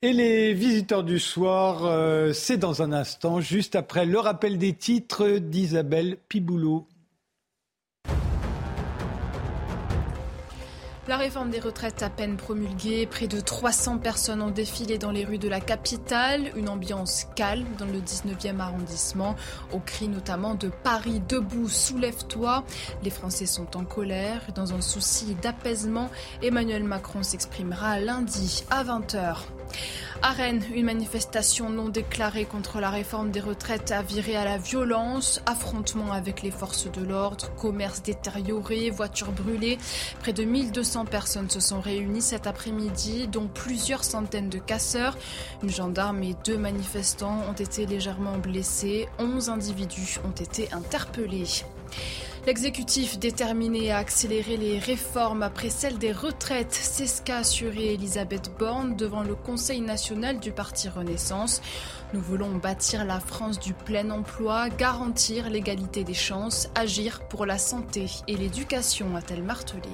Et les visiteurs du soir, c'est dans un instant, juste après le rappel des titres d'Isabelle Piboulot. La réforme des retraites à peine promulguée, près de 300 personnes ont défilé dans les rues de la capitale. Une ambiance calme dans le 19e arrondissement, au cri notamment de « Paris debout, soulève-toi ». Les Français sont en colère. Dans un souci d'apaisement, Emmanuel Macron s'exprimera lundi à 20h. À Rennes, une manifestation non déclarée contre la réforme des retraites a viré à la violence. Affrontements avec les forces de l'ordre, commerces détériorés, voitures brûlées. Près de 1200 personnes se sont réunies cet après-midi, dont plusieurs centaines de casseurs. Une gendarme et 2 manifestants ont été légèrement blessés. 11 individus ont été interpellés. L'exécutif déterminé à accélérer les réformes après celle des retraites, c'est ce qu'a assuré Elisabeth Borne devant le Conseil national du Parti Renaissance. Nous voulons bâtir la France du plein emploi, garantir l'égalité des chances, agir pour la santé et l'éducation, a-t-elle martelé.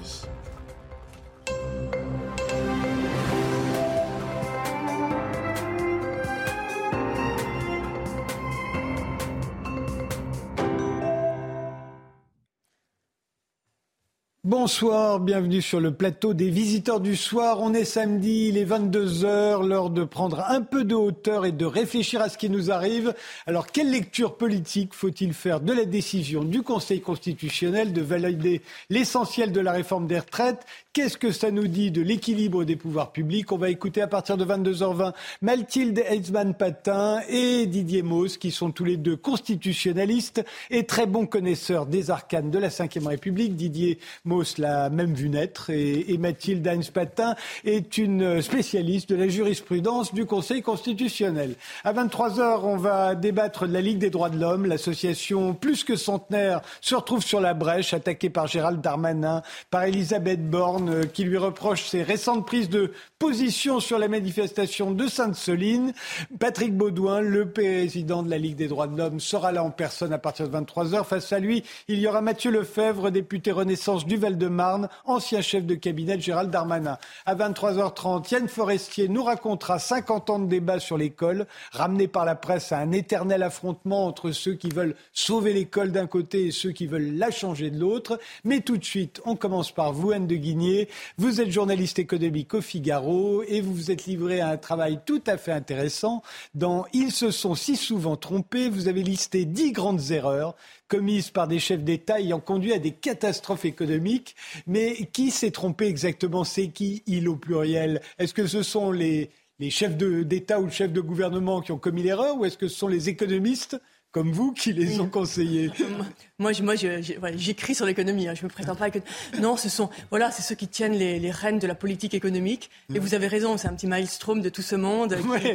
Bonsoir, bienvenue sur le plateau des visiteurs du soir. On est samedi, il est 22h, l'heure de prendre un peu de hauteur et de réfléchir à ce qui nous arrive. Alors, quelle lecture politique faut-il faire de la décision du Conseil constitutionnel de valider l'essentiel de la réforme des retraites ? Qu'est-ce que ça nous dit de l'équilibre des pouvoirs publics ? On va écouter à partir de 22h20 Mathilde Heizmann-Patin et Didier Mauss, qui sont tous les deux constitutionnalistes et très bons connaisseurs des arcanes de la Ve République. Didier Mauss l'a même vu naître et Mathilde Heizmann-Patin est une spécialiste de la jurisprudence du Conseil constitutionnel. À 23h, on va débattre de la Ligue des droits de l'homme. L'association plus que centenaire se retrouve sur la brèche, attaquée par Gérald Darmanin, par Elisabeth Borne, qui lui reproche ses récentes prises de position sur la manifestation de Sainte-Soline. Patrick Beaudouin, le président de la Ligue des droits de l'homme, sera là en personne à partir de 23h. Face à lui, il y aura Mathieu Lefebvre, député Renaissance du Val-de-Marne, ancien chef de cabinet de Gérald Darmanin. À 23h30, Yann Forestier nous racontera 50 ans de débat sur l'école, ramené par la presse à un éternel affrontement entre ceux qui veulent sauver l'école d'un côté et ceux qui veulent la changer de l'autre. Mais tout de suite, on commence par vous, Anne de Guigné. Vous êtes journaliste économique au Figaro et vous vous êtes livré à un travail tout à fait intéressant. Dans « Ils se sont si souvent trompés », vous avez listé 10 grandes erreurs commises par des chefs d'État ayant conduit à des catastrophes économiques. Mais qui s'est trompé exactement ? C'est qui, il au pluriel ? Est-ce que ce sont les chefs d'État ou le chef de gouvernement qui ont commis l'erreur, ou est-ce que ce sont les économistes comme vous qui les ont conseillés? Moi, j'écris sur l'économie. Je me prétends pas que... Non, c'est ceux qui tiennent les rênes de la politique économique. Et vous avez raison, c'est un petit maelstrom de tout ce monde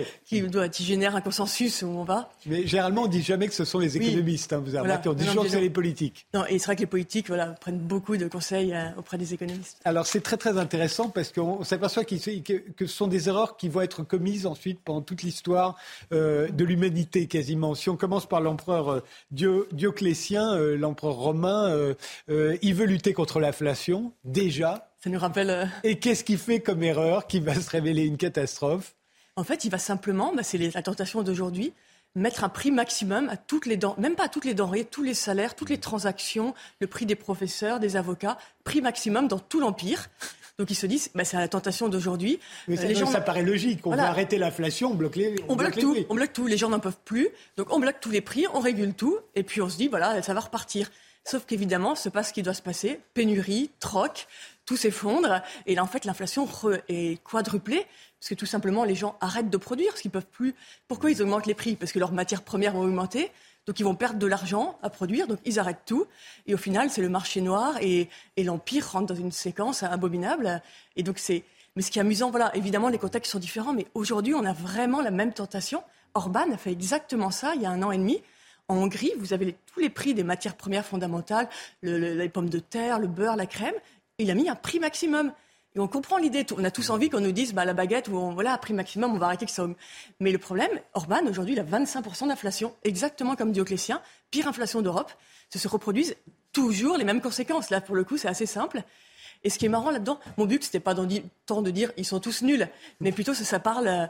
qui génère un consensus où on va. Mais généralement, on dit jamais que ce sont les économistes. Oui. Vous avez remarqué, on dit toujours que c'est les politiques. Non, et c'est vrai que les politiques, prennent beaucoup de conseils auprès des économistes. Alors, c'est très très intéressant parce qu'on s'aperçoit que ce sont des erreurs qui vont être commises ensuite pendant toute l'histoire de l'humanité quasiment. Si on commence par l'empereur Dioclétien, l'empereur romain, il veut lutter contre l'inflation, déjà. Ça nous rappelle... Et qu'est-ce qu'il fait comme erreur qui va se révéler une catastrophe ? En fait, il va simplement, c'est la tentation d'aujourd'hui, mettre un prix maximum à toutes les denrées, même pas à toutes les denrées, tous les salaires, toutes les transactions, le prix des professeurs, des avocats, prix maximum dans tout l'empire. Donc ils se disent, c'est la tentation d'aujourd'hui. Mais ça paraît logique. On veut arrêter l'inflation, on bloque les on bloque tout. On bloque tout. Les gens n'en peuvent plus. Donc on bloque tous les prix, on régule tout, et puis on se dit, ça va repartir. Sauf qu'évidemment, ce n'est pas ce qui doit se passer. Pénurie, troc, tout s'effondre. Et là, en fait, l'inflation est quadruplée. Parce que tout simplement, les gens arrêtent de produire parce qu'ils ne peuvent plus. Pourquoi ils augmentent les prix ? Parce que leurs matières premières vont augmenter. Donc, ils vont perdre de l'argent à produire. Donc, ils arrêtent tout. Et au final, c'est le marché noir. Et l'Empire rentre dans une séquence abominable. Et donc, Mais ce qui est amusant, évidemment, les contextes sont différents. Mais aujourd'hui, on a vraiment la même tentation. Orban a fait exactement ça il y a 1 an et demi. En Hongrie, vous avez tous les prix des matières premières fondamentales, les pommes de terre, le beurre, la crème. Il a mis un prix maximum. Et on comprend l'idée. On a tous envie qu'on nous dise la baguette, à prix maximum, on va arrêter que ça augmente. Mais le problème, Orban, aujourd'hui, il a 25% d'inflation. Exactement comme Dioclétien. Pire inflation d'Europe. Se reproduisent toujours les mêmes conséquences. Là, pour le coup, c'est assez simple. Et ce qui est marrant là-dedans, mon but, c'était pas tant de dire ils sont tous nuls, mais plutôt ça parle...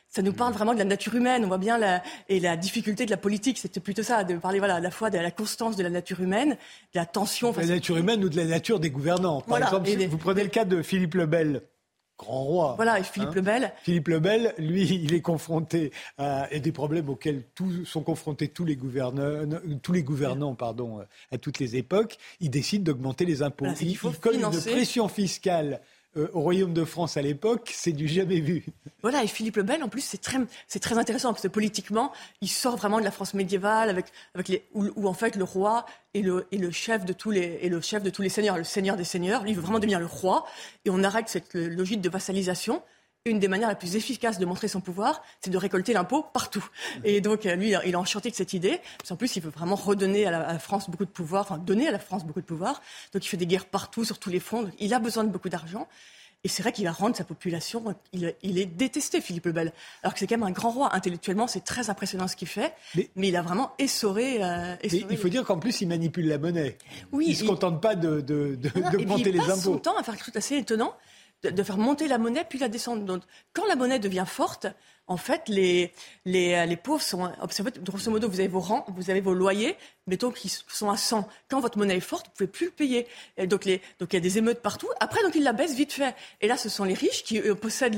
ça nous parle vraiment de la nature humaine. On voit bien la difficulté de la politique. C'était plutôt ça, de parler à la fois de la constance de la nature humaine, de la tension. De la nature humaine ou de la nature des gouvernants. Par exemple, vous prenez le cas de Philippe le Bel. Grand roi. Voilà, et Philippe le Bel. Philippe le Bel, lui, il est confronté à des problèmes auxquels sont confrontés tous les gouvernants, à toutes les époques. Il décide d'augmenter les impôts. Voilà, il colle une pression fiscale au Royaume de France à l'époque, c'est du jamais vu. Voilà, et Philippe le Bel, en plus, c'est très intéressant, parce que politiquement, il sort vraiment de la France médiévale, où en fait le roi est le chef de tous les seigneurs, le seigneur des seigneurs. Lui, il veut vraiment devenir le roi, et on arrête cette logique de vassalisation. Une des manières les plus efficaces de montrer son pouvoir, c'est de récolter l'impôt partout. Et donc, lui, il est enchanté de cette idée. Parce qu'en plus, il veut vraiment redonner à la France beaucoup de pouvoir, enfin, donner à la France beaucoup de pouvoir. Donc, il fait des guerres partout, sur tous les fronts. Donc, il a besoin de beaucoup d'argent. Et c'est vrai qu'il va rendre sa population... Il est détesté, Philippe le Bel. Alors que c'est quand même un grand roi. Intellectuellement, c'est très impressionnant ce qu'il fait. Mais il a vraiment essoré... il faut dire qu'en plus, il manipule la monnaie. Oui, il ne se contente pas d'augmenter les impôts. Il passe son temps à faire quelque chose d'assez étonnant, de faire monter la monnaie puis la descendre. Donc, quand la monnaie devient forte, en fait, les pauvres sont... Grosso modo, vous avez vos rangs, vous avez vos loyers, mettons qu'ils sont à 100. Quand votre monnaie est forte, vous ne pouvez plus le payer. Et donc, il y a des émeutes partout. Après, donc, ils la baissent vite fait. Et là, ce sont les riches qui possèdent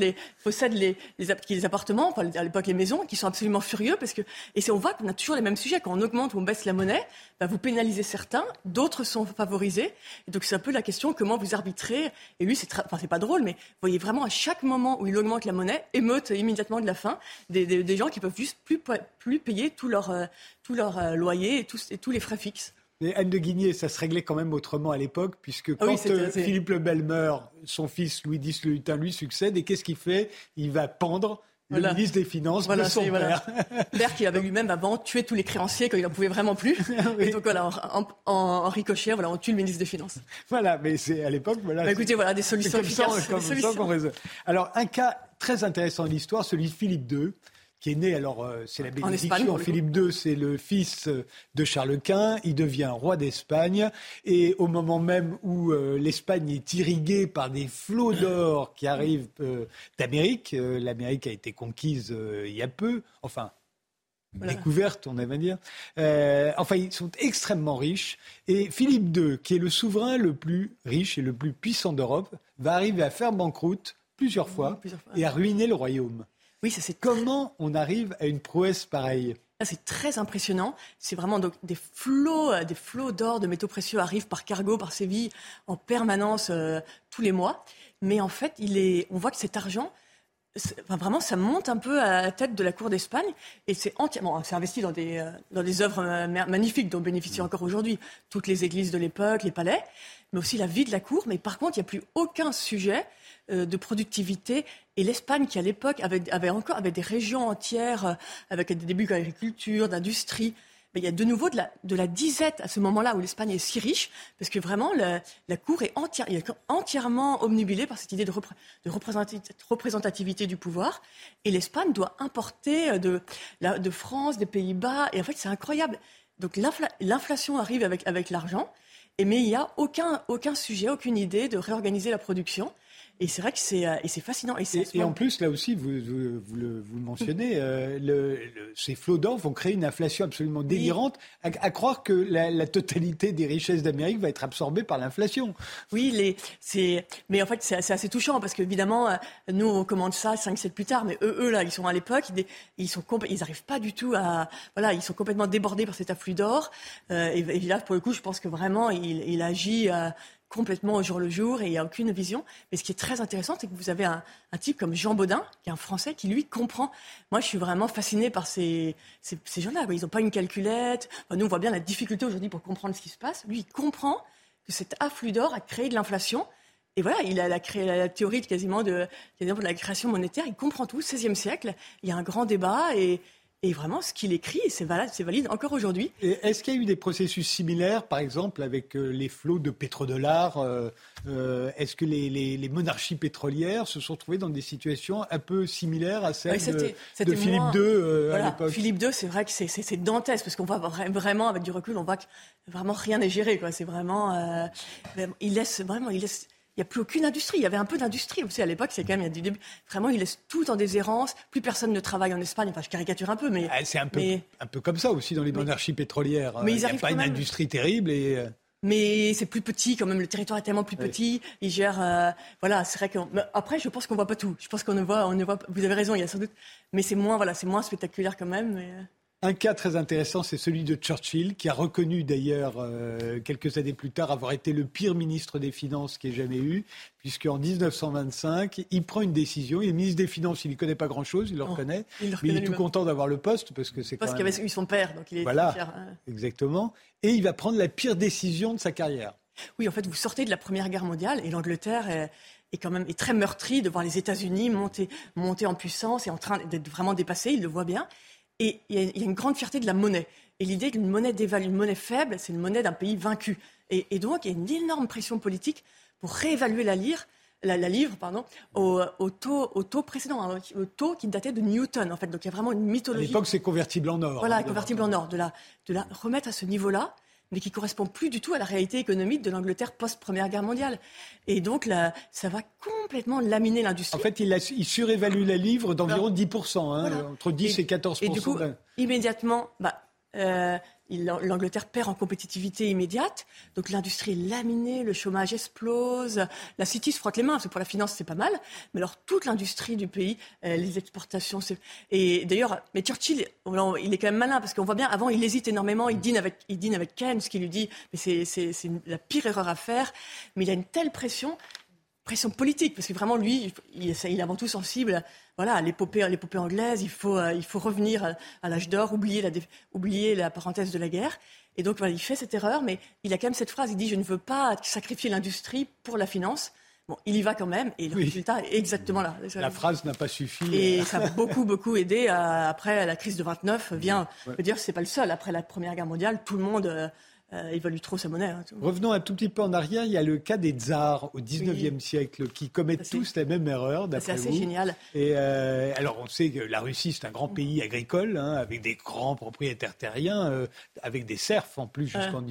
les appartements, enfin, à l'époque, les maisons, qui sont absolument furieux on voit qu'on a toujours les mêmes sujets. Quand on augmente ou on baisse la monnaie, vous pénalisez certains, d'autres sont favorisés. Et donc, c'est un peu la question, comment vous arbitrez. Et lui, c'est pas drôle, mais vous voyez vraiment à chaque moment où il augmente la monnaie, émeute immédiatement de la fin, des gens qui peuvent juste plus payer tout leur loyer et tous les frais fixes. Mais Anne de Guigné, ça se réglait quand même autrement à l'époque, puisque quand Philippe le Bel meurt, son fils Louis X le Hutin lui succède, et qu'est-ce qu'il fait ? Il va pendre le ministre des Finances de son père. Père qui avait lui-même avant tué tous les créanciers quand il n'en pouvait vraiment plus. Oui. Et donc voilà, en ricochet, on tue le ministre des Finances. Voilà, mais c'est à l'époque... écoutez, voilà, des solutions efficaces. Comme ça qu'on résout. Alors, un cas très intéressant de l'histoire, celui de Philippe II, qui est né, c'est la bénédiction. Philippe II, c'est le fils de Charles Quint. Il devient roi d'Espagne. Et au moment même où l'Espagne est irriguée par des flots d'or qui arrivent d'Amérique, l'Amérique a été conquise il y a peu, découverte, on va dire. Ils sont extrêmement riches. Et Philippe II, qui est le souverain le plus riche et le plus puissant d'Europe, va arriver à faire banqueroute plusieurs fois et à ruiner le royaume. Oui, Comment on arrive à une prouesse pareille ? C'est très impressionnant. C'est vraiment donc des flots d'or, de métaux précieux arrivent par cargo, par Séville, en permanence tous les mois. Mais en fait, on voit que cet argent, vraiment, ça monte un peu à la tête de la cour d'Espagne. Et c'est investi dans des œuvres magnifiques dont bénéficient encore aujourd'hui toutes les églises de l'époque, les palais, mais aussi la vie de la cour. Mais par contre, il n'y a plus aucun sujet de productivité. Et l'Espagne, qui à l'époque avait des régions entières avec des débuts d'agriculture, d'industrie, mais il y a de nouveau de la disette à ce moment-là où l'Espagne est si riche, parce que vraiment la cour est entièrement obnubilée par cette idée de représentativité du pouvoir. Et l'Espagne doit importer de France, des Pays-Bas. Et en fait, c'est incroyable. Donc l'inflation arrive avec l'argent, mais il n'y a aucun sujet, aucune idée de réorganiser la production. Et c'est vrai que c'est fascinant. Et en plus, là aussi, vous le mentionnez, ces flots d'or vont créer une inflation absolument délirante, à croire que la totalité des richesses d'Amérique va être absorbée par l'inflation. Oui, mais en fait, c'est assez touchant, parce qu'évidemment, nous, on commande ça 5 siècles plus tard, mais eux là, ils sont à l'époque, ils n'arrivent pas du tout à... Voilà, ils sont complètement débordés par cet afflux d'or. Et là, pour le coup, je pense que vraiment, il agit... complètement au jour le jour, et il n'y a aucune vision. Mais ce qui est très intéressant, c'est que vous avez un type comme Jean Bodin, qui est un Français, qui lui comprend. Moi, je suis vraiment fascinée par ces gens-là. Ils n'ont pas une calculette. Nous, on voit bien la difficulté aujourd'hui pour comprendre ce qui se passe. Lui, il comprend que cet afflux d'or a créé de l'inflation. Et voilà, il a créé la théorie de la création monétaire. Il comprend tout. 16e siècle, il y a un grand débat, et vraiment, ce qu'il écrit, c'est valide encore aujourd'hui. Et est-ce qu'il y a eu des processus similaires, par exemple, avec les flots de pétrodollars Est-ce que les monarchies pétrolières se sont trouvées dans des situations un peu similaires à celles de Philippe II à l'époque ? Philippe II, c'est vrai que c'est dantesque, parce qu'on voit vraiment, avec du recul, on voit que vraiment rien n'est géré, quoi. C'est vraiment... il laisse n'y a plus aucune industrie. Il y avait un peu d'industrie. Vous savez, à l'époque, c'est quand même, il y a du début. Vraiment, ils laissent tout en déshérence. Plus personne ne travaille en Espagne. Enfin, je caricature un peu, mais. C'est un peu comme ça aussi dans les monarchies pétrolières. Mais il n'y a pas une industrie terrible et. Mais c'est plus petit quand même, le territoire est tellement plus petit, ils gèrent... voilà, c'est vrai après, je pense qu'on voit pas tout. Je pense qu'on ne voit... Vous avez raison, il y a sans doute... Mais c'est moins spectaculaire quand même. Mais... Un cas très intéressant, c'est celui de Churchill, qui a reconnu d'ailleurs quelques années plus tard avoir été le pire ministre des Finances qu'il ait jamais eu, puisqu'en 1925, il prend une décision. Il est ministre des Finances, il n'y connaît pas grand-chose, il le reconnaît, mais il est tout content d'avoir le poste parce que c'est parce qu'il avait eu son père, donc il est voilà, fier. Exactement. Et il va prendre la pire décision de sa carrière. Oui, en fait, vous sortez de la Première Guerre mondiale et l'Angleterre est très meurtrie de voir les États-Unis monter en puissance et en train d'être vraiment dépassés. Il le voit bien. Et il y a une grande fierté de la monnaie. Et l'idée qu'une monnaie une monnaie faible, c'est une monnaie d'un pays vaincu. Et donc, il y a une énorme pression politique pour réévaluer la livre au taux précédent, hein, au taux qui datait de Newton, en fait. Donc, il y a vraiment une mythologie. À l'époque, c'est convertible en or. Voilà, convertible en or. De la remettre à ce niveau-là, mais qui correspond plus du tout à la réalité économique de l'Angleterre post-Première Guerre mondiale. Et donc, là, ça va complètement laminer l'industrie. En fait, il surévalue la livre d'environ 10%, entre 10 et 14%. Et du coup, immédiatement, l'Angleterre perd en compétitivité immédiate. Donc, l'industrie est laminée, le chômage explose. La City se frotte les mains, parce que pour la finance, c'est pas mal. Mais alors, toute l'industrie du pays, les exportations... Et d'ailleurs, mais Churchill, il est quand même malin, parce qu'on voit bien, avant, il hésite énormément. Il dîne avec Keynes, qui lui dit « mais c'est la pire erreur à faire ». Mais il a une telle pression politique, parce que vraiment, lui, il est avant tout sensible à l'épopée anglaise. Il faut revenir à l'âge d'or, oublier la parenthèse de la guerre. Et donc, voilà, il fait cette erreur, mais il a quand même cette phrase, il dit « je ne veux pas sacrifier l'industrie pour la finance ». Bon, il y va quand même, et le résultat est exactement là. La phrase n'a pas suffi. Et ça a beaucoup, beaucoup aidé. Après, la crise de 29 vient... Je veux dire, c'est pas le seul. Après la Première Guerre mondiale, tout le monde... évalue trop sa monnaie. Revenons un tout petit peu en arrière. Il y a le cas des tsars au 19e siècle qui commettent tous la même erreur, d'après vous. C'est assez génial. Et alors, on sait que la Russie, c'est un grand pays agricole, avec des grands propriétaires terriens, avec des serfs en plus jusqu'en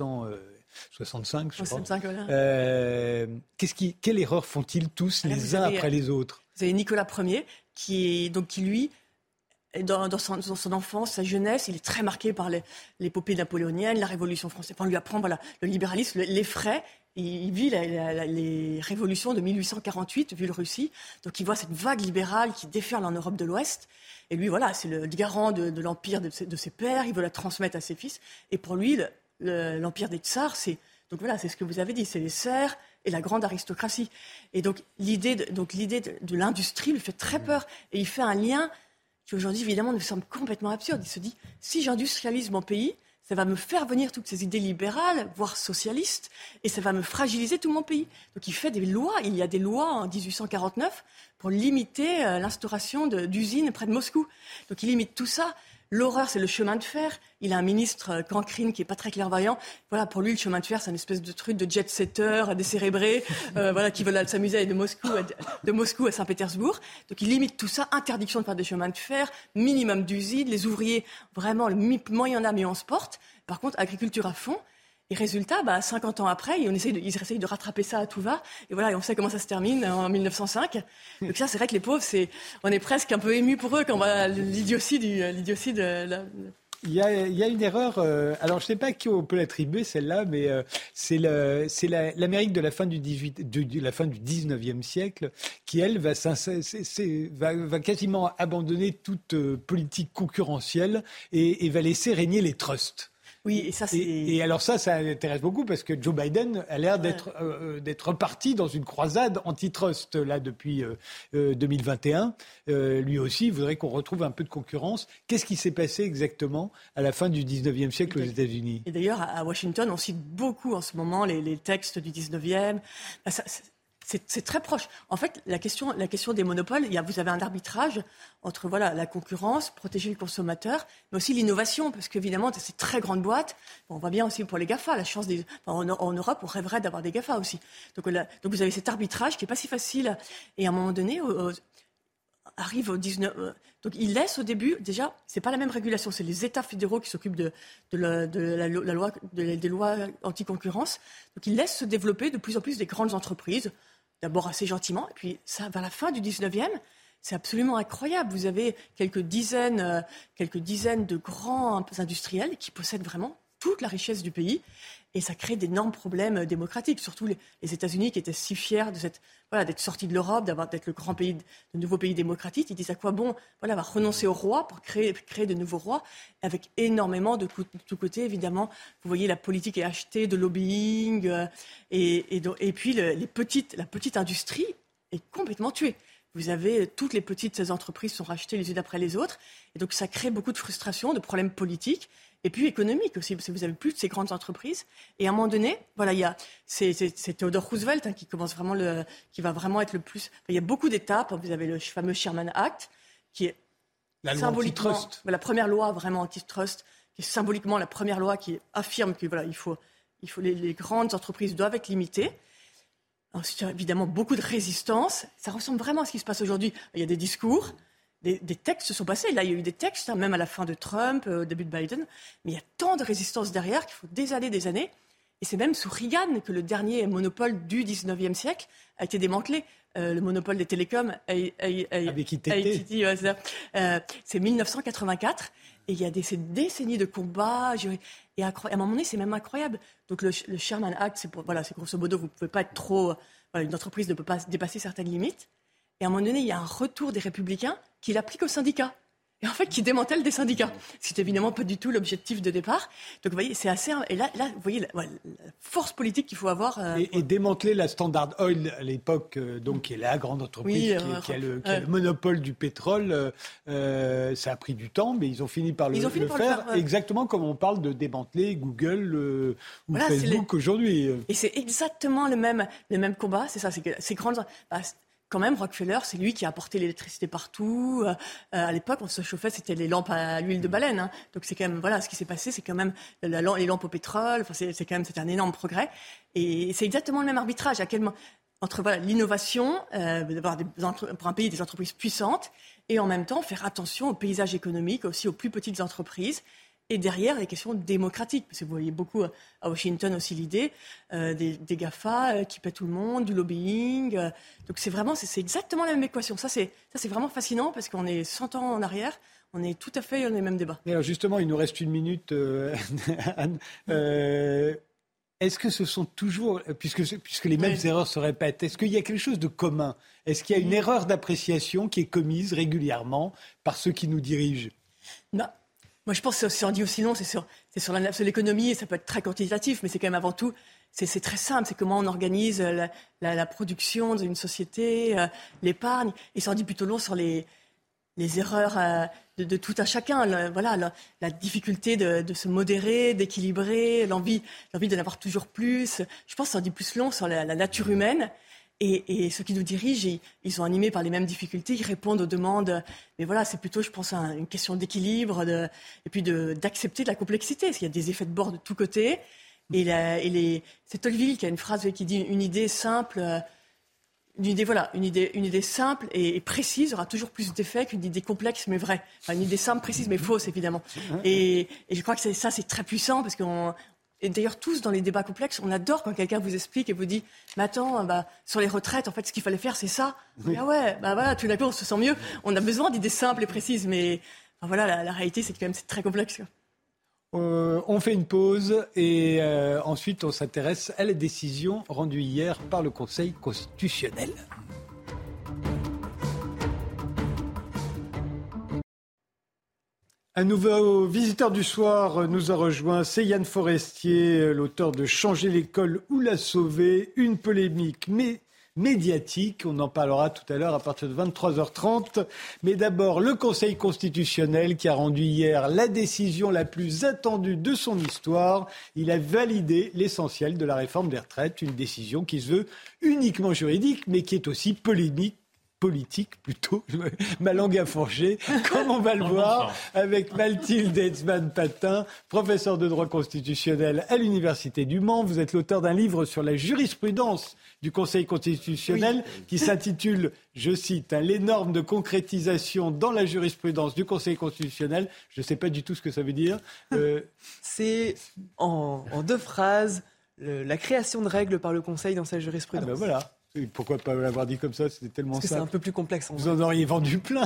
1865, je crois. 65, voilà. Quelle erreur font-ils tous les uns après les autres ? Vous avez Nicolas Ier, qui lui... Dans son enfance, sa jeunesse, il est très marqué par l'épopée napoléonienne, la Révolution française. On lui apprend le libéralisme, l'effraie. Il vit les révolutions de 1848, vu le Russie. Donc il voit cette vague libérale qui déferle en Europe de l'Ouest. Et lui, voilà, c'est le garant de l'empire de ses pères. Il veut la transmettre à ses fils. Et pour lui, l'empire des tsars, c'est ce que vous avez dit, c'est les serfs et la grande aristocratie. Et donc l'idée de l'industrie lui fait très peur. Et il fait un lien qui aujourd'hui, évidemment, nous semble complètement absurde. Il se dit, si j'industrialise mon pays, ça va me faire venir toutes ces idées libérales, voire socialistes, et ça va me fragiliser tout mon pays. Donc il fait des lois, il y a des lois en 1849 pour limiter l'instauration d'usines près de Moscou. Donc il limite tout ça. L'horreur, c'est le chemin de fer. Il a un ministre, Cancrine, qui est pas très clairvoyant. Voilà, pour lui, le chemin de fer, c'est une espèce de truc de jet-setter, décérébré, qui veulent s'amuser à aller de Moscou à Saint-Pétersbourg. Donc, il limite tout ça. Interdiction de faire des chemins de fer, minimum d'usines. Les ouvriers, vraiment, moins il y en a, mieux on se porte. Par contre, agriculture à fond. Et résultat, 50 ans après, ils essayent de rattraper ça à tout va. Et voilà, et on sait comment ça se termine en 1905. Donc ça, c'est vrai que les pauvres, on est presque un peu ému pour eux quand on voit l'idiotie Il y a une erreur, alors je ne sais pas à qui on peut l'attribuer celle-là, mais c'est l'Amérique de la fin du 19e siècle qui, elle, va quasiment abandonner toute politique concurrentielle et va laisser régner les trusts. Oui, et ça c'est. Et alors ça intéresse beaucoup parce que Joe Biden a l'air d'être reparti dans une croisade antitrust là depuis 2021. Lui aussi, il voudrait qu'on retrouve un peu de concurrence. Qu'est-ce qui s'est passé exactement à la fin du 19e siècle aux États-Unis ? Et d'ailleurs, à Washington, on cite beaucoup en ce moment les textes du 19e. C'est très proche. En fait, la question des monopoles, vous avez un arbitrage entre la concurrence, protéger le consommateur, mais aussi l'innovation, parce qu'évidemment, ces très grandes boîtes, on voit bien aussi pour les GAFA, la chance en Europe, on rêverait d'avoir des GAFA aussi. Donc vous avez cet arbitrage qui n'est pas si facile. Et à un moment donné, arrive au 19... donc il laisse au début, déjà, c'est pas la même régulation, c'est les États fédéraux qui s'occupent des lois anti-concurrence. Donc il laisse se développer de plus en plus des grandes entreprises, d'abord assez gentiment, et puis ça, vers la fin du 19e, c'est absolument incroyable. Vous avez quelques dizaines de grands industriels qui possèdent vraiment toute la richesse du pays. Et ça crée d'énormes problèmes démocratiques, surtout les États-Unis qui étaient si fiers d'être sortis de l'Europe, d'être le grand pays, le nouveau pays démocratique. Ils disent à quoi bon, on va renoncer au roi pour créer de nouveaux rois, avec énormément de tous côtés, évidemment. Vous voyez, la politique est achetée, de lobbying, et puis la petite industrie est complètement tuée. Vous avez toutes les petites entreprises sont rachetées les unes après les autres, et donc ça crée beaucoup de frustration, de problèmes politiques. Et puis économique aussi, parce que vous avez plus de ces grandes entreprises. Et à un moment donné, c'est Theodore Roosevelt qui va vraiment être le plus. Il y a beaucoup d'étapes. Vous avez le fameux Sherman Act, qui est symboliquement la première loi vraiment antitrust, qui est symboliquement la première loi qui affirme que les grandes entreprises doivent être limitées. Ensuite, il y a évidemment beaucoup de résistance. Ça ressemble vraiment à ce qui se passe aujourd'hui. Il y a des discours. Des textes se sont passés. Là, il y a eu des textes, même à la fin de Trump, au début de Biden. Mais il y a tant de résistance derrière qu'il faut des années. Et c'est même sous Reagan que le dernier monopole du 19e siècle a été démantelé. Le monopole des télécoms avec ITT. C'est 1984. Et il y a ces décennies de combats. Et à un moment donné, c'est même incroyable. Donc le Sherman Act, c'est grosso modo, vous ne pouvez pas être trop... une entreprise ne peut pas dépasser certaines limites. Et à un moment donné, il y a un retour des républicains qui l'appliquent aux syndicats. Et en fait, qui démantèlent des syndicats. Ce qui n'est évidemment pas du tout l'objectif de départ. Donc, vous voyez, c'est assez... Et là vous voyez la force politique qu'il faut avoir. Et démanteler la Standard Oil à l'époque, qui est la grande entreprise qui a le monopole du pétrole, ça a pris du temps, mais ils ont fini par le faire. Exactement comme on parle de démanteler Google ou Facebook aujourd'hui. Et c'est exactement le même combat. C'est ça, c'est que ces grandes... Quand même, Rockefeller, c'est lui qui a apporté l'électricité partout. À l'époque, on se chauffait, c'était les lampes à l'huile de baleine. Hein. Donc c'est quand même, ce qui s'est passé, c'est quand même les lampes au pétrole. Enfin, c'était un énorme progrès. Et c'est exactement le même arbitrage. Entre l'innovation, d'avoir pour un pays des entreprises puissantes, et en même temps faire attention au paysage économique, aussi aux plus petites entreprises. Et derrière, les questions démocratiques, parce que vous voyez beaucoup à Washington aussi l'idée des GAFA qui paient tout le monde, du lobbying. Donc c'est exactement la même équation. Ça c'est vraiment fascinant parce qu'on est 100 ans en arrière, on est tout à fait dans les mêmes débats. Et alors justement, il nous reste une minute, Anne. Est-ce que ce sont toujours, puisque les mêmes erreurs se répètent, est-ce qu'il y a quelque chose de commun ? Est-ce qu'il y a une erreur d'appréciation qui est commise régulièrement par ceux qui nous dirigent ? Non. Moi, je pense que si on dit aussi long, c'est sur l'économie, et ça peut être très quantitatif, mais c'est quand même avant tout, c'est très simple, c'est comment on organise la production d'une société, l'épargne, et ça en dit plutôt long sur les erreurs de tout un chacun, la difficulté de se modérer, d'équilibrer, l'envie d'en avoir toujours plus. Je pense que ça en dit plus long sur la nature humaine. Et ceux qui nous dirigent, ils sont animés par les mêmes difficultés, ils répondent aux demandes. Mais c'est plutôt, je pense, une question d'équilibre et puis d'accepter de la complexité. Parce qu'il y a des effets de bord de tous côtés. C'est Tocqueville qui a une phrase qui dit une idée simple, une idée simple et précise aura toujours plus d'effet qu'une idée complexe mais vraie. Enfin, une idée simple, précise mais fausse, évidemment. Et je crois que c'est très puissant parce qu'on... Et d'ailleurs, tous dans les débats complexes, on adore quand quelqu'un vous explique et vous dit « Mais attends, sur les retraites, en fait, ce qu'il fallait faire, c'est ça. Oui. » tout d'un coup, on se sent mieux. On a besoin d'idées simples et précises, mais la réalité, c'est que quand même, c'est très complexe. On fait une pause et ensuite, on s'intéresse à la décision rendue hier par le Conseil constitutionnel. Un nouveau visiteur du soir nous a rejoint, c'est Yann Forestier, l'auteur de « Changer l'école ou la sauver », une polémique médiatique. On en parlera tout à l'heure à partir de 23h30. Mais d'abord, le Conseil constitutionnel qui a rendu hier la décision la plus attendue de son histoire. Il a validé l'essentiel de la réforme des retraites, une décision qui se veut uniquement juridique, mais qui est aussi polémique politique, plutôt, ma langue a fourché, comme on va le voir, avec Mathilde Hetzmann-Patin, professeure de droit constitutionnel à l'Université du Mans. Vous êtes l'auteur d'un livre sur la jurisprudence du Conseil constitutionnel qui s'intitule, je cite, les normes de concrétisation dans la jurisprudence du Conseil constitutionnel. Je ne sais pas du tout ce que ça veut dire. C'est en 2 phrases la création de règles par le Conseil dans sa jurisprudence. Ah ben voilà. Et pourquoi pas l'avoir dit comme ça, c'était tellement simple. Parce que c'est un peu plus complexe. Vous en auriez vendu plein.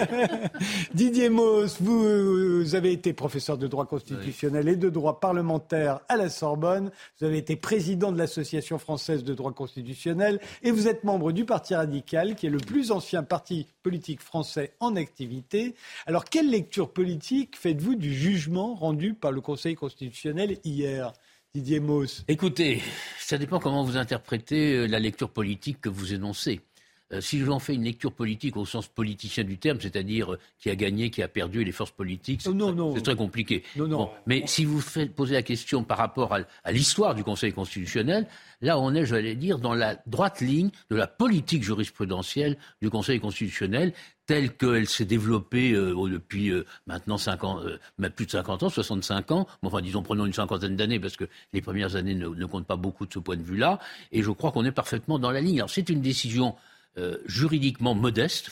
Didier Mauss, vous avez été professeur de droit constitutionnel et de droit parlementaire à la Sorbonne. Vous avez été président de l'Association française de droit constitutionnel et vous êtes membre du Parti radical, qui est le plus ancien parti politique français en activité. Alors, quelle lecture politique faites-vous du jugement rendu par le Conseil constitutionnel hier ? Didier Mauss. Écoutez, ça dépend comment vous interprétez la lecture politique que vous énoncez. Si j'en fais une lecture politique au sens politicien du terme, c'est-à-dire qui a gagné, qui a perdu, les forces politiques, c'est très compliqué. Bon, mais si vous posez la question par rapport à l'histoire du Conseil constitutionnel, là on est, j'allais dire, dans la droite ligne de la politique jurisprudentielle du Conseil constitutionnel, telle qu'elle s'est développée depuis maintenant plus de 50 ans, 65 ans, enfin disons prenons une cinquantaine d'années parce que les premières années ne comptent pas beaucoup de ce point de vue-là, et je crois qu'on est parfaitement dans la ligne. Alors c'est une décision juridiquement modeste,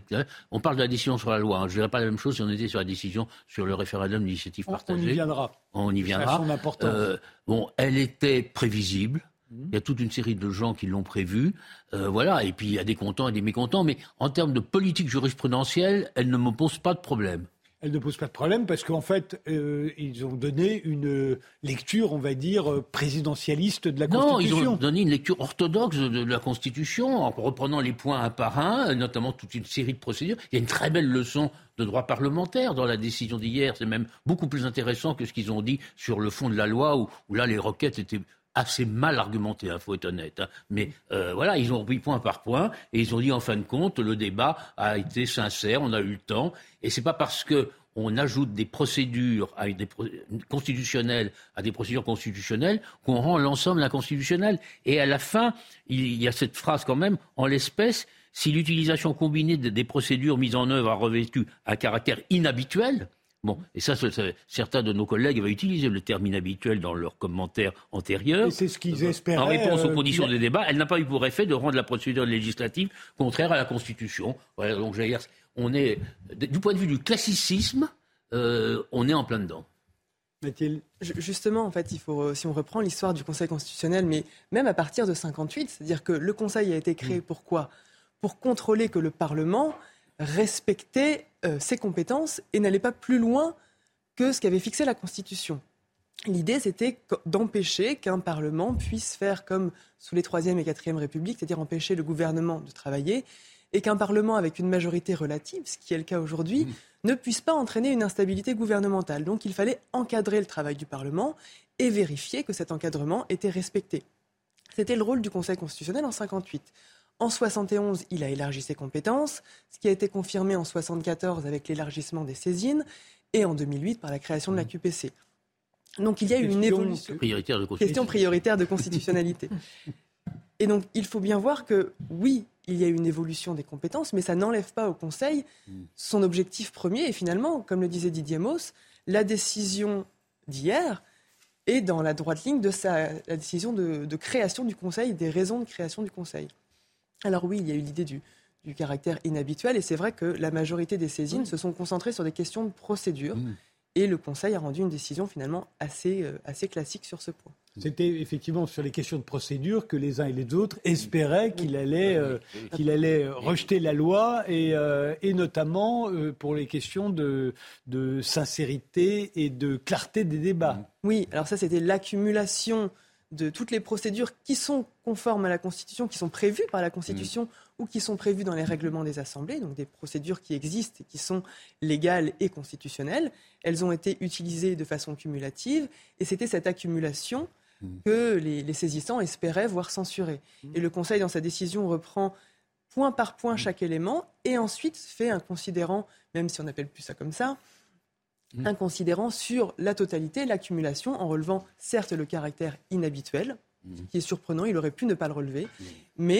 on parle de la décision sur la loi, je ne dirais pas la même chose si on était sur la décision sur le référendum d'initiative partagée. On y viendra. Ça a son importance. Elle était prévisible. Il y a toute une série de gens qui l'ont prévu, voilà, et puis il y a des contents et des mécontents, mais en termes de politique jurisprudentielle, elle ne me pose pas de problème. Elle ne pose pas de problème parce qu'en fait, ils ont donné une lecture, on va dire, présidentialiste de la Constitution. Non, ils ont donné une lecture orthodoxe de la Constitution, en reprenant les points un par un, notamment toute une série de procédures. Il y a une très belle leçon de droit parlementaire dans la décision d'hier. C'est même beaucoup plus intéressant que ce qu'ils ont dit sur le fond de la loi, où là, les requêtes étaient assez mal argumenté, faut être honnête. Mais voilà, ils ont repris point par point et ils ont dit en fin de compte, le débat a été sincère, on a eu le temps. Et c'est pas parce que on ajoute des procédures constitutionnelles à des procédures constitutionnelles qu'on rend l'ensemble inconstitutionnel. Et à la fin, il y a cette phrase quand même, en l'espèce, si l'utilisation combinée des procédures mises en œuvre a revêtu un caractère inhabituel. Bon, et ça, certains de nos collègues avaient utilisé le terme inhabituel dans leurs commentaires antérieurs. Et c'est ce qu'ils espéraient. En réponse aux conditions des débats, elle n'a pas eu pour effet de rendre la procédure législative contraire à la Constitution. Voilà, donc j'allais dire, on est, du point de vue du classicisme, on est en plein dedans. Mathilde. Justement, en fait, si on reprend l'histoire du Conseil constitutionnel, mais même à partir de 1958, c'est-à-dire que le Conseil a été créé pourquoi ? Pour contrôler que le Parlement respectait ses compétences et n'allait pas plus loin que ce qu'avait fixé la Constitution. L'idée, c'était d'empêcher qu'un Parlement puisse faire comme sous les 3e et 4e Républiques, c'est-à-dire empêcher le gouvernement de travailler, et qu'un Parlement avec une majorité relative, ce qui est le cas aujourd'hui, ne puisse pas entraîner une instabilité gouvernementale. Donc il fallait encadrer le travail du Parlement et vérifier que cet encadrement était respecté. C'était le rôle du Conseil constitutionnel en 1958. En 1971, il a élargi ses compétences, ce qui a été confirmé en 1974 avec l'élargissement des saisines et en 2008 par la création de la QPC. Donc il y a eu une évolution. Question prioritaire de constitutionnalité. Et donc il faut bien voir que oui, il y a eu une évolution des compétences, mais ça n'enlève pas au Conseil son objectif premier. Et finalement, comme le disait Didier Mauss, la décision d'hier est dans la droite ligne de la décision de création du Conseil, des raisons de création du Conseil. Alors oui, il y a eu l'idée du caractère inhabituel et c'est vrai que la majorité des saisines se sont concentrées sur des questions de procédure et le Conseil a rendu une décision finalement assez classique sur ce point. C'était effectivement sur les questions de procédure que les uns et les autres espéraient qu'il allait rejeter la loi et notamment pour les questions de sincérité et de clarté des débats. Oui, alors ça c'était l'accumulation de toutes les procédures qui sont conformes à la Constitution, qui sont prévues par la Constitution ou qui sont prévues dans les règlements des assemblées, donc des procédures qui existent et qui sont légales et constitutionnelles. Elles ont été utilisées de façon cumulative et c'était cette accumulation que les saisissants espéraient voir censurée. Et le Conseil, dans sa décision, reprend point par point chaque élément et ensuite fait un considérant, même si on n'appelle plus ça comme ça, un considérant sur la totalité, l'accumulation, en relevant certes le caractère inhabituel, qui est surprenant, il aurait pu ne pas le relever, mais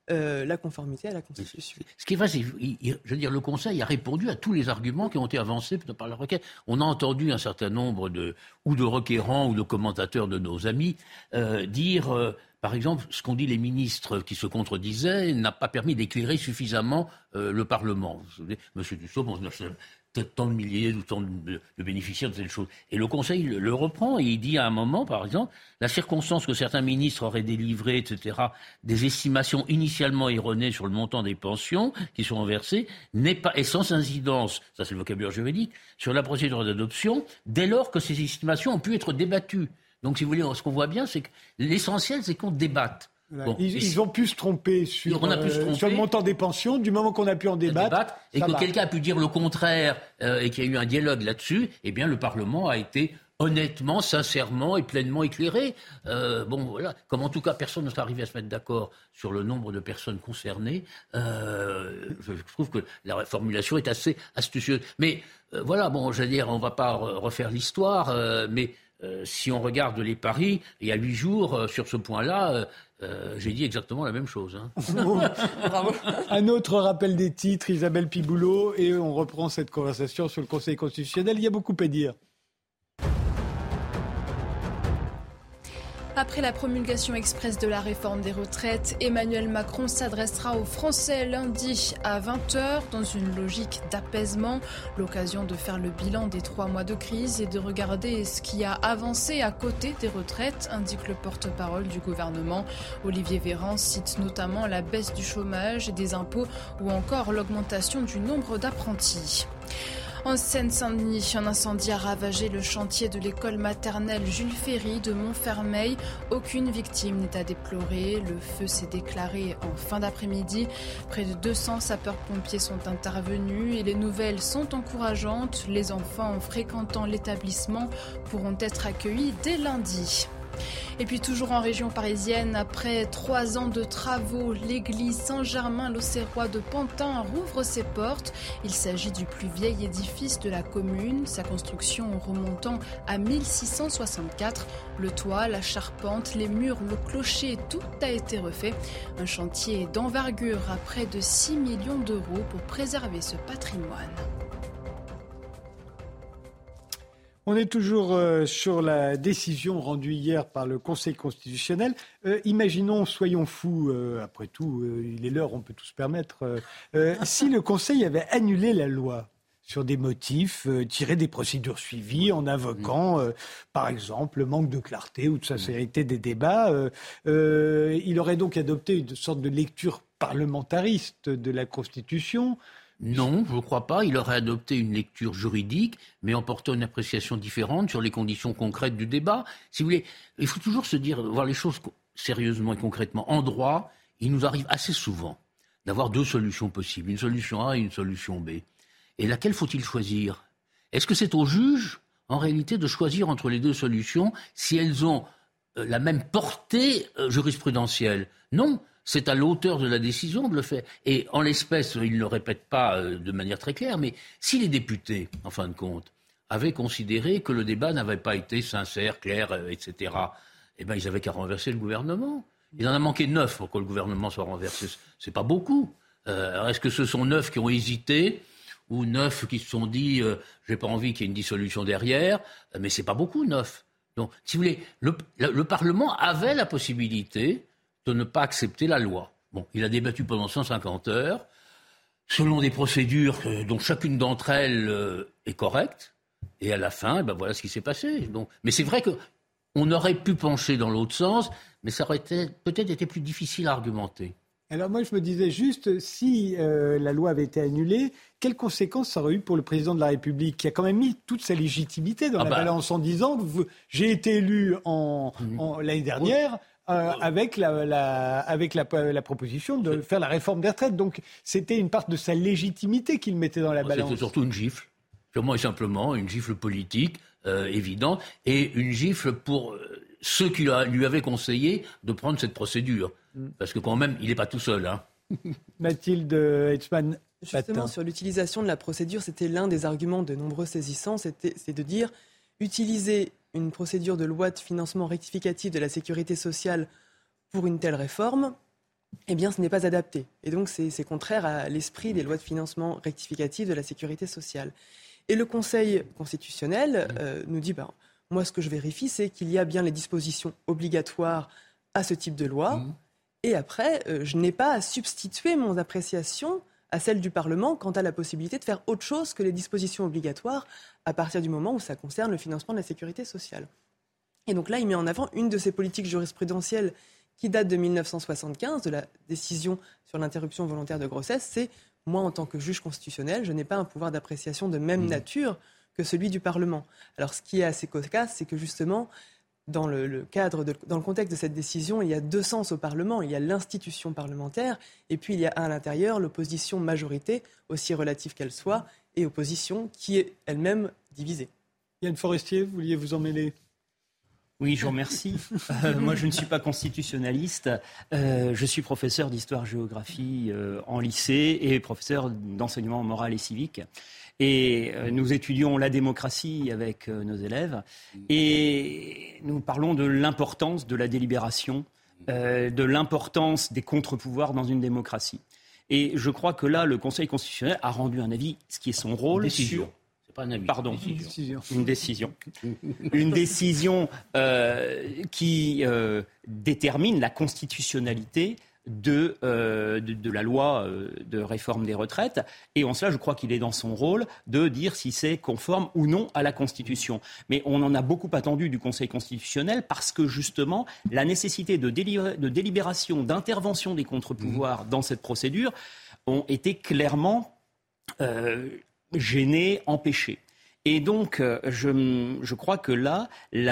la conformité à la Constitution. Ce qui est vrai, c'est le Conseil a répondu à tous les arguments qui ont été avancés par la requête. On a entendu un certain nombre de requérants ou de commentateurs de nos amis dire... par exemple, ce qu'ont dit les ministres qui se contredisaient n'a pas permis d'éclairer suffisamment le Parlement. Vous vous souvenez, M. Dussopt, on a peut-être tant de milliers ou tant de bénéficiaires de telles choses. Et le Conseil le reprend et il dit à un moment, par exemple, la circonstance que certains ministres auraient délivré, etc., des estimations initialement erronées sur le montant des pensions qui sont versées, n'est pas, et sans incidence, ça c'est le vocabulaire juridique, sur la procédure d'adoption, dès lors que ces estimations ont pu être débattues. Donc, si vous voulez, ce qu'on voit bien, c'est que l'essentiel, c'est qu'on débatte. Bon, ils ont pu se tromper sur le montant des pensions, du moment qu'on a pu en débattre. Et que quelqu'un a pu dire le contraire et qu'il y a eu un dialogue là-dessus, eh bien, le Parlement a été honnêtement, sincèrement et pleinement éclairé. Voilà. Comme en tout cas, personne ne serait arrivé à se mettre d'accord sur le nombre de personnes concernées, je trouve que la formulation est assez astucieuse. Mais voilà, on ne va pas refaire l'histoire, mais... si on regarde les paris, il y a 8 jours, sur ce point-là, j'ai dit exactement la même chose. Bravo. Un autre rappel des titres, Isabelle Piboulot, et on reprend cette conversation sur le Conseil constitutionnel. Il y a beaucoup à dire. Après la promulgation express de la réforme des retraites, Emmanuel Macron s'adressera aux Français lundi à 20h dans une logique d'apaisement. L'occasion de faire le bilan des 3 mois de crise et de regarder ce qui a avancé à côté des retraites, indique le porte-parole du gouvernement. Olivier Véran cite notamment la baisse du chômage et des impôts ou encore l'augmentation du nombre d'apprentis. En Seine-Saint-Denis, un incendie a ravagé le chantier de l'école maternelle Jules Ferry de Montfermeil. Aucune victime n'est à déplorer. Le feu s'est déclaré en fin d'après-midi. Près de 200 sapeurs-pompiers sont intervenus et les nouvelles sont encourageantes. Les enfants fréquentant l'établissement pourront être accueillis dès lundi. Et puis toujours en région parisienne, après 3 ans de travaux, l'église Saint-Germain-l'Auxerrois de Pantin rouvre ses portes. Il s'agit du plus vieil édifice de la commune, sa construction remontant à 1664. Le toit, la charpente, les murs, le clocher, tout a été refait. Un chantier d'envergure à près de 6 millions d'euros pour préserver ce patrimoine. On est toujours sur la décision rendue hier par le Conseil constitutionnel. Imaginons, soyons fous, après tout, il est l'heure, on peut tout se permettre. Si le Conseil avait annulé la loi sur des motifs tirés des procédures suivies, en invoquant, par exemple, le manque de clarté ou de sincérité des débats, il aurait donc adopté une sorte de lecture parlementariste de la Constitution. Non, je ne crois pas. Il aurait adopté une lecture juridique, mais en portant une appréciation différente sur les conditions concrètes du débat. Si vous voulez, il faut toujours voir les choses sérieusement et concrètement. En droit, il nous arrive assez souvent d'avoir 2 solutions possibles, une solution A et une solution B. Et laquelle faut-il choisir ? Est-ce que c'est au juge, en réalité, de choisir entre les 2 solutions si elles ont la même portée jurisprudentielle ? Non. C'est à l'auteur de la décision de le faire. Et en l'espèce, il ne le répète pas de manière très claire, mais si les députés, en fin de compte, avaient considéré que le débat n'avait pas été sincère, clair, etc., eh bien, ils n'avaient qu'à renverser le gouvernement. Il en a manqué 9 pour que le gouvernement soit renversé. C'est pas beaucoup. Alors, est-ce que ce sont 9 qui ont hésité ou 9 qui se sont dit j'ai pas envie qu'il y ait une dissolution derrière, mais c'est pas beaucoup, 9. Donc, si vous voulez, le Parlement avait la possibilité de ne pas accepter la loi. Bon, il a débattu pendant 150 heures, selon des procédures dont chacune d'entre elles est correcte, et à la fin, voilà ce qui s'est passé. Donc, mais c'est vrai qu'on aurait pu pencher dans l'autre sens, mais ça aurait peut-être été plus difficile à argumenter. Alors moi, je me disais juste, si la loi avait été annulée, quelles conséquences ça aurait eu pour le président de la République, qui a quand même mis toute sa légitimité dans la balance en disant « j'ai été élu l'année dernière ». Avec la proposition de faire la réforme des retraites. Donc, c'était une part de sa légitimité qu'il mettait dans la balance. C'était surtout une gifle, purement et simplement, une gifle politique évidente, et une gifle pour ceux qui lui avaient conseillé de prendre cette procédure. Parce que quand même, il n'est pas tout seul. Hein. Mathilde Heitzmann. Justement, sur l'utilisation de la procédure, c'était l'un des arguments de nombreux saisissants, c'est de dire, utiliser une procédure de loi de financement rectificatif de la sécurité sociale pour une telle réforme, eh bien, ce n'est pas adapté. Et donc, c'est contraire à l'esprit des lois de financement rectificatives de la sécurité sociale. Et le Conseil constitutionnel nous dit, moi, ce que je vérifie, c'est qu'il y a bien les dispositions obligatoires à ce type de loi. Et après, je n'ai pas à substituer mon appréciation à celle du Parlement quant à la possibilité de faire autre chose que les dispositions obligatoires à partir du moment où ça concerne le financement de la sécurité sociale. Et donc là, il met en avant une de ces politiques jurisprudentielles qui date de 1975, de la décision sur l'interruption volontaire de grossesse, c'est moi, en tant que juge constitutionnel, je n'ai pas un pouvoir d'appréciation de même nature que celui du Parlement. Alors, ce qui est assez cocasse, c'est que justement, dans le contexte de cette décision, il y a deux sens au Parlement. Il y a l'institution parlementaire, et puis il y a à l'intérieur l'opposition majorité, aussi relative qu'elle soit, et opposition qui est elle-même divisée. Yann Forestier, vous vouliez vous en mêler ? Oui, je vous remercie. Moi, je ne suis pas constitutionnaliste. Je suis professeur d'histoire-géographie en lycée et professeur d'enseignement moral et civique. Et nous étudions la démocratie avec nos élèves. Et nous parlons de l'importance de la délibération, de l'importance des contre-pouvoirs dans une démocratie. Et je crois que là, le Conseil constitutionnel a rendu un avis, ce qui est son rôle. Décision. C'est pas un avis. Pardon. Une décision. Une décision qui détermine la constitutionnalité de la loi de réforme des retraites. Et en cela, je crois qu'il est dans son rôle de dire si c'est conforme ou non à la Constitution. Mais on en a beaucoup attendu du Conseil constitutionnel parce que, justement, la nécessité de délibération, d'intervention des contre-pouvoirs dans cette procédure ont été clairement gênés, empêchés. Et donc, je crois que là,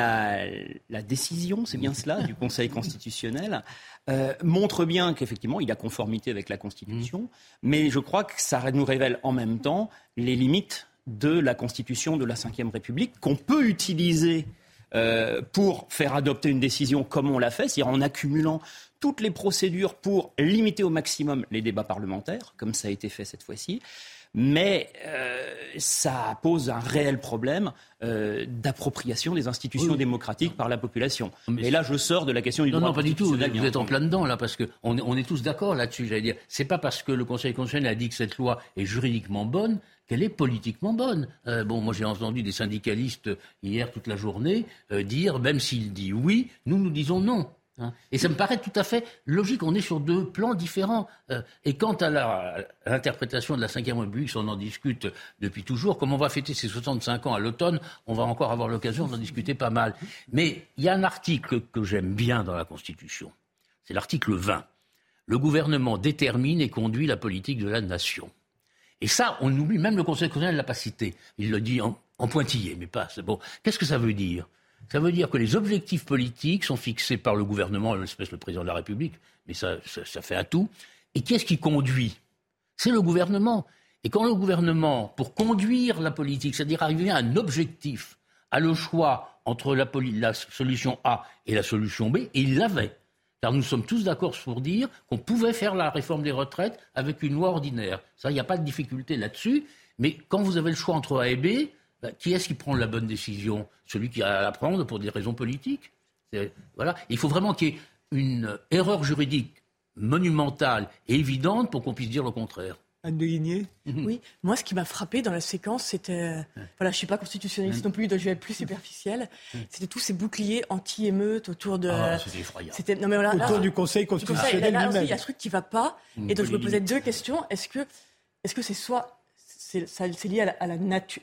la décision, c'est bien cela, du Conseil constitutionnel, montre bien qu'effectivement, il a conformité avec la Constitution, mais je crois que ça nous révèle en même temps les limites de la Constitution de la Ve République qu'on peut utiliser pour faire adopter une décision comme on l'a fait, c'est-à-dire en accumulant toutes les procédures pour limiter au maximum les débats parlementaires, comme ça a été fait cette fois-ci. Mais ça pose un réel problème d'appropriation des institutions démocratiques par la population. Et là, je sors de la question du droit. Non, pas du tout. Vous êtes en plein dedans, là, parce qu'on est tous d'accord là-dessus, j'allais dire. C'est pas parce que le Conseil constitutionnel a dit que cette loi est juridiquement bonne qu'elle est politiquement bonne. Moi, j'ai entendu des syndicalistes hier toute la journée dire, même s'il dit oui, nous disons non. Et ça me paraît tout à fait logique. On est sur deux plans différents. Et quant à l'interprétation de la Ve République, on en discute depuis toujours. Comme on va fêter ses 65 ans à l'automne, on va encore avoir l'occasion d'en discuter pas mal. Mais il y a un article que j'aime bien dans la Constitution. C'est l'article 20. Le gouvernement détermine et conduit la politique de la nation. Et ça, on oublie. Même le Conseil constitutionnel ne l'a pas cité. Il le dit en pointillé, mais pas. C'est bon. Qu'est-ce que ça veut dire ? Ça veut dire que les objectifs politiques sont fixés par le gouvernement, en l'espèce le président de la République, mais ça fait à tout. Et qui est-ce qui conduit ? C'est le gouvernement. Et quand le gouvernement, pour conduire la politique, c'est-à-dire arriver à un objectif, a le choix entre la solution A et la solution B, et il l'avait. Car nous sommes tous d'accord pour dire qu'on pouvait faire la réforme des retraites avec une loi ordinaire. Ça, il n'y a pas de difficulté là-dessus. Mais quand vous avez le choix entre A et B, qui est-ce qui prend la bonne décision ? Celui qui a à la prendre pour des raisons politiques. Voilà. Il faut vraiment qu'il y ait une erreur juridique monumentale et évidente pour qu'on puisse dire le contraire. Anne de Guigné ? Oui, moi ce qui m'a frappé dans la séquence, c'était... Voilà, je ne suis pas constitutionnaliste non plus, donc je vais être plus superficielle. C'était tous ces boucliers anti-émeutes autour de... C'était effrayant. Non, mais voilà, autour du Conseil constitutionnel là, lui-même. Il y a un truc qui ne va pas, et donc je me posais deux questions. Est-ce que c'est soit... C'est lié à la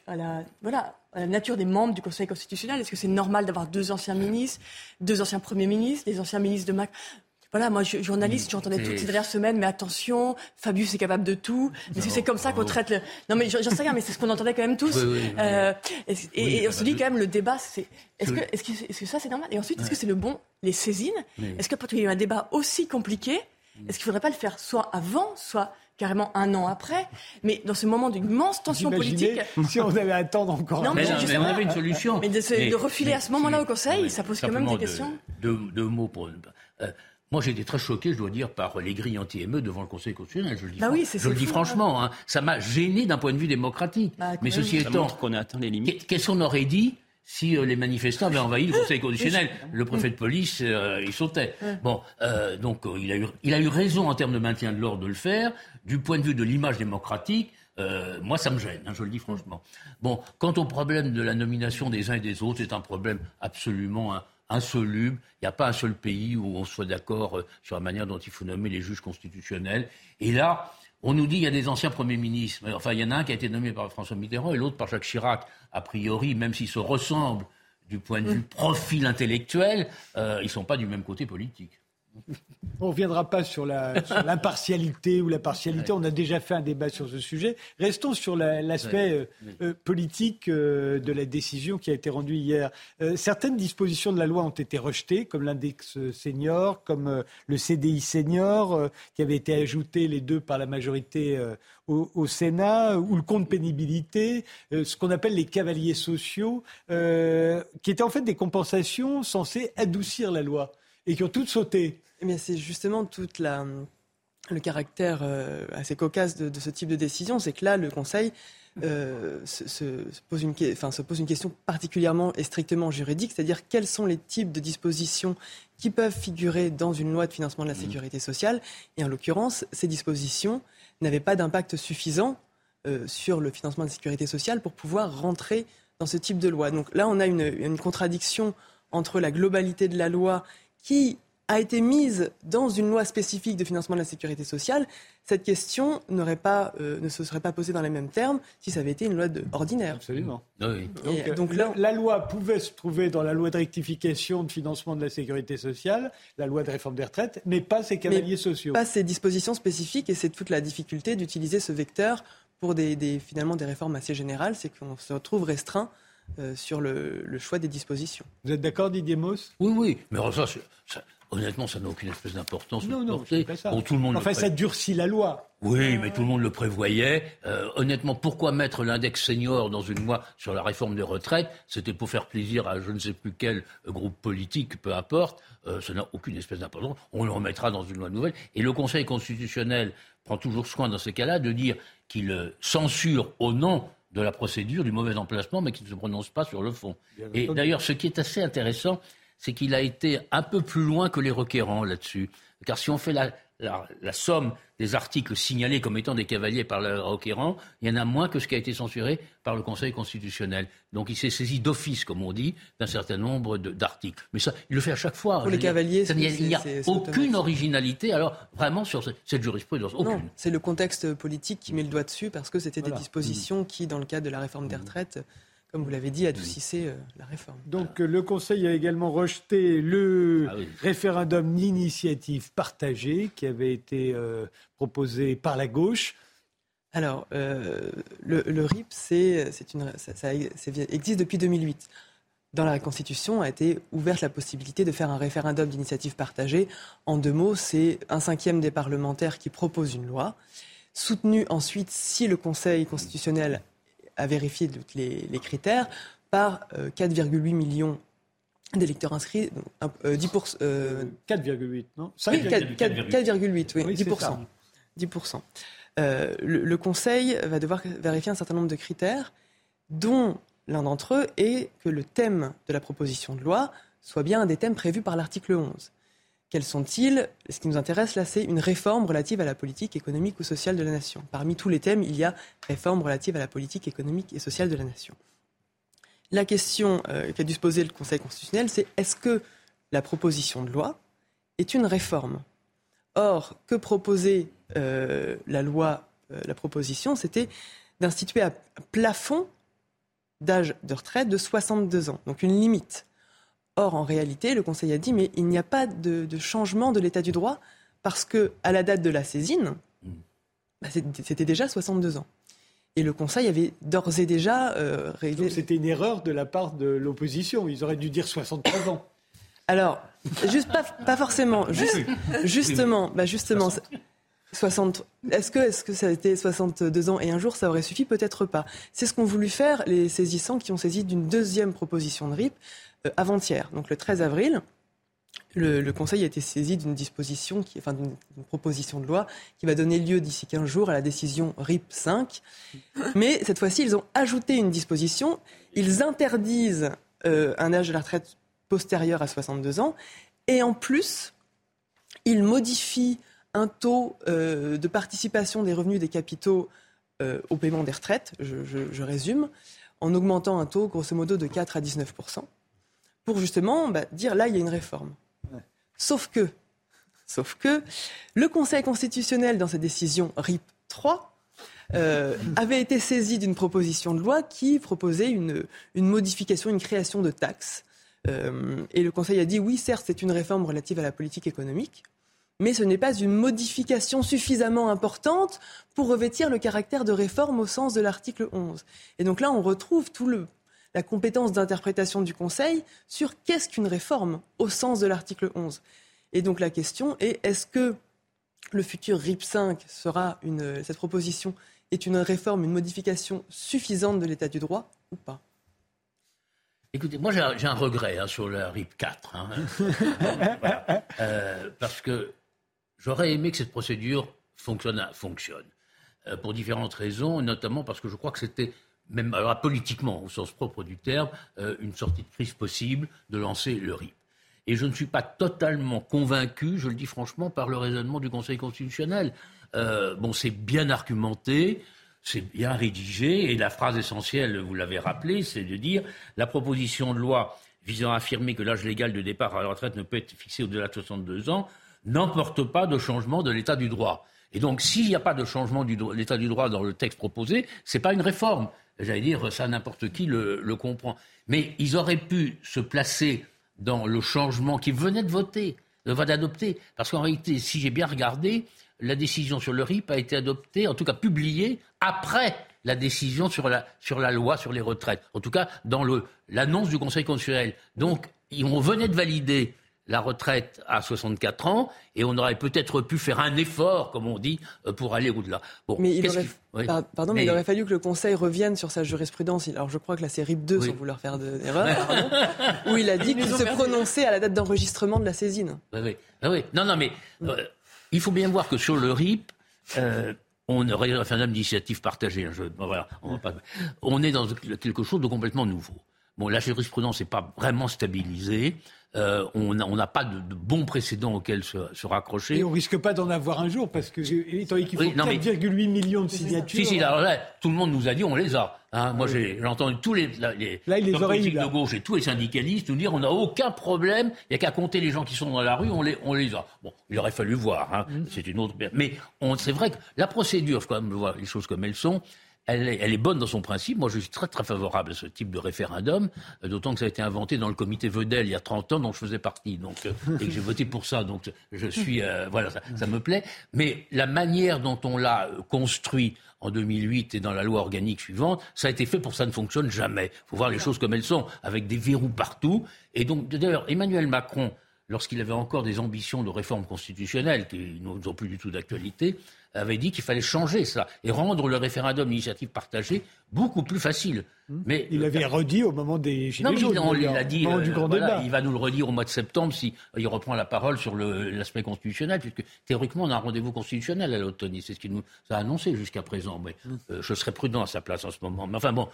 nature des membres du Conseil constitutionnel. Est-ce que c'est normal d'avoir deux anciens ministres, deux anciens premiers ministres, des anciens ministres de Macron ? Voilà, moi, journaliste, j'entendais toutes ces dernières semaines, mais attention, Fabius est capable de tout. Mais c'est comme ça qu'on traite le... Non, mais j'en sais rien, mais c'est ce qu'on entendait quand même tous. Et on se dit quand même, le débat, c'est... Est-ce que ça, c'est normal ? Et ensuite, est-ce que c'est les saisines ? Est-ce que quand il y a eu un débat aussi compliqué, est-ce qu'il ne faudrait pas le faire soit avant, soit... carrément un an après, mais dans ce moment d'une immense tension politique... si on devait attendre encore un an. Mais on avait une solution. Mais de refiler à ce moment-là au Conseil, ça pose quand même des questions. Deux mots pour... moi, j'ai été très choqué, je dois dire, par les grilles anti-émeutes devant le Conseil constitutionnel. Je le dis franchement. Hein. Ça m'a gêné d'un point de vue démocratique. Mais ceci étant, qu'on a atteint les limites. Qu'est-ce qu'on aurait dit si les manifestants avaient envahi le Conseil constitutionnel. Le préfet de police, il sautait. Bon, donc il a eu raison en termes de maintien de l'ordre de le faire. Du point de vue de l'image démocratique, moi, ça me gêne, je le dis franchement. Bon, quant au problème de la nomination des uns et des autres, c'est un problème absolument insoluble. Il n'y a pas un seul pays où on soit d'accord sur la manière dont il faut nommer les juges constitutionnels. Et là, on nous dit qu'il y a des anciens premiers ministres. Enfin, il y en a un qui a été nommé par François Mitterrand et l'autre par Jacques Chirac. A priori, même s'ils se ressemblent du point de vue profil intellectuel, ils ne sont pas du même côté politique. On ne reviendra pas sur l'impartialité ou la partialité. On a déjà fait un débat sur ce sujet. Restons sur l'aspect politique de la décision qui a été rendue hier. Certaines dispositions de la loi ont été rejetées, comme l'index senior, comme le CDI senior, qui avait été ajouté les deux par la majorité au Sénat, ou le compte pénibilité, ce qu'on appelle les cavaliers sociaux, qui étaient en fait des compensations censées adoucir la loi et qui ont toutes sauté. Mais c'est justement tout le caractère assez cocasse de ce type de décision, c'est que là, le Conseil se pose une question particulièrement et strictement juridique, c'est-à-dire quels sont les types de dispositions qui peuvent figurer dans une loi de financement de la sécurité sociale. Et en l'occurrence, ces dispositions n'avaient pas d'impact suffisant sur le financement de la sécurité sociale pour pouvoir rentrer dans ce type de loi. Donc là, on a une contradiction entre la globalité de la loi qui a été mise dans une loi spécifique de financement de la sécurité sociale. Cette question ne se serait pas posée dans les mêmes termes si ça avait été une loi ordinaire. Absolument. Oui. Donc la loi pouvait se trouver dans la loi de rectification de financement de la sécurité sociale, la loi de réforme des retraites, mais pas ces cavaliers sociaux. Pas ces dispositions spécifiques, et c'est toute la difficulté d'utiliser ce vecteur pour finalement des réformes assez générales, c'est qu'on se retrouve restreint sur le choix des dispositions. Vous êtes d'accord, Didier Mauss ? Oui. Mais honnêtement, ça n'a aucune espèce d'importance. Non, c'est pas ça. Bon, tout le monde ça durcit la loi. Oui, mais tout le monde le prévoyait. Honnêtement, pourquoi mettre l'index senior dans une loi sur la réforme des retraites ? C'était pour faire plaisir à je ne sais plus quel groupe politique, peu importe. Ça n'a aucune espèce d'importance. On le remettra dans une loi nouvelle. Et le Conseil constitutionnel prend toujours soin, dans ces cas-là, de dire qu'il censure au nom de la procédure, du mauvais emplacement, mais qu'il ne se prononce pas sur le fond. Et d'ailleurs, ce qui est assez intéressant, c'est qu'il a été un peu plus loin que les requérants là-dessus. Car si on fait la somme des articles signalés comme étant des cavaliers par le requérant, il y en a moins que ce qui a été censuré par le Conseil constitutionnel. Donc il s'est saisi d'office, comme on dit, d'un certain nombre d'articles. Mais ça, il le fait à chaque fois. Pour les cavaliers, il n'y a aucune originalité, alors vraiment, sur cette jurisprudence. Aucune. Non, c'est le contexte politique qui met le doigt dessus, parce que c'était des dispositions qui, dans le cadre de la réforme des retraites, comme vous l'avez dit, adoucissait la réforme. Donc le Conseil a également rejeté le référendum d'initiative partagée qui avait été proposé par la gauche. Alors, le RIP, ça existe depuis 2008. Dans la Constitution a été ouverte la possibilité de faire un référendum d'initiative partagée. En deux mots, c'est 1/5 des parlementaires qui proposent une loi, soutenue ensuite, si le Conseil constitutionnel a vérifié les critères, par 4,8 millions d'électeurs inscrits, 10%. 4,8, non ? 4,8, oui, 10%. 10%. Le Conseil va devoir vérifier un certain nombre de critères, dont l'un d'entre eux est que le thème de la proposition de loi soit bien un des thèmes prévus par l'article 11. Quels sont-ils ? Ce qui nous intéresse là, c'est une réforme relative à la politique économique ou sociale de la nation. Parmi tous les thèmes, il y a réforme relative à la politique économique et sociale de la nation. La question qu'a dû se poser le Conseil constitutionnel, c'est est-ce que la proposition de loi est une réforme ? Or, que proposait la proposition, c'était d'instituer un plafond d'âge de retraite de 62 ans, donc une limite. Or, en réalité, le Conseil a dit, mais il n'y a pas de changement de l'état du droit, parce qu'à la date de la saisine, c'était déjà 62 ans. Et le Conseil avait d'ores et déjà réglé... Donc c'était une erreur de la part de l'opposition. Ils auraient dû dire 63 ans. Alors, juste pas forcément. Justement, 60. Est-ce que ça a été 62 ans et un jour, ça aurait suffi ? Peut-être pas. C'est ce qu'ont voulu faire les saisissants qui ont saisi d'une deuxième proposition de RIP avant-hier. Donc le 13 avril, le Conseil a été saisi d'une proposition de loi qui va donner lieu d'ici 15 jours à la décision RIP 5. Mais cette fois-ci, ils ont ajouté une disposition. Ils interdisent un âge de la retraite postérieur à 62 ans. Et en plus, il modifie un taux de participation des revenus des capitaux au paiement des retraites, je résume, en augmentant un taux grosso modo de 4 à 19%, pour justement dire là, il y a une réforme. Ouais. Sauf que le Conseil constitutionnel, dans sa décision RIP 3, avait été saisi d'une proposition de loi qui proposait une modification, une création de taxes. Et le Conseil a dit oui, certes, c'est une réforme relative à la politique économique, mais ce n'est pas une modification suffisamment importante pour revêtir le caractère de réforme au sens de l'article 11. Et donc là, on retrouve la compétence d'interprétation du Conseil sur qu'est-ce qu'une réforme au sens de l'article 11. Et donc la question est, est-ce que le futur RIP 5 cette proposition est une réforme, une modification suffisante de l'état du droit ou pas ? Écoutez, moi j'ai un regret sur la RIP 4. Voilà. Parce que j'aurais aimé que cette procédure fonctionne. Pour différentes raisons, notamment parce que je crois que c'était, même alors, politiquement, au sens propre du terme, une sortie de crise possible de lancer le RIP. Et je ne suis pas totalement convaincu, je le dis franchement, par le raisonnement du Conseil constitutionnel. C'est bien argumenté, c'est bien rédigé, et la phrase essentielle, vous l'avez rappelé, c'est de dire « La proposition de loi visant à affirmer que l'âge légal de départ à la retraite ne peut être fixé au-delà de 62 ans n'emporte pas de changement de l'état du droit ». Et donc, s'il n'y a pas de changement de l'état du droit dans le texte proposé, c'est pas une réforme. J'allais dire, ça, n'importe qui le comprend. Mais ils auraient pu se placer dans le changement qu'ils venaient d'adopter. Parce qu'en réalité, si j'ai bien regardé, la décision sur le RIP a été adoptée, en tout cas publiée, après la décision sur la loi sur les retraites. En tout cas, dans l'annonce du Conseil constitutionnel. Donc, on venait de valider la retraite à 64 ans, et on aurait peut-être pu faire un effort, comme on dit, pour aller au-delà. Bon, mais il aurait fallu que le Conseil revienne sur sa jurisprudence. Alors je crois que là c'est RIP 2, sans vouloir faire d'erreur, où il a dit qu'il se prononçait à la date d'enregistrement de la saisine. Oui. Non, mais il faut bien voir que sur le RIP, on aurait un référendum d'initiative partagée. On est dans quelque chose de complètement nouveau. Bon, la jurisprudence n'est pas vraiment stabilisée. On n'a pas de bons précédents auxquels se raccrocher. Et on risque pas d'en avoir un jour, parce que, étant donné qu'il faut 4,8 millions de signatures... Si, alors là, tout le monde nous a dit, on les a. Moi, j'ai entendu tous les politiques de gauche et tous les syndicalistes nous dire, on n'a aucun problème, il n'y a qu'à compter les gens qui sont dans la rue, on les a. Bon, il aurait fallu voir, c'est une autre... Mais c'est vrai que la procédure, faut quand même voir les choses comme elles sont. Elle est bonne dans son principe. Moi, je suis très, très favorable à ce type de référendum, d'autant que ça a été inventé dans le comité Vedel il y a 30 ans, dont je faisais partie, et que j'ai voté pour ça. Donc, je suis... ça me plaît. Mais la manière dont on l'a construit en 2008 et dans la loi organique suivante, ça a été fait pour que ça ne fonctionne jamais. Il faut voir les choses comme elles sont, avec des verrous partout. Et donc, d'ailleurs, Emmanuel Macron, lorsqu'il avait encore des ambitions de réforme constitutionnelle, qui n'ont plus du tout d'actualité, avait dit qu'il fallait changer ça et rendre le référendum d'initiative partagée beaucoup plus facile. Mais il avait redit au moment des Gilets jaunes. Non, il l'a dit. Du grand débat. Il va nous le redire au mois de septembre si il reprend la parole sur l'aspect constitutionnel, puisque théoriquement on a un rendez-vous constitutionnel à l'automne. C'est ce qu'il nous a annoncé jusqu'à présent. Mais je serais prudent à sa place en ce moment. Mais enfin bon,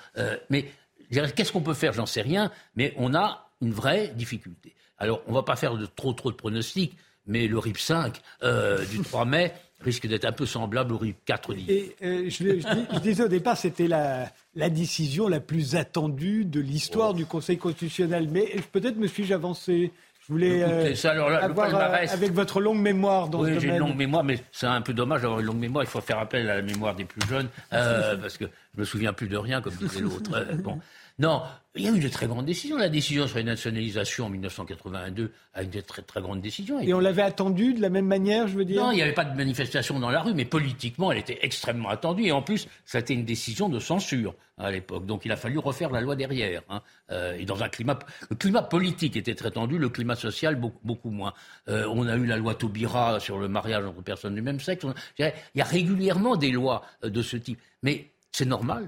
qu'est-ce qu'on peut faire ? J'en sais rien. Mais on a une vraie difficulté. Alors, on ne va pas faire trop de pronostics, mais le RIP 5 du 3 mai risque d'être un peu semblable au RIP 4 d'hier. Et je disais au départ, c'était la décision la plus attendue de l'histoire du Conseil constitutionnel. Mais peut-être me suis-je avancé. Je voulais avoir, avec votre longue mémoire dans ce domaine. Oui, j'ai une longue mémoire, mais c'est un peu dommage d'avoir une longue mémoire. Il faut faire appel à la mémoire des plus jeunes, parce que je ne me souviens plus de rien, comme disait l'autre. Non, il y a eu de très grandes décisions. La décision sur les nationalisations en 1982 a été de très, très grande décision. Et on l'avait attendue de la même manière, je veux dire ? Non, il n'y avait pas de manifestation dans la rue, mais politiquement, elle était extrêmement attendue. Et en plus, ça a été une décision de censure à l'époque. Donc il a fallu refaire la loi derrière. Et dans le climat politique était très tendu, le climat social beaucoup moins. On a eu la loi Taubira sur le mariage entre personnes du même sexe. Il y a régulièrement des lois de ce type. Mais c'est normal.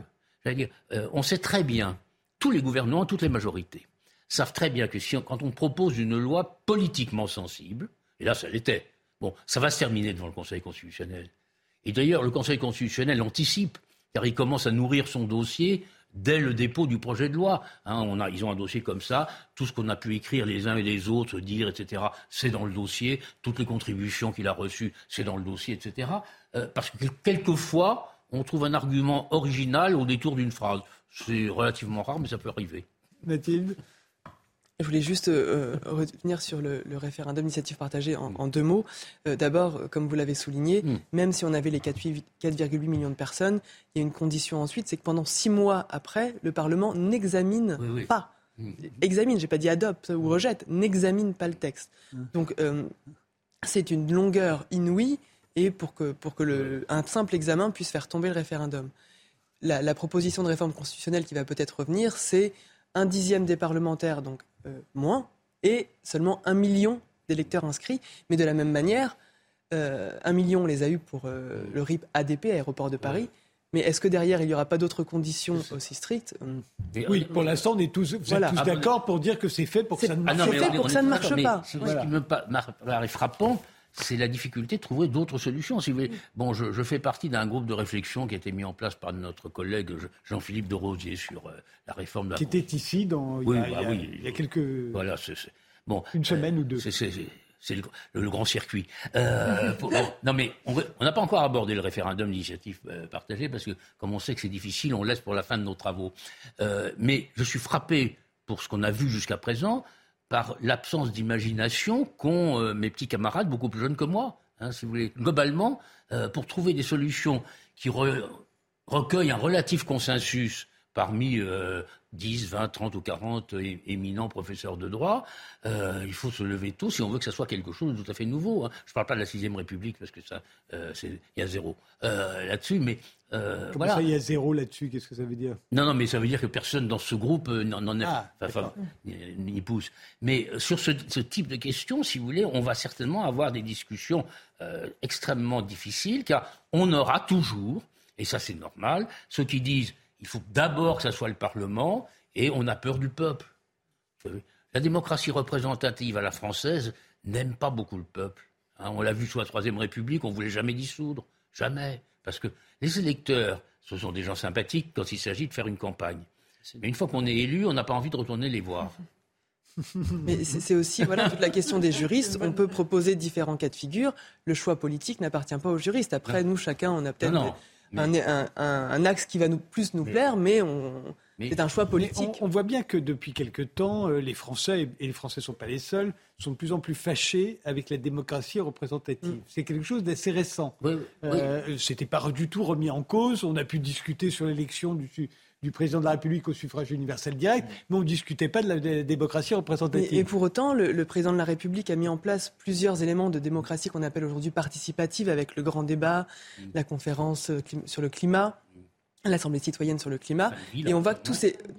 On sait très bien, tous les gouvernements, toutes les majorités, savent très bien que quand on propose une loi politiquement sensible, et là ça l'était, ça va se terminer devant le Conseil constitutionnel. Et d'ailleurs, le Conseil constitutionnel anticipe, car il commence à nourrir son dossier dès le dépôt du projet de loi. Ils ont un dossier comme ça, tout ce qu'on a pu écrire les uns et les autres, dire, etc., c'est dans le dossier, toutes les contributions qu'il a reçues, c'est dans le dossier, etc. Parce que quelquefois, on trouve un argument original au détour d'une phrase. C'est relativement rare, mais ça peut arriver. Mathilde ? Je voulais juste revenir sur le référendum d'initiative partagée en 2 mots. D'abord, comme vous l'avez souligné, même si on avait les 4,8 millions de personnes, il y a une condition ensuite, c'est que pendant 6 mois après, le Parlement n'examine pas. Examine, j'ai pas dit adopte ou rejette, n'examine pas le texte. Donc c'est une longueur inouïe et pour que un simple examen puisse faire tomber le référendum. La proposition de réforme constitutionnelle qui va peut-être revenir, c'est 1/10 des parlementaires, donc moins, et seulement 1 million d'électeurs inscrits. Mais de la même manière, 1 million, on les a eus pour le RIP ADP, Aéroport de Paris. Mais est-ce que derrière, il n'y aura pas d'autres conditions aussi strictes ? Oui, pour l'instant, vous êtes tous d'accord pour dire que c'est fait pour que ça ne marche pas. C'est fait pour que ça ne marche pas. Ce qui me paraît frappant, c'est la difficulté de trouver d'autres solutions. Si vous voulez. Bon, je fais partie d'un groupe de réflexion qui a été mis en place par notre collègue Jean-Philippe de Rosier sur la réforme de la... Qui était ici il y a quelques... Voilà, une semaine ou 2. C'est le grand circuit. Non, mais on n'a pas encore abordé le référendum d'initiative partagée parce que, comme on sait que c'est difficile, on laisse pour la fin de nos travaux. Mais je suis frappé, pour ce qu'on a vu jusqu'à présent, par l'absence d'imagination qu'ont mes petits camarades beaucoup plus jeunes que moi, si vous voulez. Globalement, pour trouver des solutions qui recueillent un relatif consensus parmi 10, 20, 30 ou 40 éminents professeurs de droit, il faut se lever tôt si on veut que ça soit quelque chose de tout à fait nouveau. Je ne parle pas de la 6e République parce que ça, il y a 0 là-dessus, mais... Comment ça, il y a 0 là-dessus ? Qu'est-ce que ça veut dire ? Non, mais ça veut dire que personne dans ce groupe n'y pousse. Mais sur ce type de questions, si vous voulez, on va certainement avoir des discussions extrêmement difficiles, car on aura toujours, et ça c'est normal, ceux qui disent il faut d'abord que ça soit le Parlement, et on a peur du peuple. La démocratie représentative à la française n'aime pas beaucoup le peuple. On l'a vu sous la 3e République, on ne voulait jamais dissoudre. Jamais. Parce que les électeurs, ce sont des gens sympathiques quand il s'agit de faire une campagne. Mais une fois qu'on est élu, on n'a pas envie de retourner les voir. Mais c'est aussi toute la question des juristes. On peut proposer différents cas de figure. Le choix politique n'appartient pas aux juristes. Après, nous, chacun, on a peut-être un axe qui va plus nous plaire, mais c'est un choix politique. On voit bien que depuis quelque temps, les Français, et les Français ne sont pas les seuls, sont de plus en plus fâchés avec la démocratie représentative. C'est quelque chose d'assez récent. Ce n'était pas du tout remis en cause. On a pu discuter sur l'élection du président de la République au suffrage universel direct, mais on ne discutait pas de la démocratie représentative. Et pour autant, le président de la République a mis en place plusieurs éléments de démocratie qu'on appelle aujourd'hui participative, avec le grand débat, la conférence sur le climat, l'Assemblée citoyenne sur le climat. Et on voit que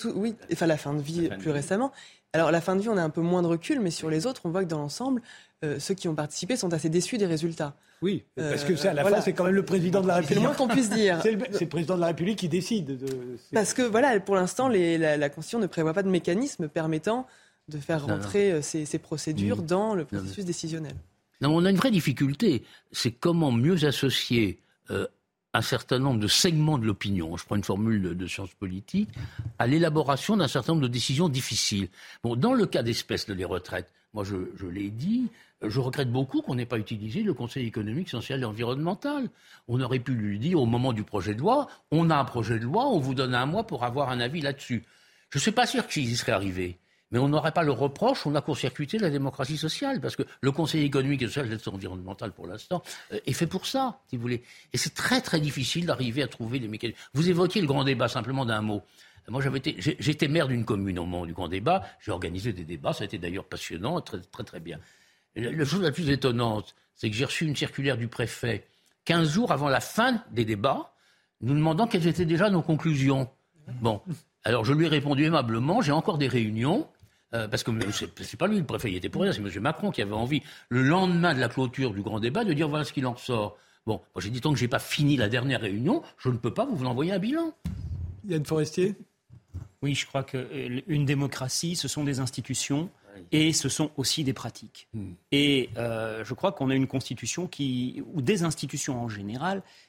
la fin de vie plus récemment. Alors la fin de vie, on a un peu moins de recul, mais sur les autres, on voit que dans l'ensemble, ceux qui ont participé sont assez déçus des résultats. Oui, parce que à la fin, c'est quand même le président de la République. C'est le moins qu'on puisse dire. C'est le président de la République qui décide. Parce que pour l'instant, la Constitution ne prévoit pas de mécanisme permettant de faire rentrer ces procédures dans le processus décisionnel. Non, on a une vraie difficulté. C'est comment mieux associer un certain nombre de segments de l'opinion, je prends une formule de sciences politiques, à l'élaboration d'un certain nombre de décisions difficiles. Dans le cas d'espèce de les retraites, moi je l'ai dit, je regrette beaucoup qu'on n'ait pas utilisé le Conseil économique, social et environnemental. On aurait pu lui dire au moment du projet de loi, on a un projet de loi, on vous donne 1 mois pour avoir un avis là-dessus. Je ne suis pas sûr qu'ils y seraient arrivés. Mais on n'aurait pas le reproche, on a court-circuité la démocratie sociale, parce que le Conseil économique et social et environnemental, pour l'instant, est fait pour ça, si vous voulez. Et c'est très, très difficile d'arriver à trouver des mécanismes. Vous évoquiez le grand débat, simplement d'un mot. Moi, j'étais maire d'une commune au moment du grand débat, j'ai organisé des débats, ça a été d'ailleurs passionnant, très, très, très bien. La chose la plus étonnante, c'est que j'ai reçu une circulaire du préfet 15 jours avant la fin des débats, nous demandant quelles étaient déjà nos conclusions. Bon, alors je lui ai répondu aimablement, j'ai encore des réunions, parce que c'est pas lui le préfet, il était pour rien, c'est M. Macron qui avait envie, le lendemain de la clôture du grand débat, de dire voilà ce qu'il en ressort. Bon, moi j'ai dit tant que j'ai pas fini la dernière réunion, je ne peux pas vous envoyer un bilan. Yann Forestier ? Oui, je crois qu'une démocratie, ce sont des institutions et ce sont aussi des pratiques. Et je crois qu'on a une constitution ou des institutions en général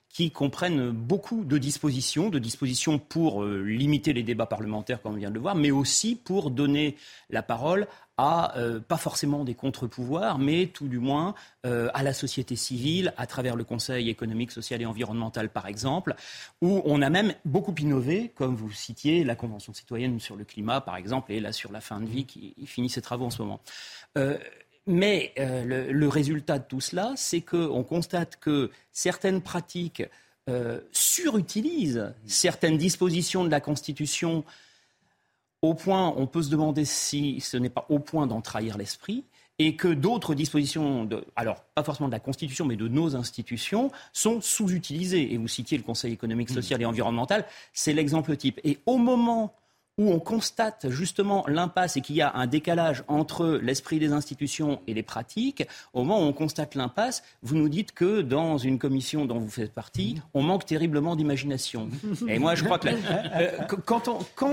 qui comprennent beaucoup de dispositions pour limiter les débats parlementaires, comme on vient de le voir, mais aussi pour donner la parole à, pas forcément des contre-pouvoirs, mais tout du moins à la société civile, à travers le Conseil économique, social et environnemental, par exemple, où on a même beaucoup innové, comme vous citiez, la Convention citoyenne sur le climat, par exemple, et là sur la fin de vie, qui finit ses travaux en ce moment. Mais le résultat de tout cela, c'est qu'on constate que certaines pratiques surutilisent certaines dispositions de la Constitution au point, on peut se demander si ce n'est pas au point d'en trahir l'esprit, et que d'autres dispositions, alors pas forcément de la Constitution, mais de nos institutions, sont sous-utilisées. Et vous citiez le Conseil économique, social et environnemental, c'est l'exemple type. Et au moment où on constate justement l'impasse et qu'il y a un décalage entre l'esprit des institutions et les pratiques, au moment où on constate l'impasse, vous nous dites que dans une commission dont vous faites partie, on manque terriblement d'imagination. Et moi, je crois que quand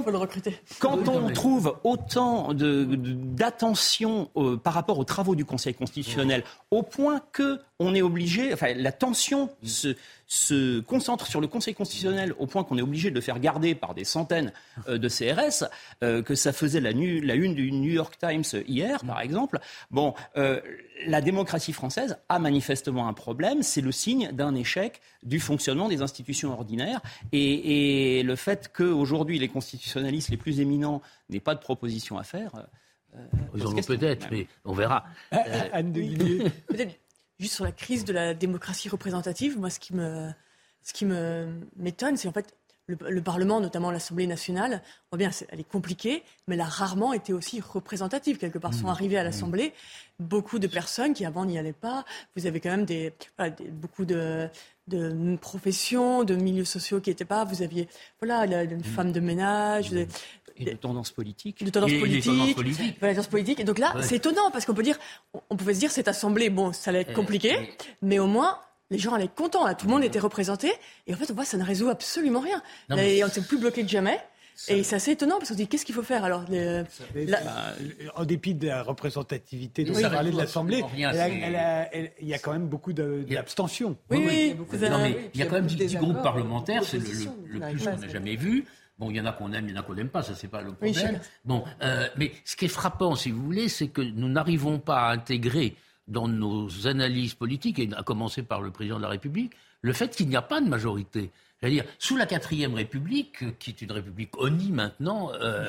on trouve autant d'attention par rapport aux travaux du Conseil constitutionnel, au point que on est obligé, enfin la tension se concentre sur le Conseil constitutionnel au point qu'on est obligé de le faire garder par des centaines de CRS, que ça faisait la une du New York Times hier, par exemple. Bon, la démocratie française a manifestement un problème. C'est le signe d'un échec du fonctionnement des institutions ordinaires. Et le fait qu'aujourd'hui, les constitutionnalistes les plus éminents n'aient pas de propositions à faire... Ils en ont peut-être, mais on verra. Anne de Villiers. Peut-être juste sur la crise de la démocratie représentative, moi, ce qui m'étonne, c'est en fait le Parlement, notamment l'Assemblée nationale. On voit bien, elle est compliquée, mais elle a rarement été aussi représentative. Quelque part, sont arrivées à l'Assemblée beaucoup de personnes qui avant n'y allaient pas. Vous avez quand même beaucoup de professions, de milieux sociaux qui n'étaient pas. Vous aviez une femme de ménage. Et de tendances politiques. De tendances politiques. Et donc là, c'est étonnant parce qu'on pouvait se dire cette assemblée, bon, ça allait être compliqué, mais au moins les gens allaient être contents. Là, tout le monde était représenté. Et en fait, on voit, ça ne résout absolument rien. Et on s'est plus bloqué que jamais. Et c'est assez étonnant parce qu'on se dit qu'est-ce qu'il faut faire alors en dépit de la représentativité dont on parlait de l'Assemblée, il y a quand même beaucoup d'abstention. Oui. Il y a quand même 10 groupes parlementaires, c'est le plus qu'on n'a jamais vu. Bon, il y en a qu'on aime, il y en a qu'on n'aime pas, ça c'est pas le problème. Bon, mais ce qui est frappant, si vous voulez, c'est que nous n'arrivons pas à intégrer dans nos analyses politiques, et à commencer par le président de la République, le fait qu'il n'y a pas de majorité. J'allais dire, sous la 4e République, qui est une république honnie maintenant,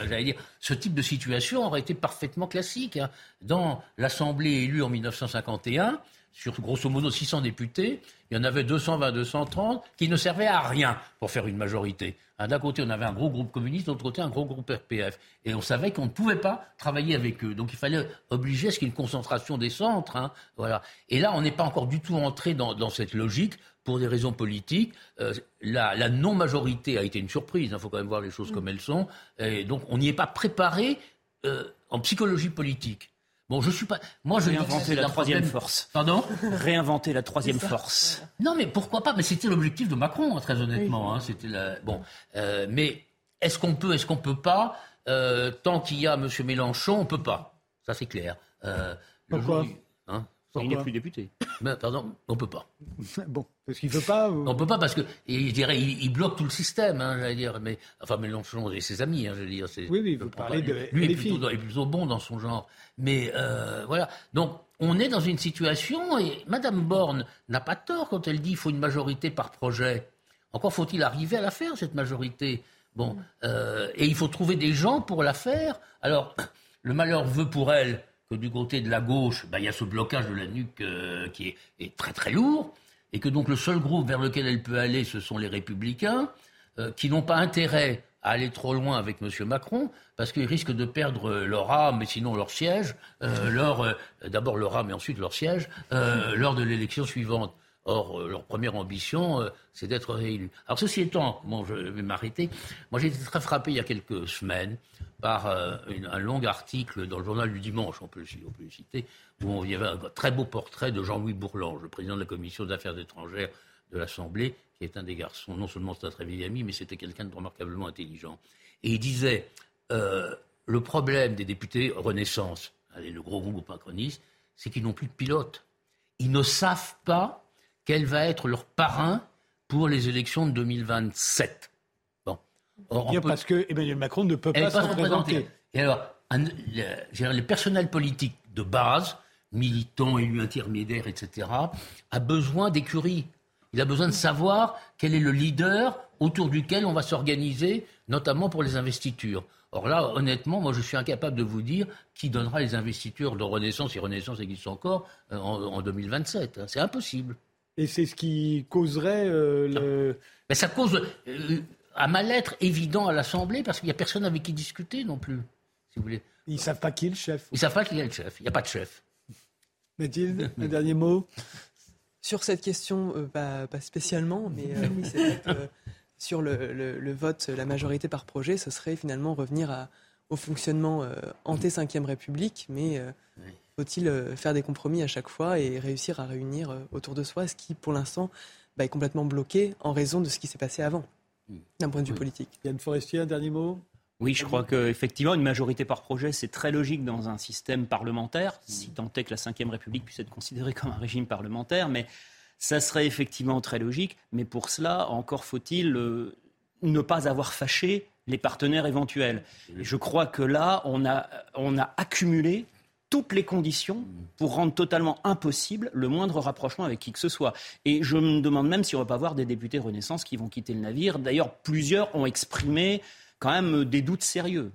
ce type de situation aurait été parfaitement classique. Hein. Dans l'Assemblée élue en 1951, sur grosso modo 600 députés, il y en avait 220, 230 qui ne servaient à rien pour faire une majorité. D'un côté, on avait un gros groupe communiste, de l'autre côté, un gros groupe RPF. Et on savait qu'on ne pouvait pas travailler avec eux. Donc il fallait obliger à ce qu'il y ait une concentration des centres. Hein, voilà. Et là, on n'est pas encore du tout entré dans cette logique. Pour des raisons politiques, la non-majorité a été une surprise. Il faut quand même voir les choses comme elles sont. Et donc, on n'y est pas préparé en psychologie politique. Bon, je suis pas. Moi, je réinventer la troisième force. Pardon ? Réinventer la troisième force. Non, mais pourquoi pas ? Mais c'était l'objectif de Macron, très honnêtement. Oui. Hein, c'était bon. Mais est-ce qu'on peut pas tant qu'il y a M. Mélenchon, on peut pas. Ça, c'est clair. Pourquoi ? Il n'est plus député. Ben, pardon, on peut pas. Bon, parce qu'il veut pas. On peut pas parce que il bloque tout le système, hein, j'allais dire. Mais enfin, Mélenchon et ses amis, hein, je veux dire. Oui, il veut parler de. Lui est plutôt bon dans son genre. Mais voilà. Donc, on est dans une situation et Madame Borne n'a pas tort quand elle dit qu'il faut une majorité par projet. Encore faut-il arriver à la faire cette majorité. Bon, et il faut trouver des gens pour la faire. Alors, le malheur veut pour elle que du côté de la gauche, il y a ce blocage de la nuque qui est très très lourd, et que donc le seul groupe vers lequel elle peut aller, ce sont les Républicains, qui n'ont pas intérêt à aller trop loin avec M. Macron, parce qu'ils risquent de perdre leur âme, mais sinon leur siège, d'abord leur âme et ensuite leur siège, lors de l'élection suivante. Or, leur première ambition, c'est d'être réélus. Alors, ceci étant, je vais m'arrêter. Moi, j'ai été très frappé il y a quelques semaines par un long article dans le journal du Dimanche, on peut le citer, où il y avait un très beau portrait de Jean-Louis Bourlange, le président de la Commission des Affaires étrangères de l'Assemblée, qui est un des garçons, non seulement c'est un très vieil ami, mais c'était quelqu'un de remarquablement intelligent. Et il disait, le problème des députés Renaissance, le gros groupe macroniste, c'est qu'ils n'ont plus de pilote. Ils ne savent pas quel va être leur parrain pour les élections de 2027. Bon. Parce que Emmanuel Macron ne peut pas se représenter. Et alors, les personnels politiques de base, militants, élus intermédiaires, etc., a besoin d'écurie. Il a besoin de savoir quel est le leader autour duquel on va s'organiser, notamment pour les investitures. Or là, honnêtement, moi je suis incapable de vous dire qui donnera les investitures de Renaissance, si Renaissance existe encore, en 2027. C'est impossible. Et c'est ce qui causerait Mais ça cause un mal-être évident à l'Assemblée, parce qu'il n'y a personne avec qui discuter non plus, si vous voulez. Ils ne savent pas qui est le chef. Ils ne savent pas qui est le chef. Il n'y a pas de chef. Mathilde, un dernier mot? Sur cette question, pas spécialement, mais oui, c'est vrai que sur le vote, la majorité par projet, ce serait finalement revenir au fonctionnement ante-5e République, mais faut-il faire des compromis à chaque fois et réussir à réunir autour de soi ce qui, pour l'instant, est complètement bloqué en raison de ce qui s'est passé avant, d'un point de vue politique. Yann Forestier, un dernier mot? Oui, je crois qu'effectivement, une majorité par projet, c'est très logique dans un système parlementaire, si tant est que la Ve République puisse être considérée comme un régime parlementaire, mais ça serait effectivement très logique. Mais pour cela, encore faut-il ne pas avoir fâché les partenaires éventuels. Et je crois que là, on a accumulé toutes les conditions pour rendre totalement impossible le moindre rapprochement avec qui que ce soit. Et je me demande même si on ne va pas voir des députés Renaissance qui vont quitter le navire. D'ailleurs, plusieurs ont exprimé quand même des doutes sérieux.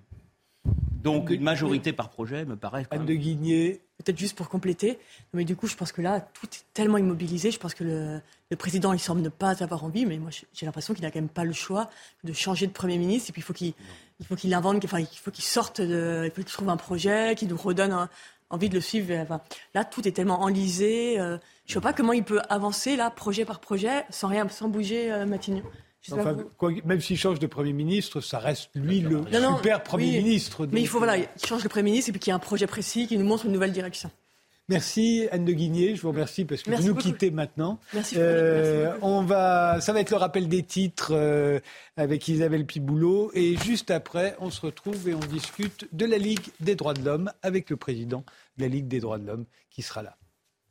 Donc une majorité par projet me paraît... Anne de Guigné. Peut-être juste pour compléter, mais du coup je pense que là tout est tellement immobilisé, je pense que le président il semble ne pas avoir envie, mais moi j'ai l'impression qu'il n'a quand même pas le choix de changer de Premier ministre, et puis il faut qu'il invente, il faut qu'il sorte, il faut qu'il trouve un projet qui nous redonne envie de le suivre. Enfin, là tout est tellement enlisé, je ne vois pas comment il peut avancer là projet par projet sans bouger Matignon. Enfin, même s'il change de Premier ministre, ça reste lui le super Premier ministre. Mais il faut qu'il change de Premier ministre et puis qu'il y ait un projet précis qui nous montre une nouvelle direction. Merci Anne de Guigné, je vous remercie parce que vous nous quittez maintenant. Merci. Ça va être le rappel des titres avec Isabelle Piboulot, et juste après, on se retrouve et on discute de la Ligue des droits de l'homme avec le président de la Ligue des droits de l'homme qui sera là.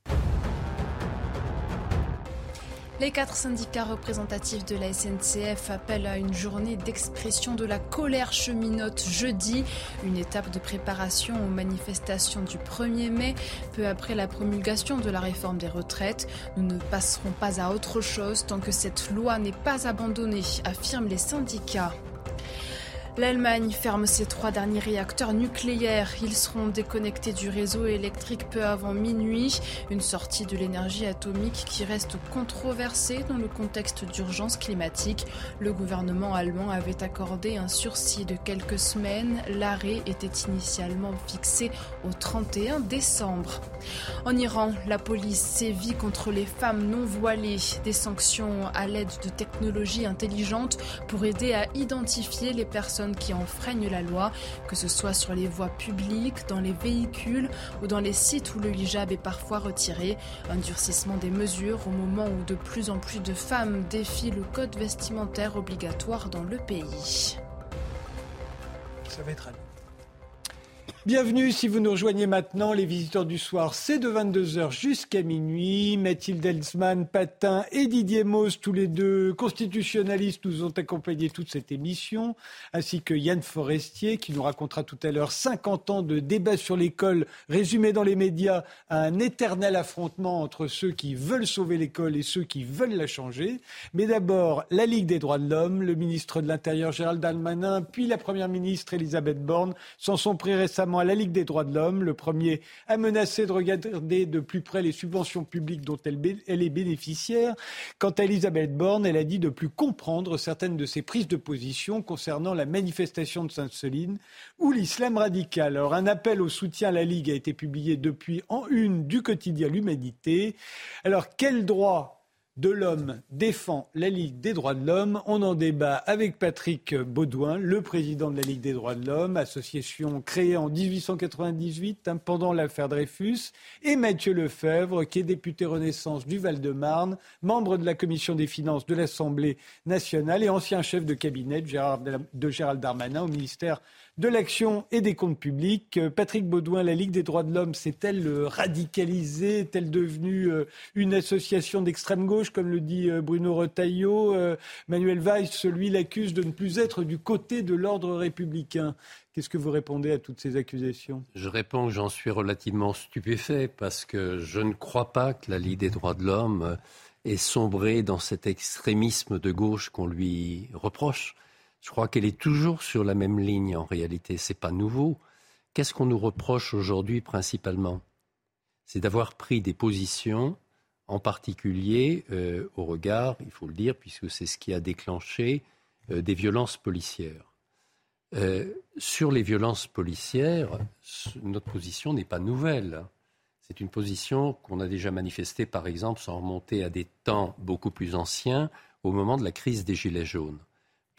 Les 4 syndicats représentatifs de la SNCF appellent à une journée d'expression de la colère cheminote jeudi, une étape de préparation aux manifestations du 1er mai, peu après la promulgation de la réforme des retraites. Nous ne passerons pas à autre chose tant que cette loi n'est pas abandonnée, affirment les syndicats. L'Allemagne ferme ses 3 derniers réacteurs nucléaires. Ils seront déconnectés du réseau électrique peu avant minuit. Une sortie de l'énergie atomique qui reste controversée dans le contexte d'urgence climatique. Le gouvernement allemand avait accordé un sursis de quelques semaines. L'arrêt était initialement fixé au 31 décembre. En Iran, la police sévit contre les femmes non voilées. Des sanctions à l'aide de technologies intelligentes pour aider à identifier les personnes qui enfreignent la loi, que ce soit sur les voies publiques, dans les véhicules ou dans les sites où le hijab est parfois retiré. Un durcissement des mesures au moment où de plus en plus de femmes défient le code vestimentaire obligatoire dans le pays. Ça va être à nous. Bienvenue si vous nous rejoignez maintenant, les visiteurs du soir, c'est de 22h jusqu'à minuit. Mathilde Elsman, Patin et Didier Mauss, tous les deux constitutionnalistes, nous ont accompagné toute cette émission, ainsi que Yann Forestier qui nous racontera tout à l'heure 50 ans de débat sur l'école, résumé dans les médias à un éternel affrontement entre ceux qui veulent sauver l'école et ceux qui veulent la changer. Mais d'abord, la Ligue des droits de l'homme, le ministre de l'Intérieur Gérald Darmanin, puis la Première ministre Elisabeth Borne s'en sont pris récemment à la Ligue des droits de l'homme. Le premier a menacé de regarder de plus près les subventions publiques dont elle est bénéficiaire. Quant à Elisabeth Borne, elle a dit de plus comprendre certaines de ses prises de position concernant la manifestation de Sainte-Soline ou l'islam radical. Alors, un appel au soutien à la Ligue a été publié depuis en une du quotidien L'Humanité. Alors, quel droit de l'homme défend la Ligue des droits de l'homme? On en débat avec Patrick Beaudouin, le président de la Ligue des droits de l'homme, association créée en 1898 pendant l'affaire Dreyfus, et Mathieu Lefebvre, qui est député Renaissance du Val-de-Marne, membre de la commission des finances de l'Assemblée nationale et ancien chef de cabinet de Gérald Darmanin au ministère de l'Action et des Comptes publics. Patrick Beaudouin, la Ligue des droits de l'homme s'est-elle radicalisée? Est-elle devenue une association d'extrême gauche? gauche, comme le dit Bruno Retailleau. Manuel Valls, lui, l'accuse de ne plus être du côté de l'ordre républicain. Qu'est-ce que vous répondez à toutes ces accusations ? Je réponds que j'en suis relativement stupéfait parce que je ne crois pas que la Ligue des droits de l'homme ait sombré dans cet extrémisme de gauche qu'on lui reproche. Je crois qu'elle est toujours sur la même ligne en réalité. C'est pas nouveau. Qu'est-ce qu'on nous reproche aujourd'hui principalement ? C'est d'avoir pris des positions, en particulier au regard, il faut le dire, puisque c'est ce qui a déclenché des violences policières. Sur les violences policières, notre position n'est pas nouvelle. C'est une position qu'on a déjà manifestée, par exemple, sans remonter à des temps beaucoup plus anciens, au moment de la crise des Gilets jaunes. Pourquoi ?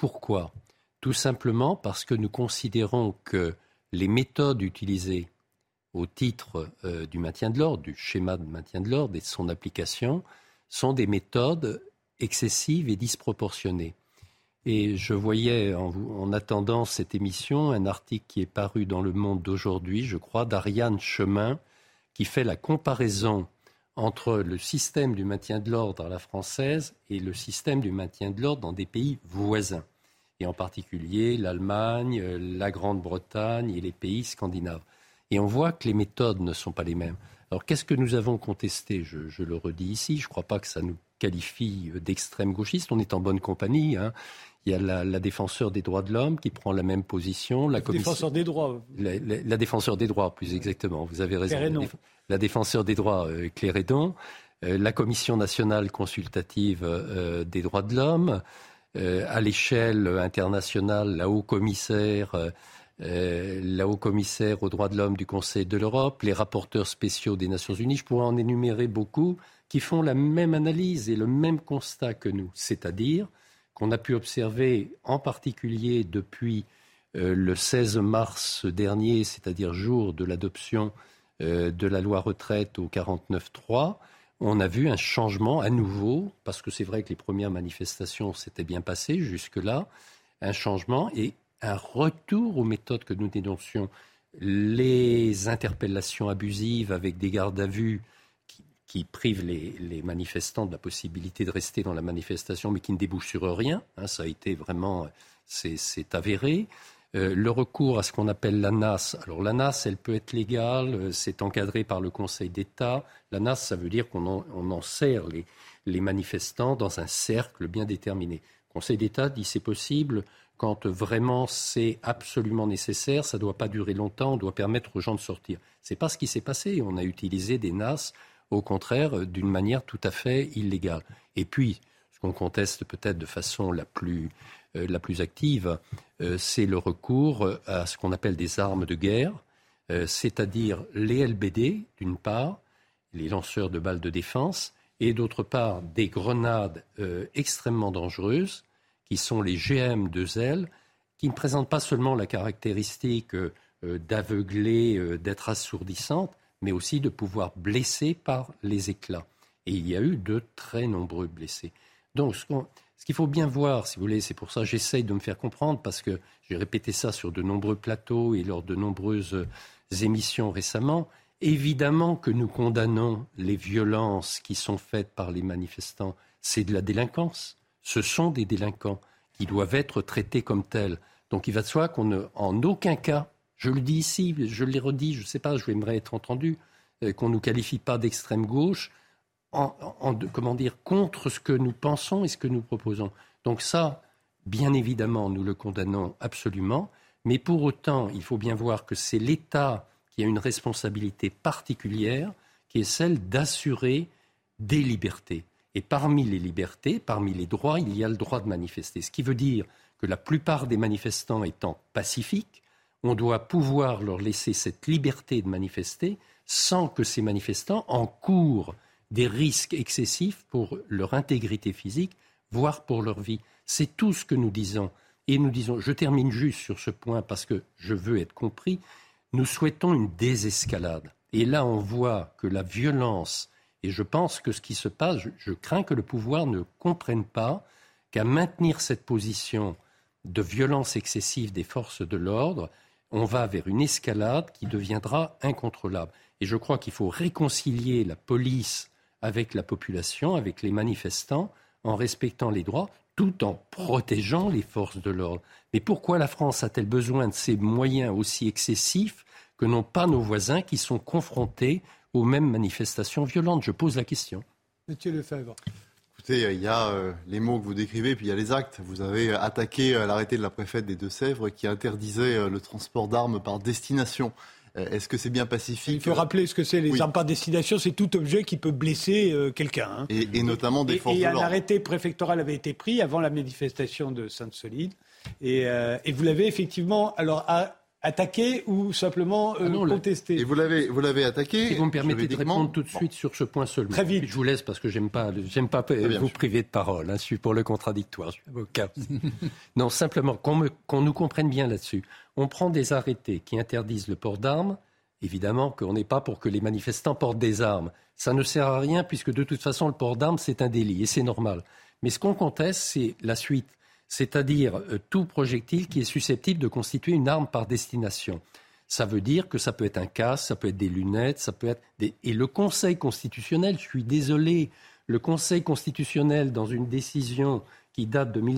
Tout simplement parce que nous considérons que les méthodes utilisées au titre du maintien de l'ordre, du schéma de maintien de l'ordre et de son application, sont des méthodes excessives et disproportionnées. Et je voyais, en attendant cette émission, un article qui est paru dans Le Monde d'aujourd'hui, je crois, d'Ariane Chemin, qui fait la comparaison entre le système du maintien de l'ordre à la française et le système du maintien de l'ordre dans des pays voisins, et en particulier l'Allemagne, la Grande-Bretagne et les pays scandinaves. Et on voit que les méthodes ne sont pas les mêmes. Alors qu'est-ce que nous avons contesté ? Je le redis ici, je ne crois pas que ça nous qualifie d'extrême gauchiste, on est en bonne compagnie. Il y a la défenseur des droits de l'homme qui prend la même position. La défenseur des droits. La défenseur des droits, plus exactement, vous avez raison. La défenseur des droits, Claire Hédon. La Commission nationale consultative des droits de l'homme. À l'échelle internationale, la haut-commissaire aux droits de l'homme du Conseil de l'Europe, les rapporteurs spéciaux des Nations Unies, je pourrais en énumérer beaucoup, qui font la même analyse et le même constat que nous, c'est-à-dire qu'on a pu observer en particulier depuis le 16 mars dernier, c'est-à-dire jour de l'adoption de la loi retraite au 49.3, on a vu un changement à nouveau, parce que c'est vrai que les premières manifestations s'étaient bien passées jusque-là, un changement et un retour aux méthodes que nous dénoncions. Les interpellations abusives avec des gardes à vue qui privent les manifestants de la possibilité de rester dans la manifestation, mais qui ne débouchent sur rien. Ça a été vraiment, c'est avéré. Le recours à ce qu'on appelle l'ANAS. Alors l'ANAS, elle peut être légale, c'est encadré par le Conseil d'État. L'ANAS, ça veut dire qu'on enserre les manifestants dans un cercle bien déterminé. Le Conseil d'État dit c'est possible quand vraiment c'est absolument nécessaire, ça ne doit pas durer longtemps, on doit permettre aux gens de sortir. Ce n'est pas ce qui s'est passé. On a utilisé des NAS, au contraire, d'une manière tout à fait illégale. Et puis, ce qu'on conteste peut-être de façon la plus active, c'est le recours à ce qu'on appelle des armes de guerre, c'est-à-dire les LBD, d'une part, les lanceurs de balles de défense, et d'autre part, des grenades extrêmement dangereuses, qui sont les GM2L, qui ne présentent pas seulement la caractéristique d'aveugler, d'être assourdissante, mais aussi de pouvoir blesser par les éclats. Et il y a eu de très nombreux blessés. Donc, ce qu'il faut bien voir, si vous voulez, c'est pour ça que j'essaye de me faire comprendre, parce que j'ai répété ça sur de nombreux plateaux et lors de nombreuses émissions récemment. Évidemment que nous condamnons les violences qui sont faites par les manifestants. C'est de la délinquance. Ce sont des délinquants qui doivent être traités comme tels. Donc il va de soi en aucun cas, je le dis ici, je l'ai redit, je ne sais pas, je aimerais être entendu, qu'on ne nous qualifie pas d'extrême gauche, contre ce que nous pensons et ce que nous proposons. Donc ça, bien évidemment, nous le condamnons absolument, mais pour autant, il faut bien voir que c'est l'État qui a une responsabilité particulière, qui est celle d'assurer des libertés. Et parmi les libertés, parmi les droits, il y a le droit de manifester. Ce qui veut dire que la plupart des manifestants étant pacifiques, on doit pouvoir leur laisser cette liberté de manifester sans que ces manifestants encourent des risques excessifs pour leur intégrité physique, voire pour leur vie. C'est tout ce que nous disons. Et nous disons, je termine juste sur ce point parce que je veux être compris, nous souhaitons une désescalade. Et là, on voit que la violence, et je pense que ce qui se passe, je crains que le pouvoir ne comprenne pas qu'à maintenir cette position de violence excessive des forces de l'ordre, on va vers une escalade qui deviendra incontrôlable. Et je crois qu'il faut réconcilier la police avec la population, avec les manifestants, en respectant les droits, tout en protégeant les forces de l'ordre. Mais pourquoi la France a-t-elle besoin de ces moyens aussi excessifs que n'ont pas nos voisins qui sont confrontés aux mêmes manifestations violentes? Je pose la question. Monsieur Lefebvre. Écoutez, il y a les mots que vous décrivez, puis il y a les actes. Vous avez attaqué l'arrêté de la préfète des Deux-Sèvres qui interdisait le transport d'armes par destination. Est-ce que c'est bien pacifique? Il faut rappeler ce que c'est les armes par destination. C'est tout objet qui peut blesser quelqu'un. Hein. Et notamment des forces de l'ordre. Et un arrêté préfectoral avait été pris avant la manifestation de Sainte-Soline. Et vous l'avez effectivement attaqué ou simplement contesté? Et vous l'avez attaqué. Si vous me permettez de répondre tout de suite sur ce point seulement. Très vite. Je vous laisse parce que j'aime pas vous priver de parole. Je suis pour le contradictoire. Je suis avocat. Non, simplement qu'on nous comprenne bien là-dessus. On prend des arrêtés qui interdisent le port d'armes. Évidemment qu'on n'est pas pour que les manifestants portent des armes. Ça ne sert à rien puisque de toute façon le port d'armes c'est un délit et c'est normal. Mais ce qu'on conteste c'est la suite. C'est-à-dire tout projectile qui est susceptible de constituer une arme par destination. Ça veut dire que ça peut être un casque, ça peut être des lunettes, ça peut être Et le Conseil constitutionnel, je suis désolé, le Conseil constitutionnel, dans une décision qui date de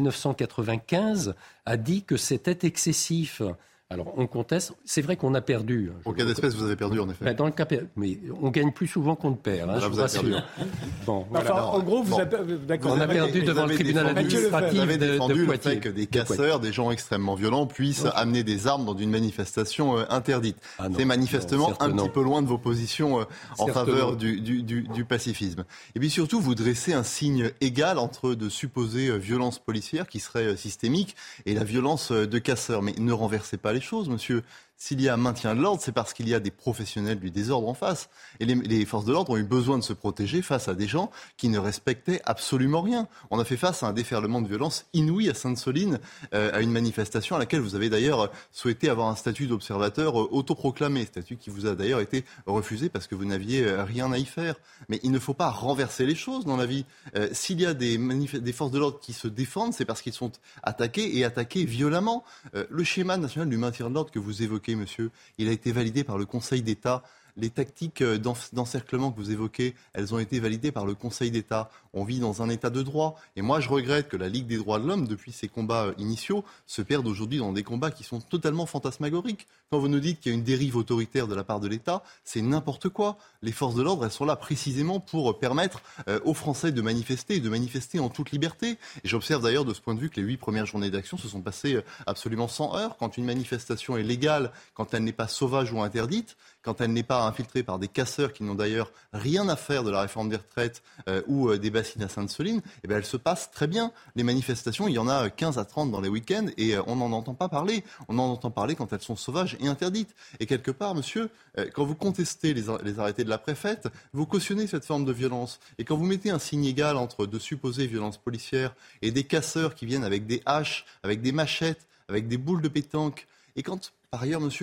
1995, a dit que c'était excessif. Alors, on conteste. C'est vrai qu'on a perdu. Au cas d'espèce, vous avez perdu, en effet. Ben, dans le cas, mais on gagne plus souvent qu'on ne perd, je vous rassure. Bon, voilà. Enfin, en gros, d'accord. On a perdu devant le tribunal administratif. Vous avez défendu le fait que des casseurs, des des gens extrêmement violents, puissent amener des armes dans une manifestation interdite. C'est manifestement un petit peu loin de vos positions en faveur du pacifisme. Et puis surtout, vous dressez un signe égal entre de supposées violences policières qui seraient systémiques et la violence de casseurs. Mais ne renversez pas les choses, monsieur. S'il y a maintien de l'ordre, c'est parce qu'il y a des professionnels du désordre en face. Et les forces de l'ordre ont eu besoin de se protéger face à des gens qui ne respectaient absolument rien. On a fait face à un déferlement de violence inouï à Sainte-Soline, à une manifestation à laquelle vous avez d'ailleurs souhaité avoir un statut d'observateur autoproclamé, statut qui vous a d'ailleurs été refusé parce que vous n'aviez rien à y faire. Mais il ne faut pas renverser les choses dans la vie. S'il y a des forces de l'ordre qui se défendent, c'est parce qu'ils sont attaqués et attaqués violemment. Le schéma national du maintien de l'ordre que vous évoquez, monsieur, il a été validé par le Conseil d'État. Les tactiques d'encerclement que vous évoquez, elles ont été validées par le Conseil d'État. On vit dans un État de droit. Et moi, je regrette que la Ligue des droits de l'homme, depuis ses combats initiaux, se perde aujourd'hui dans des combats qui sont totalement fantasmagoriques. Quand vous nous dites qu'il y a une dérive autoritaire de la part de l'État, c'est n'importe quoi. Les forces de l'ordre, elles sont là précisément pour permettre aux Français de manifester et de manifester en toute liberté. Et j'observe d'ailleurs de ce point de vue que les 8 premières journées d'action se sont passées absolument sans heurts. Quand une manifestation est légale, quand elle n'est pas sauvage ou interdite, quand elle n'est pas infiltrée par des casseurs qui n'ont d'ailleurs rien à faire de la réforme des retraites ou des bassines à Sainte-Soline, eh bien, elle se passe très bien. Les manifestations, il y en a 15 à 30 dans les week-ends et on n'en entend pas parler. On en entend parler quand elles sont sauvages et interdites. Et quelque part, monsieur, quand vous contestez les arrêtés de la préfète, vous cautionnez cette forme de violence. Et quand vous mettez un signe égal entre de supposées violences policières et des casseurs qui viennent avec des haches, avec des machettes, avec des boules de pétanque, et quand, par ailleurs, monsieur,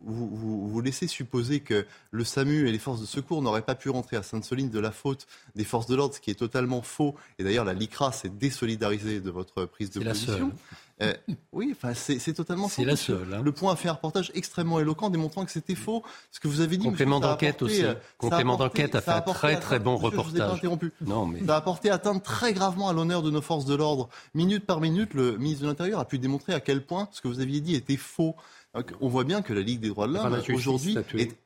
vous laissez supposer que le SAMU et les forces de secours n'auraient pas pu rentrer à Sainte-Soline de la faute des forces de l'ordre, ce qui est totalement faux. Et d'ailleurs, la LICRA s'est désolidarisée de votre prise de position. Oui, enfin, c'est totalement faux. C'est la seule. Hein. Le Point a fait un reportage extrêmement éloquent démontrant que c'était faux. Ce que vous avez dit, Complément d'enquête aussi. Complément d'enquête a fait un très très bon reportage. Je vous ai pas interrompu. Non, mais... Ça a porté atteinte très gravement à l'honneur de nos forces de l'ordre. Minute par minute, le ministre de l'Intérieur a pu démontrer à quel point ce que vous aviez dit était faux. Donc, on voit bien que la Ligue des droits de l'homme, aujourd'hui,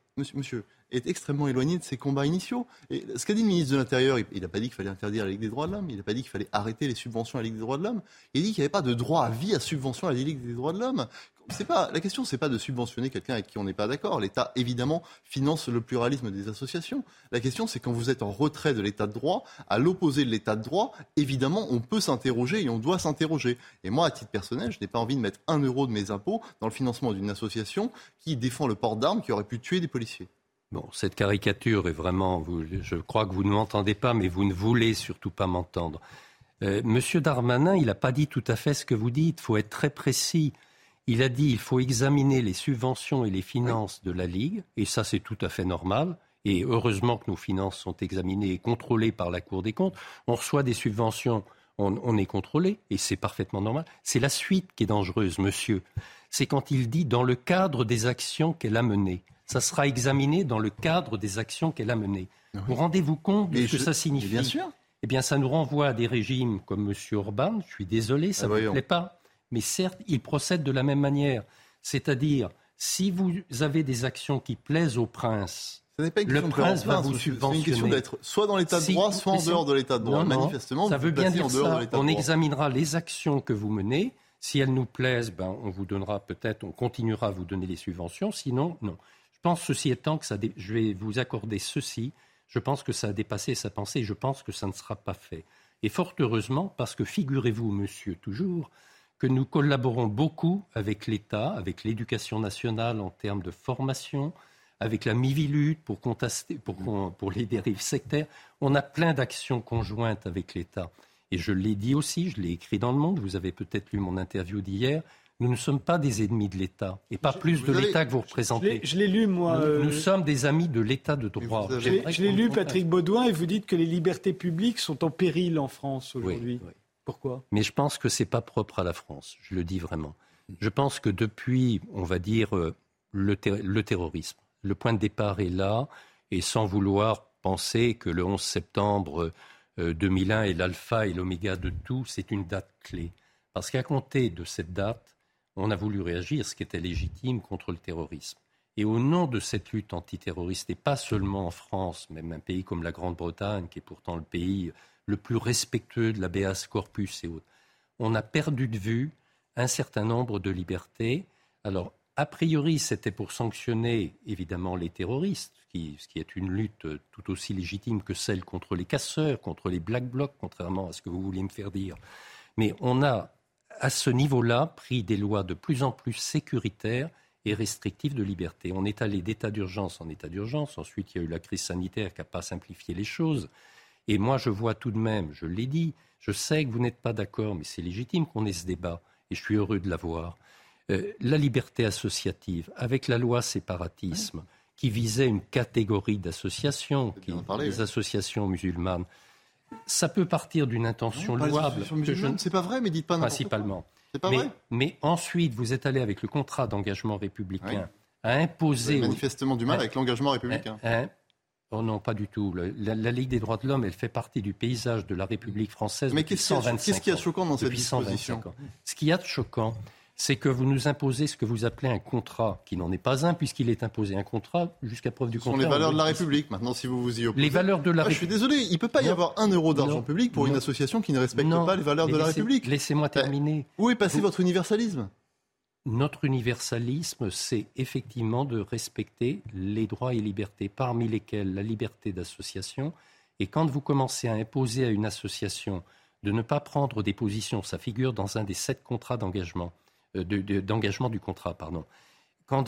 est extrêmement éloignée de ses combats initiaux. Et ce qu'a dit le ministre de l'Intérieur, il n'a pas dit qu'il fallait interdire la Ligue des droits de l'homme, il n'a pas dit qu'il fallait arrêter les subventions à la Ligue des droits de l'homme, il a dit qu'il n'y avait pas de droit à vie à subvention à la Ligue des droits de l'homme. La question, c'est pas de subventionner quelqu'un avec qui on n'est pas d'accord. L'État, évidemment, finance le pluralisme des associations. La question, c'est quand vous êtes en retrait de l'État de droit, à l'opposé de l'État de droit, évidemment, on peut s'interroger et on doit s'interroger. Et moi, à titre personnel, je n'ai pas envie de mettre 1 euro de mes impôts dans le financement d'une association qui défend le port d'armes qui aurait pu tuer des policiers. Bon, cette caricature est vraiment... je crois que vous ne m'entendez pas, mais vous ne voulez surtout pas m'entendre. Monsieur Darmanin, il n'a pas dit tout à fait ce que vous dites. Il faut être très précis. Il a dit qu'il faut examiner les subventions et les finances de la Ligue, et ça c'est tout à fait normal, et heureusement que nos finances sont examinées et contrôlées par la Cour des comptes. On reçoit des subventions, on est contrôlé, et c'est parfaitement normal. C'est la suite qui est dangereuse, monsieur. C'est quand il dit « dans le cadre des actions qu'elle a menées ». Ça sera examiné dans le cadre des actions qu'elle a menées. Oui. Vous rendez-vous compte de ce que ça signifie ? Bien sûr. Eh bien, ça nous renvoie à des régimes comme M. Orban. Je suis désolé, ça ne vous plaît pas. Mais certes, il procède de la même manière. C'est-à-dire, si vous avez des actions qui plaisent au prince, le prince va vous subventionner. C'est une question d'être soit dans l'état de droit, soit en dehors de l'état de droit. Manifestement, ça veut bien dire ça. On de examinera les actions que vous menez. Si elles nous plaisent, on vous donnera peut-être, on continuera à vous donner les subventions. Sinon, non. Je pense, ceci étant, que je vais vous accorder ceci. Je pense que ça a dépassé sa pensée et je pense que ça ne sera pas fait. Et fort heureusement, parce que figurez-vous, monsieur, toujours, que nous collaborons beaucoup avec l'État, avec l'éducation nationale en termes de formation, avec la Miviludes pour les dérives sectaires. On a plein d'actions conjointes avec l'État. Et je l'ai dit aussi, je l'ai écrit dans Le Monde, vous avez peut-être lu mon interview d'hier, nous ne sommes pas des ennemis de l'État, et pas plus de l'État que vous représentez. Je l'ai lu, moi. Nous sommes des amis de l'État de droit. Je l'ai lu, Patrick Baudouin, et vous dites que les libertés publiques sont en péril en France aujourd'hui. Oui. Pourquoi ? Mais je pense que ce n'est pas propre à la France, je le dis vraiment. Je pense que depuis, on va dire, le terrorisme, le point de départ est là, et sans vouloir penser que le 11 septembre 2001 est l'alpha et l'oméga de tout, c'est une date clé. Parce qu'à compter de cette date, on a voulu réagir, ce qui était légitime, contre le terrorisme. Et au nom de cette lutte antiterroriste, et pas seulement en France, même un pays comme la Grande-Bretagne, qui est pourtant le pays le plus respectueux de l'habeas corpus et autres, on a perdu de vue un certain nombre de libertés. Alors, a priori, c'était pour sanctionner, évidemment, les terroristes, ce qui est une lutte tout aussi légitime que celle contre les casseurs, contre les Black Blocs, contrairement à ce que vous vouliez me faire dire. Mais on a, à ce niveau-là, pris des lois de plus en plus sécuritaires et restrictives de liberté. On est allé d'état d'urgence en état d'urgence. Ensuite, il y a eu la crise sanitaire qui n'a pas simplifié les choses. Et moi, je vois tout de même, je l'ai dit, je sais que vous n'êtes pas d'accord, mais c'est légitime qu'on ait ce débat, et je suis heureux de l'avoir. La liberté associative, avec la loi séparatisme, qui visait une catégorie d'associations, les associations musulmanes, ça peut partir d'une intention louable. C'est pas vrai, mais dites pas n'importe principalement. quoi. C'est pas vrai. Mais ensuite, vous êtes allé avec le contrat d'engagement républicain à imposer... Vous avez manifestement du mal avec l'engagement républicain. Oh non, pas du tout. La Ligue des droits de l'homme, elle fait partie du paysage de la République française depuis 125 ans. Qu'est-ce qu'il y a de choquant dans cette disposition ? Ce qu'il y a de choquant, c'est que vous nous imposez ce que vous appelez un contrat, qui n'en est pas un, puisqu'il est imposé. Un contrat, jusqu'à preuve du contraire. Ce sont les valeurs de la République, maintenant, si vous vous y opposez. Les valeurs de la République. Je suis désolé, il ne peut pas y avoir 1 euro d'argent public pour une association qui ne respecte pas les valeurs de la République. Laissez-moi terminer. Où est passé votre universalisme ? Notre universalisme, c'est effectivement de respecter les droits et libertés, parmi lesquels la liberté d'association. Et quand vous commencez à imposer à une association de ne pas prendre des positions, ça figure dans un des 7 contrats d'engagement, d'engagement du contrat, pardon. Quand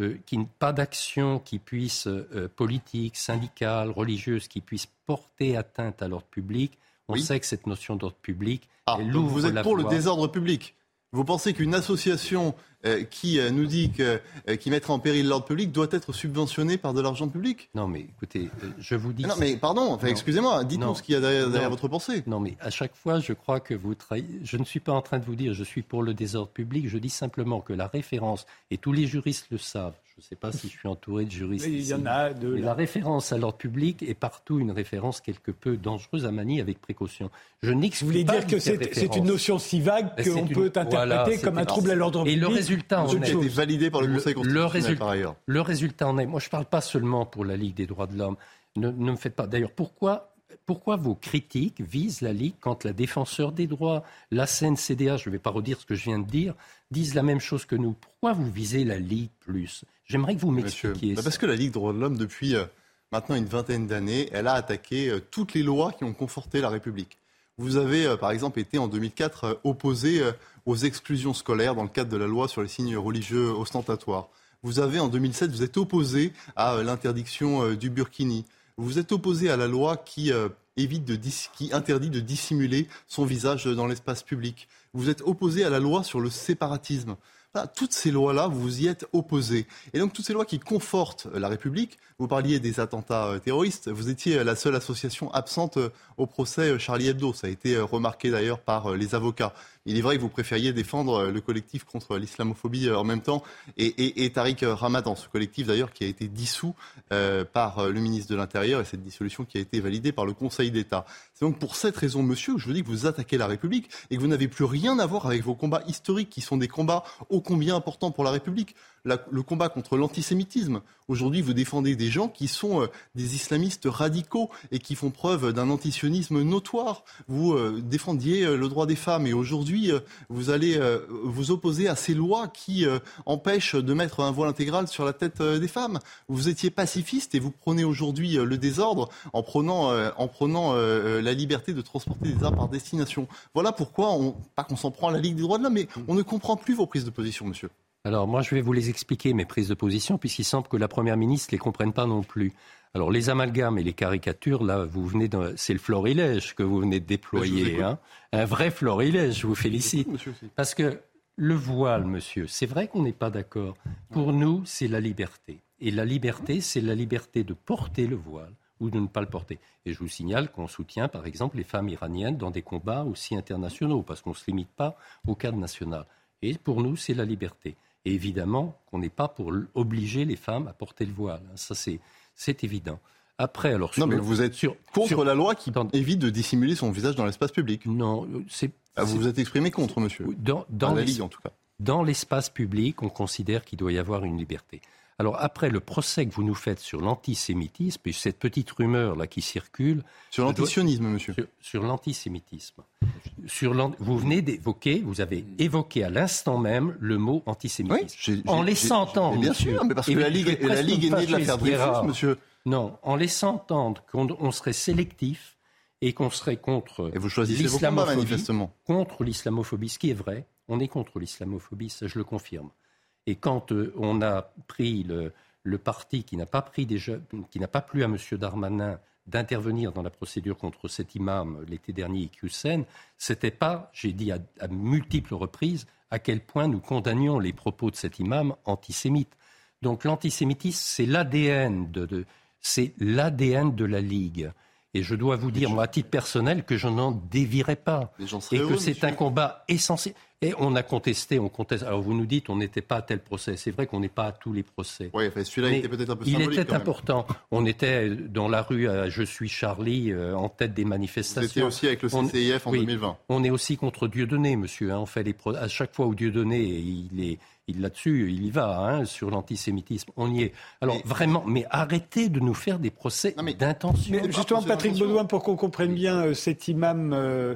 pas d'action qui puisse politique, syndicale, religieuse, qui puisse porter atteinte à l'ordre public, on sait que cette notion d'ordre public, elle ouvre vous êtes la pour voie. Le désordre public. Vous pensez qu'une association qui nous dit qui mettrait en péril l'ordre public doit être subventionnée par de l'argent public ? Non, mais écoutez, je vous dis... Non, mais pardon, excusez-moi, dites-nous ce qu'il y a derrière votre pensée. Non, mais à chaque fois, je crois que vous je ne suis pas en train de vous dire je suis pour le désordre public, je dis simplement que la référence, et tous les juristes le savent, je ne sais pas si je suis entouré de juristes il y en a deux. Mais la référence à l'ordre public est partout une référence quelque peu dangereuse à manier avec précaution. Je n'exclus Vous voulez pas dire que c'est une notion si vague qu'on peut interpréter comme un trouble à l'ordre public. Et le résultat en est... été validé par le Conseil constitutionnel par ailleurs. Le résultat en est... Moi, je ne parle pas seulement pour la Ligue des droits de l'homme. Ne me faites pas... D'ailleurs, pourquoi vos critiques visent la Ligue quand la Défenseur des droits, la CNCDH, je ne vais pas redire ce que je viens de dire, disent la même chose que nous? Pourquoi vous visez la Ligue plus? J'aimerais que vous m'expliquiez. Parce que la Ligue des droits de l'homme, depuis maintenant une vingtaine d'années, elle a attaqué toutes les lois qui ont conforté la République. Vous avez, par exemple, été en 2004 opposé aux exclusions scolaires dans le cadre de la loi sur les signes religieux ostentatoires. Vous avez, en 2007, vous êtes opposé à l'interdiction du burkini. Vous êtes opposé à la loi qui interdit de dissimuler son visage dans l'espace public. Vous êtes opposé à la loi sur le séparatisme. Voilà, toutes ces lois-là, vous vous y êtes opposés. Et donc, toutes ces lois qui confortent la République, vous parliez des attentats terroristes, vous étiez la seule association absente au procès Charlie Hebdo. Ça a été remarqué d'ailleurs par les avocats. Il est vrai que vous préfériez défendre le collectif contre l'islamophobie en même temps et Tariq Ramadan, ce collectif d'ailleurs qui a été dissous par le ministre de l'Intérieur et cette dissolution qui a été validée par le Conseil d'État. C'est donc pour cette raison, monsieur, que je vous dis que vous attaquez la République et que vous n'avez plus rien à voir avec vos combats historiques qui sont des combats ô combien importants pour la République. Le combat contre l'antisémitisme. Aujourd'hui, vous défendez des gens qui sont des islamistes radicaux et qui font preuve d'un antisionisme notoire. Vous défendiez le droit des femmes et aujourd'hui, vous allez vous opposer à ces lois qui empêchent de mettre un voile intégral sur la tête des femmes. Vous étiez pacifiste et vous prenez aujourd'hui le désordre en prenant la liberté de transporter des armes par destination. Voilà pourquoi, pas qu'on s'en prend à la Ligue des droits de l'homme, mais on ne comprend plus vos prises de position, monsieur. Alors moi je vais vous les expliquer, mes prises de position, puisqu'il semble que la Première ministre ne les comprenne pas non plus. Alors les amalgames et les caricatures, là, c'est le florilège que vous venez de déployer. Un vrai florilège, je vous félicite. Parce que le voile, monsieur, c'est vrai qu'on n'est pas d'accord. Pour nous, c'est la liberté. Et la liberté, c'est la liberté de porter le voile ou de ne pas le porter. Et je vous signale qu'on soutient, par exemple, les femmes iraniennes dans des combats aussi internationaux, parce qu'on ne se limite pas au cadre national. Et pour nous, c'est la liberté. Et évidemment qu'on n'est pas pour obliger les femmes à porter le voile. Ça, c'est évident. Après, alors... Non, mais vous êtes contre la loi qui évite de dissimuler son visage dans l'espace public. Non, vous vous êtes exprimé contre, monsieur. Dans la Ligue, en tout cas. Dans l'espace public, on considère qu'il doit y avoir une liberté. Alors après, le procès que vous nous faites sur l'antisémitisme, et cette petite rumeur-là qui circule... Sur l'antisionisme, monsieur. Sur l'antisémitisme. Vous avez évoqué à l'instant même le mot antisémitisme. Oui, en laissant entendre... Bien sûr, mais parce que la Ligue est née de l'affaire Dreyfus, monsieur. Non, en laissant entendre qu'on serait sélectif et qu'on serait contre et vous choisissez vos combats, manifestement. Contre l'islamophobie, ce qui est vrai. On est contre l'islamophobie, ça je le confirme. Et quand on a pris le parti qui n'a pas plu à M. Darmanin d'intervenir dans la procédure contre cet imam l'été dernier, Iqiyoussen, c'était pas, j'ai dit à multiples reprises, à quel point nous condamnions les propos de cet imam antisémite. Donc l'antisémitisme, c'est l'ADN de la Ligue. Et je dois vous dire, moi, à titre personnel, que je n'en dévierai pas. Et que c'est un combat essentiel. Et on conteste. Alors vous nous dites, on n'était pas à tel procès. C'est vrai qu'on n'est pas à tous les procès. Oui, enfin, celui-là était peut-être un peu symbolique. Il était important. On était dans la rue à Je suis Charlie, en tête des manifestations. Vous étiez aussi avec le CCIF en 2020. On est aussi contre Dieudonné, monsieur. On fait à chaque fois où Dieudonné, là-dessus, il y va, sur l'antisémitisme. On y est. Alors vraiment, mais arrêtez de nous faire des procès d'intention. Mais justement, Patrick Beaudouin, pour qu'on comprenne bien cet imam,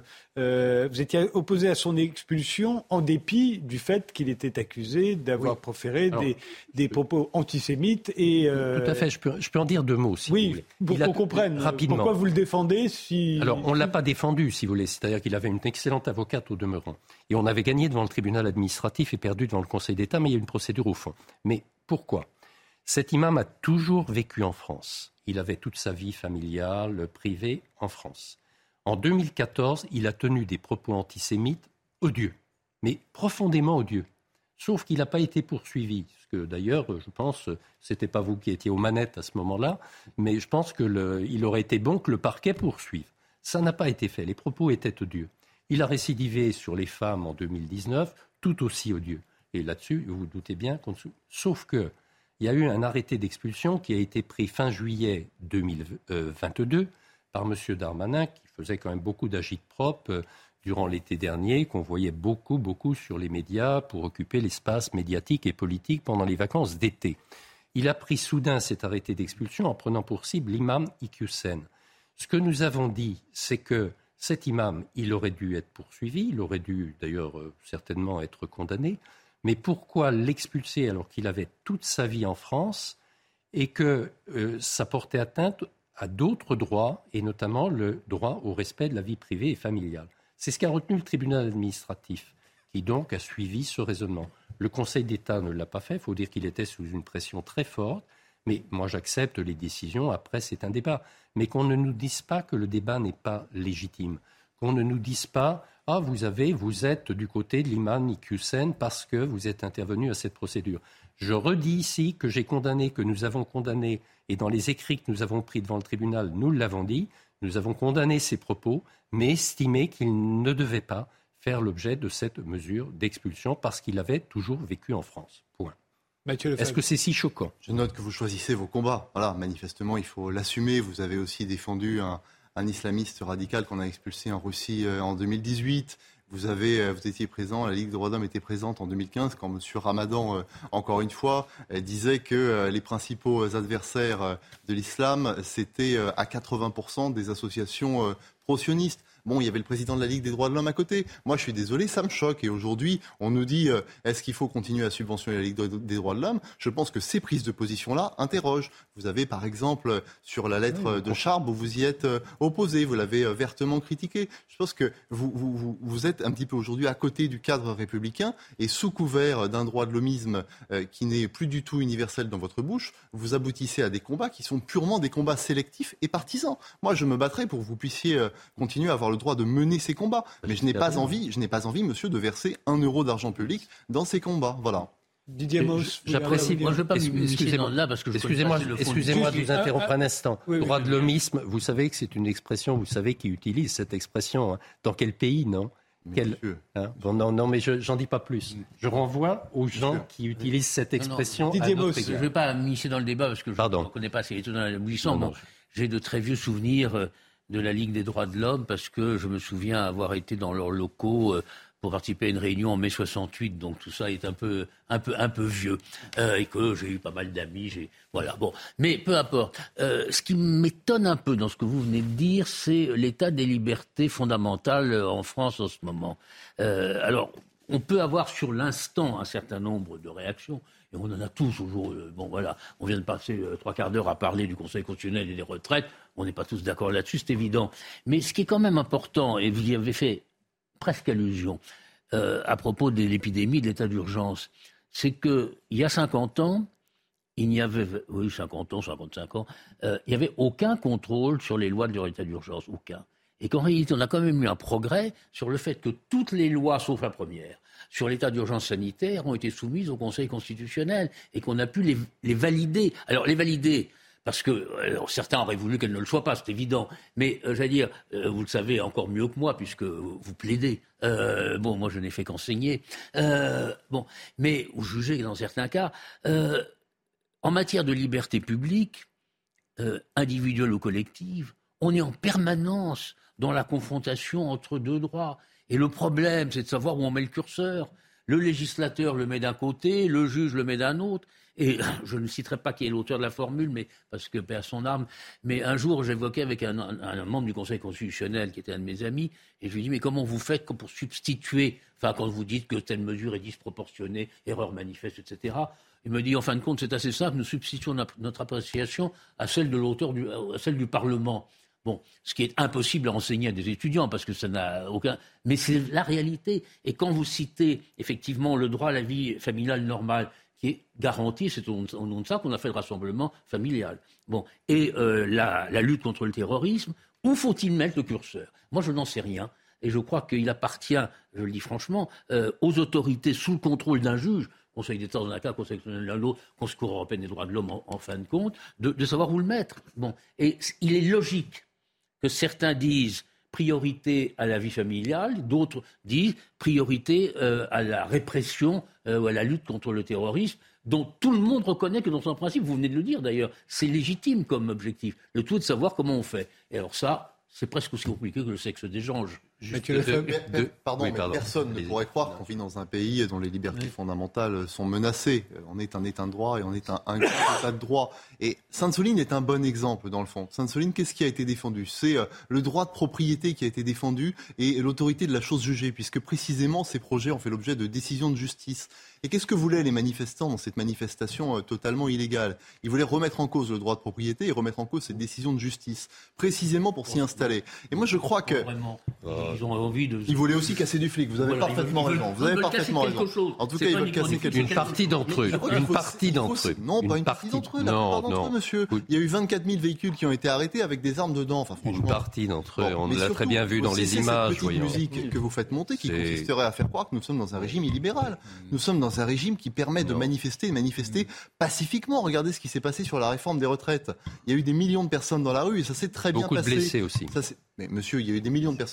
vous étiez opposé à son expulsion en dépit du fait qu'il était accusé d'avoir proféré des propos antisémites. Et, Tout à fait. Je peux en dire deux mots, si vous voulez. Pour qu'on comprenne rapidement. Pourquoi vous le défendez Alors, on ne l'a pas défendu, si vous voulez. C'est-à-dire qu'il avait une excellente avocate au demeurant. Et on avait gagné devant le tribunal administratif et perdu devant le Conseil d'État, mais il y a eu une procédure au fond. Mais pourquoi ? Cet imam a toujours vécu en France. Il avait toute sa vie familiale, privée, en France. En 2014, il a tenu des propos antisémites odieux, mais profondément odieux. Sauf qu'il n'a pas été poursuivi. Parce que d'ailleurs, je pense, c'était pas vous qui étiez aux manettes à ce moment-là, mais je pense qu'il aurait été bon que le parquet poursuive. Ça n'a pas été fait. Les propos étaient odieux. Il a récidivé sur les femmes en 2019, tout aussi odieux. Et là-dessus, vous vous doutez bien qu'on... Sauf qu'il y a eu un arrêté d'expulsion qui a été pris fin juillet 2022 par M. Darmanin, qui faisait quand même beaucoup d'agite-propre durant l'été dernier, qu'on voyait beaucoup sur les médias pour occuper l'espace médiatique et politique pendant les vacances d'été. Il a pris soudain cet arrêté d'expulsion en prenant pour cible l'imam Iqiyoussen. Ce que nous avons dit, c'est que cet imam, il aurait dû être poursuivi, il aurait dû d'ailleurs certainement être condamné, mais pourquoi l'expulser alors qu'il avait toute sa vie en France et que ça portait atteinte à d'autres droits, et notamment le droit au respect de la vie privée et familiale. C'est ce qu'a retenu le tribunal administratif, qui donc a suivi ce raisonnement. Le Conseil d'État ne l'a pas fait, il faut dire qu'il était sous une pression très forte, mais moi j'accepte les décisions, après c'est un débat. Mais qu'on ne nous dise pas que le débat n'est pas légitime, qu'on ne nous dise pas « Ah, vous êtes du côté de l'imam Iqiyoussen parce que vous êtes intervenu à cette procédure ». Je redis ici que nous avons condamné, et dans les écrits que nous avons pris devant le tribunal, nous l'avons dit, nous avons condamné ces propos, mais estimé qu'il ne devait pas faire l'objet de cette mesure d'expulsion parce qu'il avait toujours vécu en France. Point. Est-ce que c'est si choquant ? Je note que vous choisissez vos combats. Voilà, manifestement, il faut l'assumer. Vous avez aussi défendu un islamiste radical qu'on a expulsé en Russie en 2018. Vous étiez présent, la Ligue des droits de l'homme était présente en 2015 quand M. Ramadan, encore une fois, disait que les principaux adversaires de l'islam, c'était à 80% des associations pro-sionistes. Bon, il y avait le président de la Ligue des droits de l'homme à côté. Moi, je suis désolé, ça me choque. Et aujourd'hui, on nous dit, est-ce qu'il faut continuer à subventionner la Ligue des droits de l'homme ? Je pense que ces prises de position-là interrogent. Vous avez, par exemple, sur la lettre de Charb, où vous y êtes opposé, vous l'avez vertement critiqué. Je pense que vous êtes un petit peu aujourd'hui à côté du cadre républicain et sous couvert d'un droit de l'hommisme qui n'est plus du tout universel dans votre bouche, vous aboutissez à des combats qui sont purement des combats sélectifs et partisans. Moi, je me battrai pour que vous puissiez continuer à avoir le droit de mener ces combats. Mais je n'ai pas envie, monsieur, de verser 1 euro d'argent public dans ces combats. Voilà. Didier Mauss, j'apprécie. Moi, je ne veux pas m'immiscer dans là parce que excusez-moi de vous interrompre un instant. Droit de l'homisme, vous savez que c'est une expression, vous savez qui utilise cette expression. Dans quel pays, non ? Non, mais j'en dis pas plus. Je renvoie aux gens qui utilisent cette expression. Didier Mauss, je ne vais pas m'immiscer dans le débat parce que je ne connais pas assez l'état dans l'éblouissant. Bon, j'ai de très vieux souvenirs de la Ligue des droits de l'homme parce que je me souviens avoir été dans leurs locaux pour participer à une réunion en mai 68, donc tout ça est un peu vieux et que j'ai eu pas mal d'amis, voilà. Bon, mais peu importe. Ce qui m'étonne un peu dans ce que vous venez de dire, c'est l'état des libertés fondamentales en France en ce moment. Alors, on peut avoir sur l'instant un certain nombre de réactions. Et on en a tous aujourd'hui. Bon, voilà, on vient de passer 3 quarts d'heure à parler du Conseil constitutionnel et des retraites. On n'est pas tous d'accord là-dessus, c'est évident. Mais ce qui est quand même important, et vous y avez fait presque allusion, à propos de l'épidémie, de l'état d'urgence, c'est qu'il y a 50 ans, il n'y avait, 55 ans, il n'y avait aucun contrôle sur les lois de l'état d'urgence, aucun. Et qu'en réalité, on a quand même eu un progrès sur le fait que toutes les lois, sauf la première, sur l'état d'urgence sanitaire, ont été soumises au Conseil constitutionnel et qu'on a pu les valider. Alors, les valider, parce que certains auraient voulu qu'elles ne le soient pas, c'est évident. Mais, j'allais dire, vous le savez encore mieux que moi, puisque vous plaidez. Moi, je n'ai fait qu'enseigner. Ou juger dans certains cas. En matière de liberté publique, individuelle ou collective, on est en permanence dans la confrontation entre deux droits. Et le problème, c'est de savoir où on met le curseur. Le législateur le met d'un côté, le juge le met d'un autre. Et je ne citerai pas qui est l'auteur de la formule, mais parce que paix à son âme. Mais un jour, j'évoquais avec un membre du Conseil constitutionnel qui était un de mes amis, et je lui dis mais comment vous faites pour substituer, quand vous dites que telle mesure est disproportionnée, erreur manifeste, etc. Il me dit en fin de compte c'est assez simple, nous substituons notre appréciation à celle de l'auteur, à celle du Parlement. Bon, ce qui est impossible à enseigner à des étudiants parce que ça n'a aucun. Mais c'est la réalité. Et quand vous citez effectivement le droit à la vie familiale normale, qui est garanti, c'est au nom de ça qu'on a fait le rassemblement familial. Bon, et la lutte contre le terrorisme, où faut-il mettre le curseur ? Moi, je n'en sais rien. Et je crois qu'il appartient, je le dis franchement, aux autorités sous le contrôle d'un juge, Conseil d'État dans un cas, Conseil constitutionnel dans l'autre, Cour européenne des droits de l'homme en fin de compte, de savoir où le mettre. Bon, et il est logique que certains disent priorité à la vie familiale, d'autres disent priorité à la répression ou à la lutte contre le terrorisme, dont tout le monde reconnaît que dans son principe, vous venez de le dire d'ailleurs, c'est légitime comme objectif. Le tout est de savoir comment on fait. Et alors ça, c'est presque aussi compliqué que le sexe des anges. Personne ne pourrait croire qu'on vit dans un pays dont les libertés fondamentales sont menacées. On est un État de droit et on est un grand État de droit. Et Sainte-Soline est un bon exemple, dans le fond. Sainte-Soline, qu'est-ce qui a été défendu ? C'est le droit de propriété qui a été défendu et l'autorité de la chose jugée, puisque précisément ces projets ont fait l'objet de décisions de justice. Et qu'est-ce que voulaient les manifestants dans cette manifestation totalement illégale ? Ils voulaient remettre en cause le droit de propriété et remettre en cause cette décision de justice, précisément pour s'y installer. Et moi, je crois que... Ils ont envie de... Ils voulaient aussi casser du flic. Vous avez parfaitement raison. Vous avez parfaitement raison. En tout cas, ils veulent casser quelque chose. Une partie d'entre eux. Une partie d'entre eux. Non, pas une partie d'entre eux. La plupart d'entre eux, monsieur. Il y a eu 24 000 véhicules qui ont été arrêtés avec des armes dedans. Enfin, franchement. Une partie d'entre eux. On l'a très bien vu dans les images. C'est cette petite musique que vous faites monter qui consisterait à faire croire que nous sommes dans un régime illibéral. Nous sommes dans un régime qui permet de manifester pacifiquement. Regardez ce qui s'est passé sur la réforme des retraites. Il y a eu des millions de personnes dans la rue et ça s'est très bien passé. Beaucoup de blessés aussi. Mais monsieur, il y a eu des millions de personnes dans la rue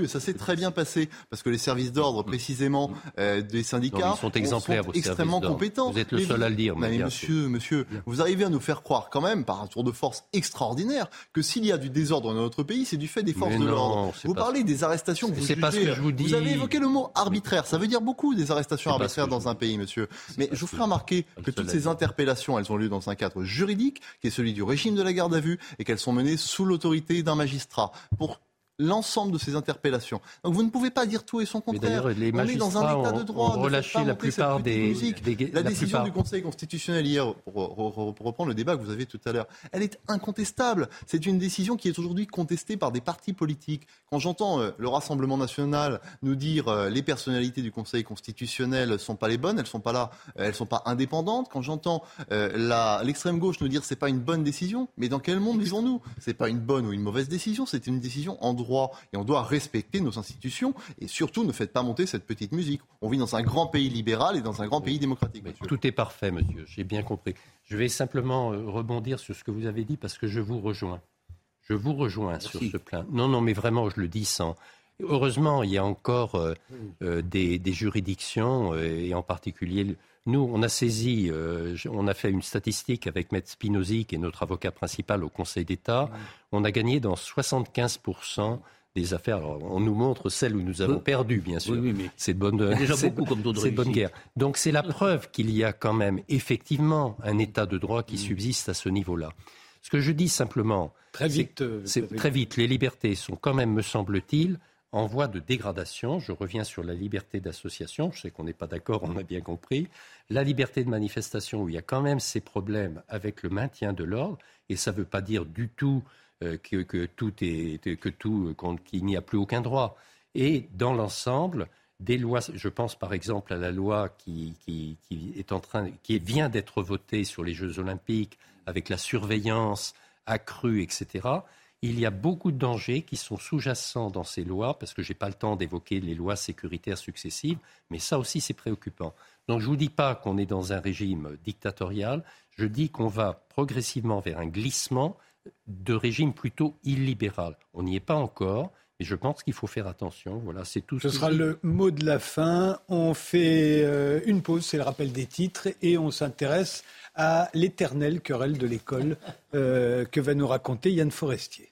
et ça s'est très bien passé, parce que les services d'ordre, précisément, des syndicats, sont exemplaires, sont extrêmement compétents. Vous êtes le seul à le dire. Mais monsieur, vous arrivez à nous faire croire quand même, par un tour de force extraordinaire, que s'il y a du désordre dans notre pays, c'est du fait des forces de l'ordre. Vous parlez des arrestations que vous jugez. Pas ce que je vous dis. Vous avez évoqué le mot arbitraire. Ça veut dire beaucoup, des arrestations arbitraires dans un pays, monsieur. Mais je vous ferai remarquer que toutes ces interpellations, elles ont lieu dans un cadre juridique, qui est celui du régime de la garde à vue, et qu'elles sont menées sous l'autorité d'un magistrat. Pour l'ensemble de ces interpellations. Donc vous ne pouvez pas dire tout et son contraire. Les on est dans un état de droit. On relâché la plupart La décision du Conseil constitutionnel hier, pour reprendre le débat que vous avez tout à l'heure, elle est incontestable. C'est une décision qui est aujourd'hui contestée par des partis politiques. Quand j'entends le Rassemblement national nous dire les personnalités du Conseil constitutionnel ne sont pas les bonnes, elles sont pas là, elles sont pas indépendantes. Quand j'entends l'extrême gauche nous dire c'est pas une bonne décision, mais dans quel monde vivons-nous ? C'est pas une bonne ou une mauvaise décision, c'est une décision en droit. Et on doit respecter nos institutions et surtout ne faites pas monter cette petite musique. On vit dans un grand pays libéral et dans un grand pays démocratique. Tout est parfait, monsieur, j'ai bien compris. Je vais simplement rebondir sur ce que vous avez dit parce que je vous rejoins. Je vous rejoins sur ce plan. Non, mais vraiment, je le dis sans... Heureusement, il y a encore des juridictions et en particulier... Nous, on a saisi, on a fait une statistique avec Maître Spinozzi, qui est notre avocat principal au Conseil d'État. On a gagné dans 75% des affaires. Alors, on nous montre celles où nous avons perdu, bien sûr. Oui, mais c'est bonne guerre. Donc c'est la preuve qu'il y a quand même effectivement un état de droit qui subsiste à ce niveau-là. Ce que je dis simplement, très vite, les libertés sont quand même, me semble-t-il, en voie de dégradation. Je reviens sur la liberté d'association. Je sais qu'on n'est pas d'accord, on a bien compris. La liberté de manifestation, où il y a quand même ces problèmes avec le maintien de l'ordre. Et ça ne veut pas dire du tout qu'il n'y a plus aucun droit. Et dans l'ensemble, des lois, je pense par exemple à la loi qui vient d'être votée sur les Jeux Olympiques, avec la surveillance accrue, etc., il y a beaucoup de dangers qui sont sous-jacents dans ces lois, parce que je n'ai pas le temps d'évoquer les lois sécuritaires successives, mais ça aussi c'est préoccupant. Donc je ne vous dis pas qu'on est dans un régime dictatorial, je dis qu'on va progressivement vers un glissement de régime plutôt illibéral. On n'y est pas encore, mais je pense qu'il faut faire attention. Voilà, c'est tout. Ce sera le mot de la fin. On fait une pause, c'est le rappel des titres, et on s'intéresse à l'éternelle querelle de l'école que va nous raconter Yann Forestier.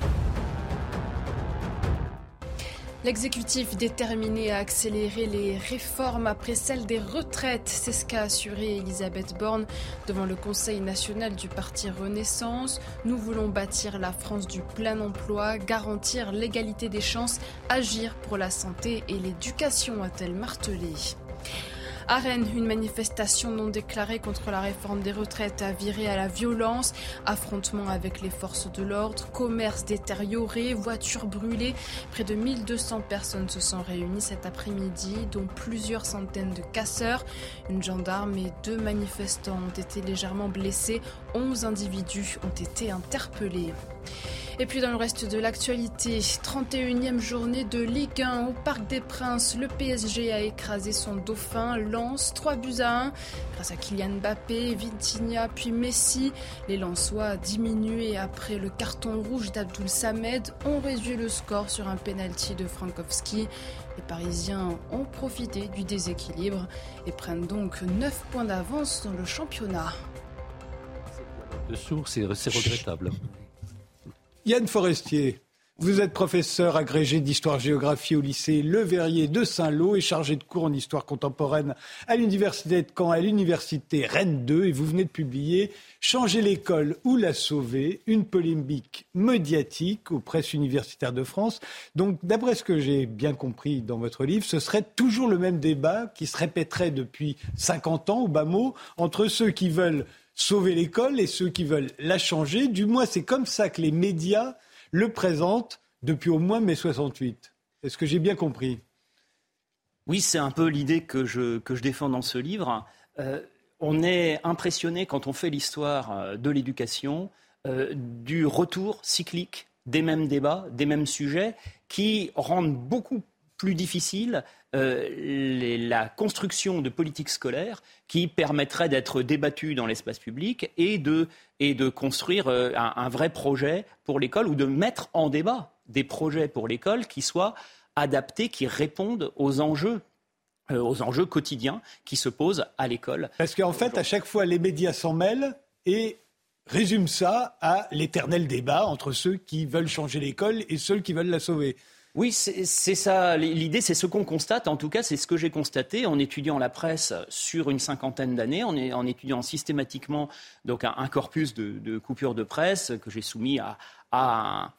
L'exécutif déterminé à accélérer les réformes après celle des retraites, c'est ce qu'a assuré Elisabeth Borne devant le Conseil national du parti Renaissance. Nous voulons bâtir la France du plein emploi, garantir l'égalité des chances, agir pour la santé et l'éducation, a-t-elle martelé. À Rennes, une manifestation non déclarée contre la réforme des retraites a viré à la violence. Affrontements avec les forces de l'ordre, commerces détériorés, voitures brûlées. Près de 1200 personnes se sont réunies cet après-midi, dont plusieurs centaines de casseurs. Une gendarme et 2 manifestants ont été légèrement blessés. 11 individus ont été interpellés. Et puis dans le reste de l'actualité, 31e journée de Ligue 1 au Parc des Princes. Le PSG a écrasé son dauphin, Lens, 3-1. Grâce à Kylian Mbappé, Vitinha puis Messi. Les Lensois diminués après le carton rouge d'Abdoul Samed ont réduit le score sur un penalty de Frankowski. Les Parisiens ont profité du déséquilibre et prennent donc 9 points d'avance dans le championnat. De source, c'est regrettable. Yann Forestier, vous êtes professeur agrégé d'histoire-géographie au lycée Le Verrier de Saint-Lô et chargé de cours en histoire contemporaine à l'université de Caen, à l'université Rennes 2. Et vous venez de publier « Changer l'école ou la sauver », une polémique médiatique aux presses universitaires de France. Donc, d'après ce que j'ai bien compris dans votre livre, ce serait toujours le même débat qui se répéterait depuis 50 ans, au bas mot, entre ceux qui veulent sauver l'école et ceux qui veulent la changer. Du moins, c'est comme ça que les médias le présentent depuis au moins mai 68. Est-ce que j'ai bien compris ? Oui, c'est un peu l'idée que je défends dans ce livre. On est impressionné quand on fait l'histoire de l'éducation du retour cyclique des mêmes débats, des mêmes sujets qui rendent beaucoup plus difficile la construction de politiques scolaires qui permettraient d'être débattues dans l'espace public et de construire un vrai projet pour l'école ou de mettre en débat des projets pour l'école qui soient adaptés qui répondent aux enjeux quotidiens qui se posent à l'école. Parce qu'en fait, à chaque fois, les médias s'en mêlent et résument ça à l'éternel débat entre ceux qui veulent changer l'école et ceux qui veulent la sauver. Oui, c'est ça. L'idée, c'est ce qu'on constate. En tout cas, c'est ce que j'ai constaté en étudiant la presse sur une cinquantaine d'années, en étudiant systématiquement donc un corpus de coupures de presse que j'ai soumis à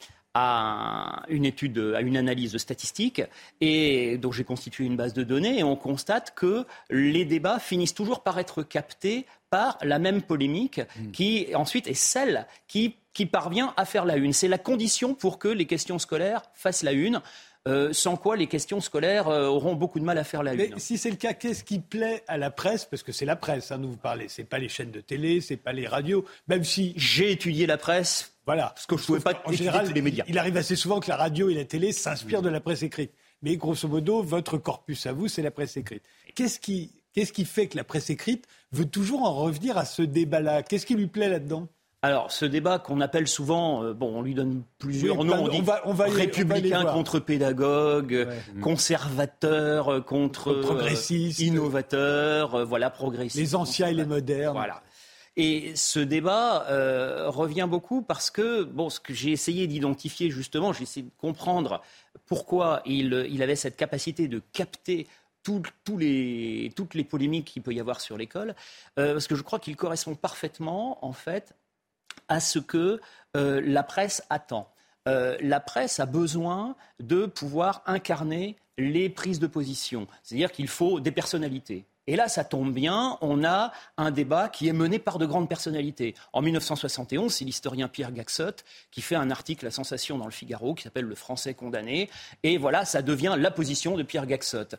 une étude, à une analyse statistique, et donc j'ai constitué une base de données, et on constate que les débats finissent toujours par être captés par la même polémique qui ensuite est celle qui parvient à faire la une. C'est la condition pour que les questions scolaires fassent la une. Sans quoi les questions scolaires auront beaucoup de mal à faire la une. Mais si c'est le cas, qu'est-ce qui plaît à la presse ? Parce que c'est la presse, dont vous parlez. C'est pas les chaînes de télé, c'est pas les radios. Même si j'ai étudié la presse, voilà, parce que je ne pouvais pas étudier général, tous les médias. Il arrive assez souvent que la radio et la télé s'inspirent de la presse écrite. Mais grosso modo, votre corpus à vous, c'est la presse écrite. Qu'est-ce qui fait que la presse écrite veut toujours en revenir à ce débat-là ? Qu'est-ce qui lui plaît là-dedans ? Alors, ce débat qu'on appelle souvent, on lui donne plusieurs noms, on dit républicain contre pédagogue, conservateur contre progressiste, innovateur, progressiste. Les anciens et les modernes. Voilà. Et ce débat revient beaucoup parce que, ce que j'ai essayé d'identifier justement, j'ai essayé de comprendre pourquoi il avait cette capacité de capter toutes les polémiques qu'il peut y avoir sur l'école, parce que je crois qu'il correspond parfaitement, en fait, à ce que la presse attend. La presse a besoin de pouvoir incarner les prises de position. C'est-à-dire qu'il faut des personnalités. Et là, ça tombe bien, on a un débat qui est mené par de grandes personnalités. En 1971, c'est l'historien Pierre Gaxotte qui fait un article à sensation dans le Figaro qui s'appelle « Le Français condamné ». Et voilà, ça devient la position de Pierre Gaxotte.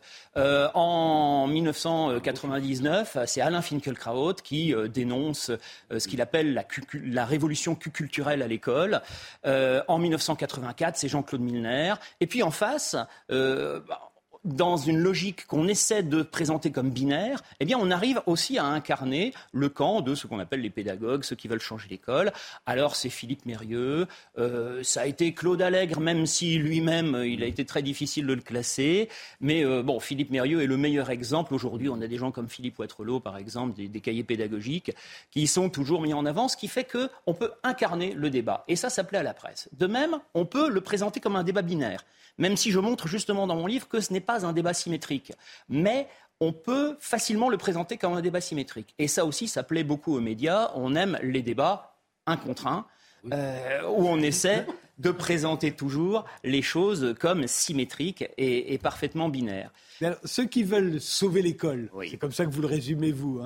En 1999, c'est Alain Finkielkraut qui dénonce ce qu'il appelle la révolution culturelle à l'école. En 1984, c'est Jean-Claude Milner. Et puis en face... dans une logique qu'on essaie de présenter comme binaire, on arrive aussi à incarner le camp de ce qu'on appelle les pédagogues, ceux qui veulent changer l'école. Alors, c'est Philippe Mérieux, ça a été Claude Allègre, même si lui-même, il a été très difficile de le classer. Mais Philippe Mérieux est le meilleur exemple. Aujourd'hui, on a des gens comme Philippe Ouattrelot, par exemple, des cahiers pédagogiques, qui sont toujours mis en avant, ce qui fait qu'on peut incarner le débat. Et ça plaît à la presse. De même, on peut le présenter comme un débat binaire. Même si je montre justement dans mon livre que ce n'est pas un débat symétrique. Mais on peut facilement le présenter comme un débat symétrique. Et ça aussi, ça plaît beaucoup aux médias. On aime les débats un contre un, où on essaie de présenter toujours les choses comme symétriques et parfaitement binaires. Alors, ceux qui veulent sauver l'école, c'est comme ça que vous le résumez, vous.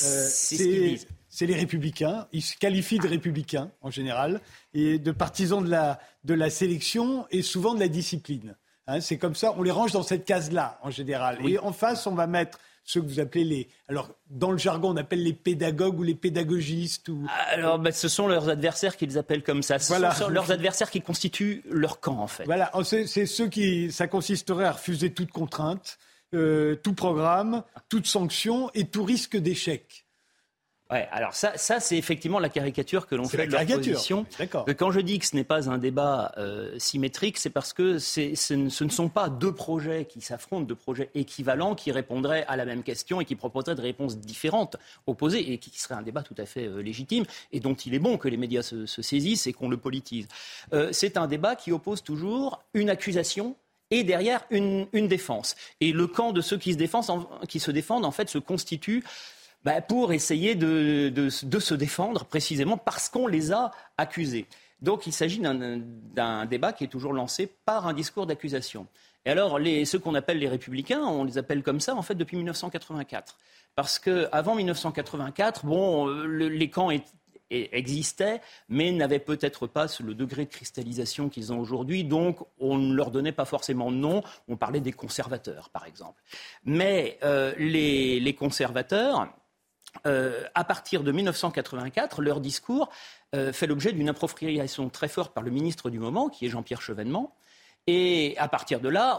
C'est les républicains. Ils se qualifient de républicains, en général, et de partisans de la sélection et souvent de la discipline. C'est comme ça, on les range dans cette case-là, en général. Oui. Et en face, on va mettre ceux que vous appelez alors, dans le jargon, on appelle les pédagogues ou les pédagogistes. Alors, ce sont leurs adversaires qu'ils appellent comme ça. Ce sont leurs adversaires qui constituent leur camp, en fait. Voilà, c'est ceux ça consisterait à refuser toute contrainte, tout programme, toute sanction et tout risque d'échec. Ouais, alors ça c'est effectivement la caricature que l'on fait de leur position. Quand je dis que ce n'est pas un débat symétrique, c'est parce que ce ne sont pas deux projets qui s'affrontent, deux projets équivalents qui répondraient à la même question et qui proposeraient des réponses différentes, opposées, et qui serait un débat tout à fait légitime et dont il est bon que les médias se saisissent et qu'on le politise. C'est un débat qui oppose toujours une accusation et derrière une défense. Et le camp de ceux qui se défendent en fait se constitue pour essayer de se défendre précisément parce qu'on les a accusés. Donc il s'agit d'un débat qui est toujours lancé par un discours d'accusation. Et alors ceux qu'on appelle les républicains, on les appelle comme ça en fait depuis 1984. Parce qu'avant 1984, les camps existaient, mais n'avaient peut-être pas le degré de cristallisation qu'ils ont aujourd'hui, donc on ne leur donnait pas forcément de nom, on parlait des conservateurs par exemple. Mais les conservateurs... à partir de 1984, leur discours fait l'objet d'une appropriation très forte par le ministre du moment, qui est Jean-Pierre Chevènement. Et à partir de là, on ne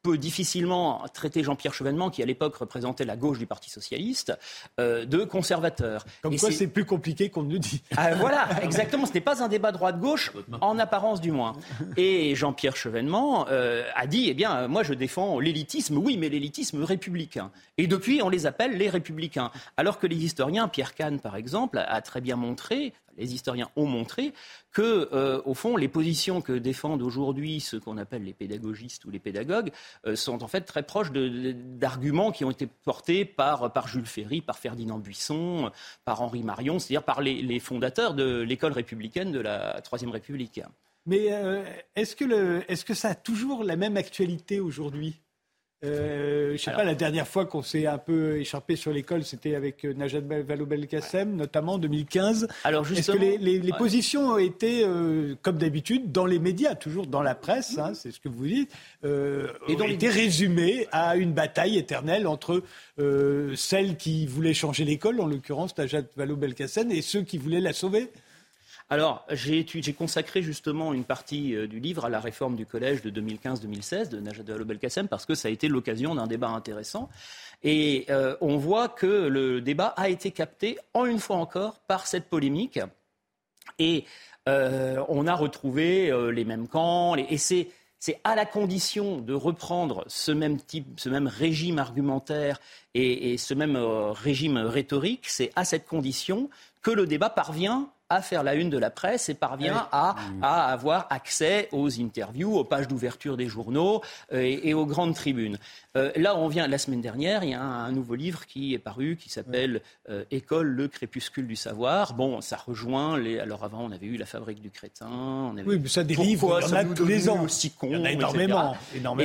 peut difficilement traiter Jean-Pierre Chevènement, qui à l'époque représentait la gauche du Parti socialiste, de conservateur. Comme quoi c'est plus compliqué qu'on ne dit. Voilà, exactement. Ce n'est pas un débat droite-gauche, en apparence du moins. Et Jean-Pierre Chevènement a dit, moi je défends l'élitisme, oui, mais l'élitisme républicain. Et depuis, on les appelle les républicains. Alors que les historiens, Pierre Kahn par exemple, a très bien montré, les historiens ont montré que, au fond, les positions que défendent aujourd'hui ceux qu'on appelle les pédagogistes ou les pédagogues sont en fait très proches d'arguments qui ont été portés par Jules Ferry, par Ferdinand Buisson, par Henri Marion, c'est-à-dire par les fondateurs de l'école républicaine de la Troisième République. Mais est-ce que ça a toujours la même actualité aujourd'hui ? Je ne sais pas, la dernière fois qu'on s'est un peu écharpé sur l'école, c'était avec Najat Vallaud-Belkacem, notamment en 2015. Alors justement, est-ce que les positions ont été, comme d'habitude, dans les médias, toujours dans la presse, c'est ce que vous dites, ont été résumées à une bataille éternelle entre celles qui voulaient changer l'école, en l'occurrence Najat Vallaud-Belkacem, et ceux qui voulaient la sauver ? Alors, j'ai consacré justement une partie du livre à la réforme du collège de 2015-2016 de Najat Vallaud-Belkacem parce que ça a été l'occasion d'un débat intéressant. Et on voit que le débat a été capté, une fois encore, par cette polémique. Et on a retrouvé les mêmes camps. Et c'est à la condition de reprendre ce même régime argumentaire et ce même régime rhétorique, c'est à cette condition que le débat parvient à faire la une de la presse et parvient à avoir accès aux interviews, aux pages d'ouverture des journaux et aux grandes tribunes. Là, la semaine dernière, il y a un nouveau livre qui est paru, qui s'appelle École, le crépuscule du savoir. Bon, ça rejoint alors avant, on avait eu La Fabrique du crétin. Oui, mais ça, des livres, il y en a tous les ans. Aussi con, il y en a énormément.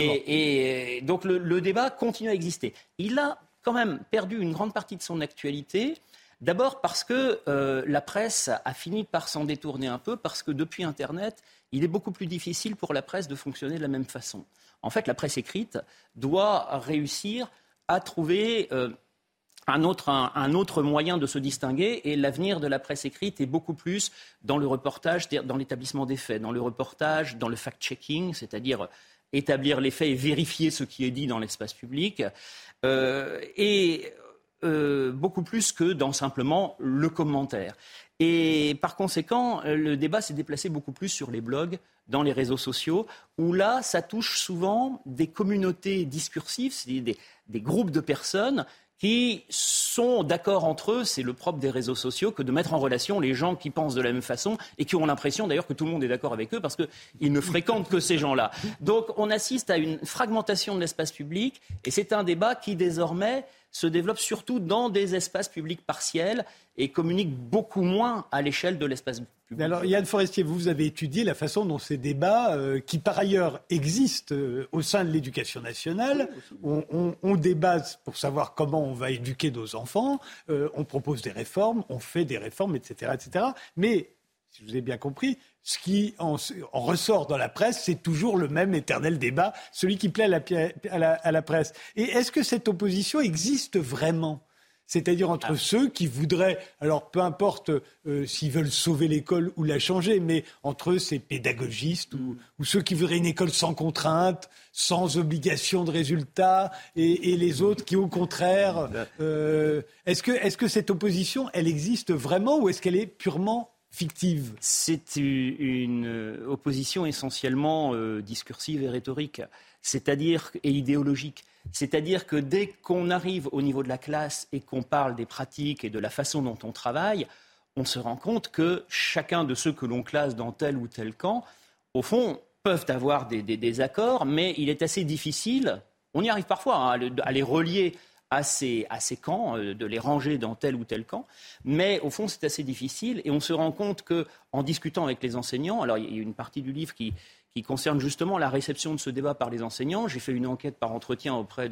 Et donc, le débat continue à exister. Il a quand même perdu une grande partie de son actualité. D'abord parce que la presse a fini par s'en détourner un peu, parce que depuis Internet, il est beaucoup plus difficile pour la presse de fonctionner de la même façon. En fait, la presse écrite doit réussir à trouver un autre moyen de se distinguer, et l'avenir de la presse écrite est beaucoup plus dans le reportage, c'est-à-dire dans l'établissement des faits, dans le reportage, dans le fact-checking, c'est-à-dire établir les faits et vérifier ce qui est dit dans l'espace public, beaucoup plus que dans simplement le commentaire. Et par conséquent, le débat s'est déplacé beaucoup plus sur les blogs, dans les réseaux sociaux, où là, ça touche souvent des communautés discursives, c'est-à-dire des groupes de personnes qui sont d'accord entre eux, c'est le propre des réseaux sociaux, que de mettre en relation les gens qui pensent de la même façon et qui ont l'impression d'ailleurs que tout le monde est d'accord avec eux parce qu'ils ne fréquentent que ces gens-là. Donc on assiste à une fragmentation de l'espace public, et c'est un débat qui désormais se développe surtout dans des espaces publics partiels et communique beaucoup moins à l'échelle de l'espace public. Alors Yann Forestier, vous avez étudié la façon dont ces débats, qui par ailleurs existent au sein de l'éducation nationale, on débat pour savoir comment on va éduquer nos enfants, on propose des réformes, on fait des réformes, etc. etc. Mais, si je vous ai bien compris, ce qui en ressort dans la presse, c'est toujours le même éternel débat, celui qui plaît à la presse. Et est-ce que cette opposition existe vraiment ? C'est-à-dire entre ceux qui voudraient, alors peu importe s'ils veulent sauver l'école ou la changer, mais entre ces pédagogistes ou ceux qui voudraient une école sans contrainte, sans obligation de résultat, et les autres qui, au contraire, est-ce que cette opposition, elle existe vraiment, ou est-ce qu'elle est purement fictive ? C'est une opposition essentiellement discursive et rhétorique, et idéologique. C'est-à-dire que dès qu'on arrive au niveau de la classe et qu'on parle des pratiques et de la façon dont on travaille, on se rend compte que chacun de ceux que l'on classe dans tel ou tel camp, au fond, peuvent avoir des désaccords, mais il est assez difficile, on y arrive parfois, à les relier à ces camps, de les ranger dans tel ou tel camp, mais au fond c'est assez difficile, et on se rend compte qu'en discutant avec les enseignants, alors il y a une partie du livre qui concerne justement la réception de ce débat par les enseignants. J'ai fait une enquête par entretien auprès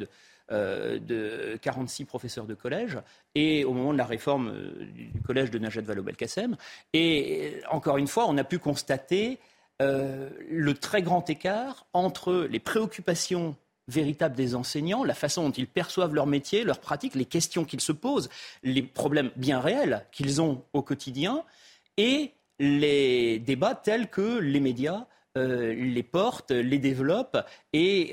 de 46 professeurs de collège, et au moment de la réforme du collège de Najat Vallaud-Belkacem, et encore une fois, on a pu constater le très grand écart entre les préoccupations véritables des enseignants, la façon dont ils perçoivent leur métier, leur pratique, les questions qu'ils se posent, les problèmes bien réels qu'ils ont au quotidien, et les débats tels que les médias les portent, les développent et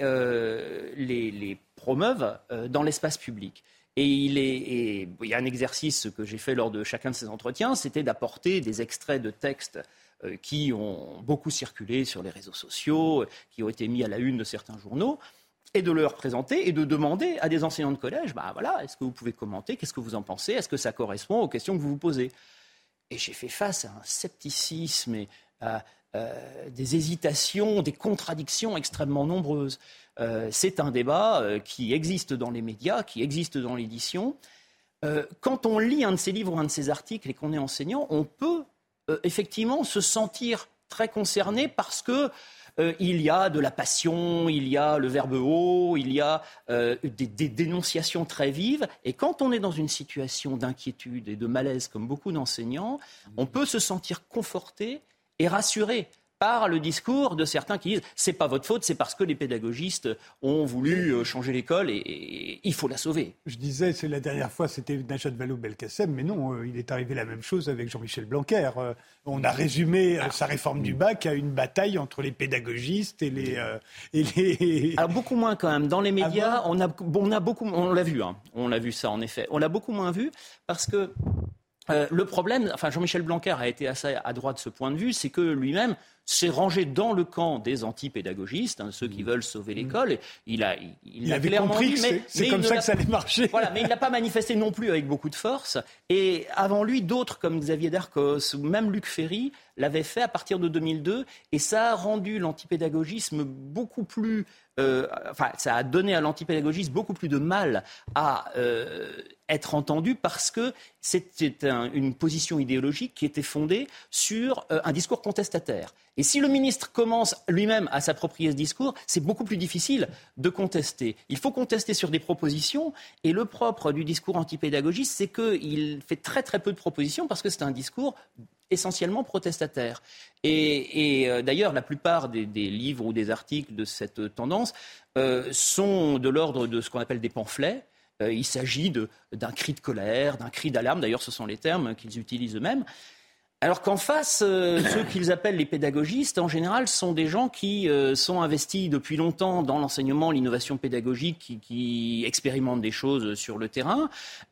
les promeuvent dans l'espace public. Et il y a un exercice que j'ai fait lors de chacun de ces entretiens, c'était d'apporter des extraits de textes qui ont beaucoup circulé sur les réseaux sociaux, qui ont été mis à la une de certains journaux, et de leur présenter et de demander à des enseignants de collège, est-ce que vous pouvez commenter, qu'est-ce que vous en pensez, est-ce que ça correspond aux questions que vous vous posez ? Et j'ai fait face à un scepticisme et à des hésitations, des contradictions extrêmement nombreuses. C'est un débat qui existe dans les médias, qui existe dans l'édition. Quand on lit un de ces livres ou un de ces articles et qu'on est enseignant, on peut effectivement se sentir très concerné parce que il y a de la passion, il y a le verbe haut, il y a des dénonciations très vives. Et quand on est dans une situation d'inquiétude et de malaise, comme beaucoup d'enseignants, on peut se sentir conforté et rassuré par le discours de certains qui disent « c'est pas votre faute, c'est parce que les pédagogistes ont voulu changer l'école et il faut la sauver ». Je disais, c'est la dernière fois, c'était Najat Vallaud-Belkacem, mais non, il est arrivé la même chose avec Jean-Michel Blanquer. On a résumé sa réforme du bac à une bataille entre les pédagogistes et les... Alors beaucoup moins quand même. Dans les médias, on l'a vu, on l'a vu ça en effet. On l'a beaucoup moins vu parce que le problème, Jean-Michel Blanquer a été assez adroit de ce point de vue, c'est que lui-même s'est rangé dans le camp des anti-pédagogistes, ceux qui veulent sauver l'école. Et il avait compris que c'est comme ça que ça allait marcher. Voilà, mais il n'a pas manifesté non plus avec beaucoup de force. Et avant lui, d'autres comme Xavier Darcos ou même Luc Ferry l'avaient fait à partir de 2002. Et ça a rendu l'antipédagogisme beaucoup plus... ça a donné à l'antipédagogisme beaucoup plus de mal à être entendu parce que c'était une position idéologique qui était fondée sur un discours contestataire. Et si le ministre commence lui-même à s'approprier ce discours, c'est beaucoup plus difficile de contester. Il faut contester sur des propositions et le propre du discours antipédagogiste, c'est qu'il fait très très peu de propositions parce que c'est un discours essentiellement protestataire. Et d'ailleurs, la plupart des livres ou des articles de cette tendance sont de l'ordre de ce qu'on appelle des pamphlets. Il s'agit d'un cri de colère, d'un cri d'alarme. D'ailleurs, ce sont les termes qu'ils utilisent eux-mêmes. Alors qu'en face, ceux qu'ils appellent les pédagogistes, en général, sont des gens qui sont investis depuis longtemps dans l'enseignement, l'innovation pédagogique, qui expérimentent des choses sur le terrain,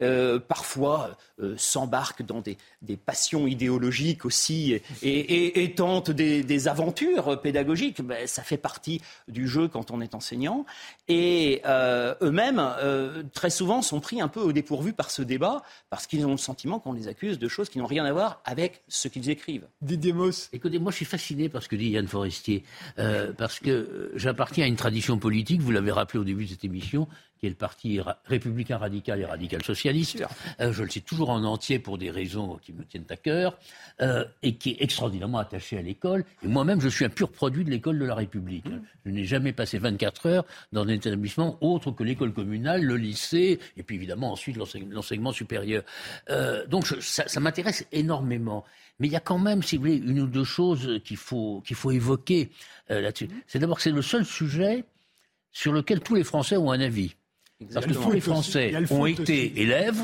parfois s'embarquent dans des passions idéologiques aussi et tentent des aventures pédagogiques. Ça fait partie du jeu quand on est enseignant. Et eux-mêmes, très souvent, sont pris un peu au dépourvu par ce débat parce qu'ils ont le sentiment qu'on les accuse de choses qui n'ont rien à voir avec ce qu'ils écrivent. Didier Mauss. Écoutez, moi je suis fasciné par ce que dit Yann Forestier, parce que j'appartiens à une tradition politique, vous l'avez rappelé au début de cette émission, qui est le parti républicain radical et radical socialiste. Je le cite toujours en entier pour des raisons qui me tiennent à cœur, et qui est extraordinairement attaché à l'école. Et moi-même, je suis un pur produit de l'école de la République. Je n'ai jamais passé 24 heures dans un établissement autre que l'école communale, le lycée, et puis évidemment ensuite l'enseignement supérieur. Donc ça m'intéresse énormément. Mais il y a quand même, si vous voulez, une ou deux choses qu'il faut évoquer là-dessus. C'est d'abord que c'est le seul sujet sur lequel tous les Français ont un avis. Exactement. Parce que tous les Français ont été élèves,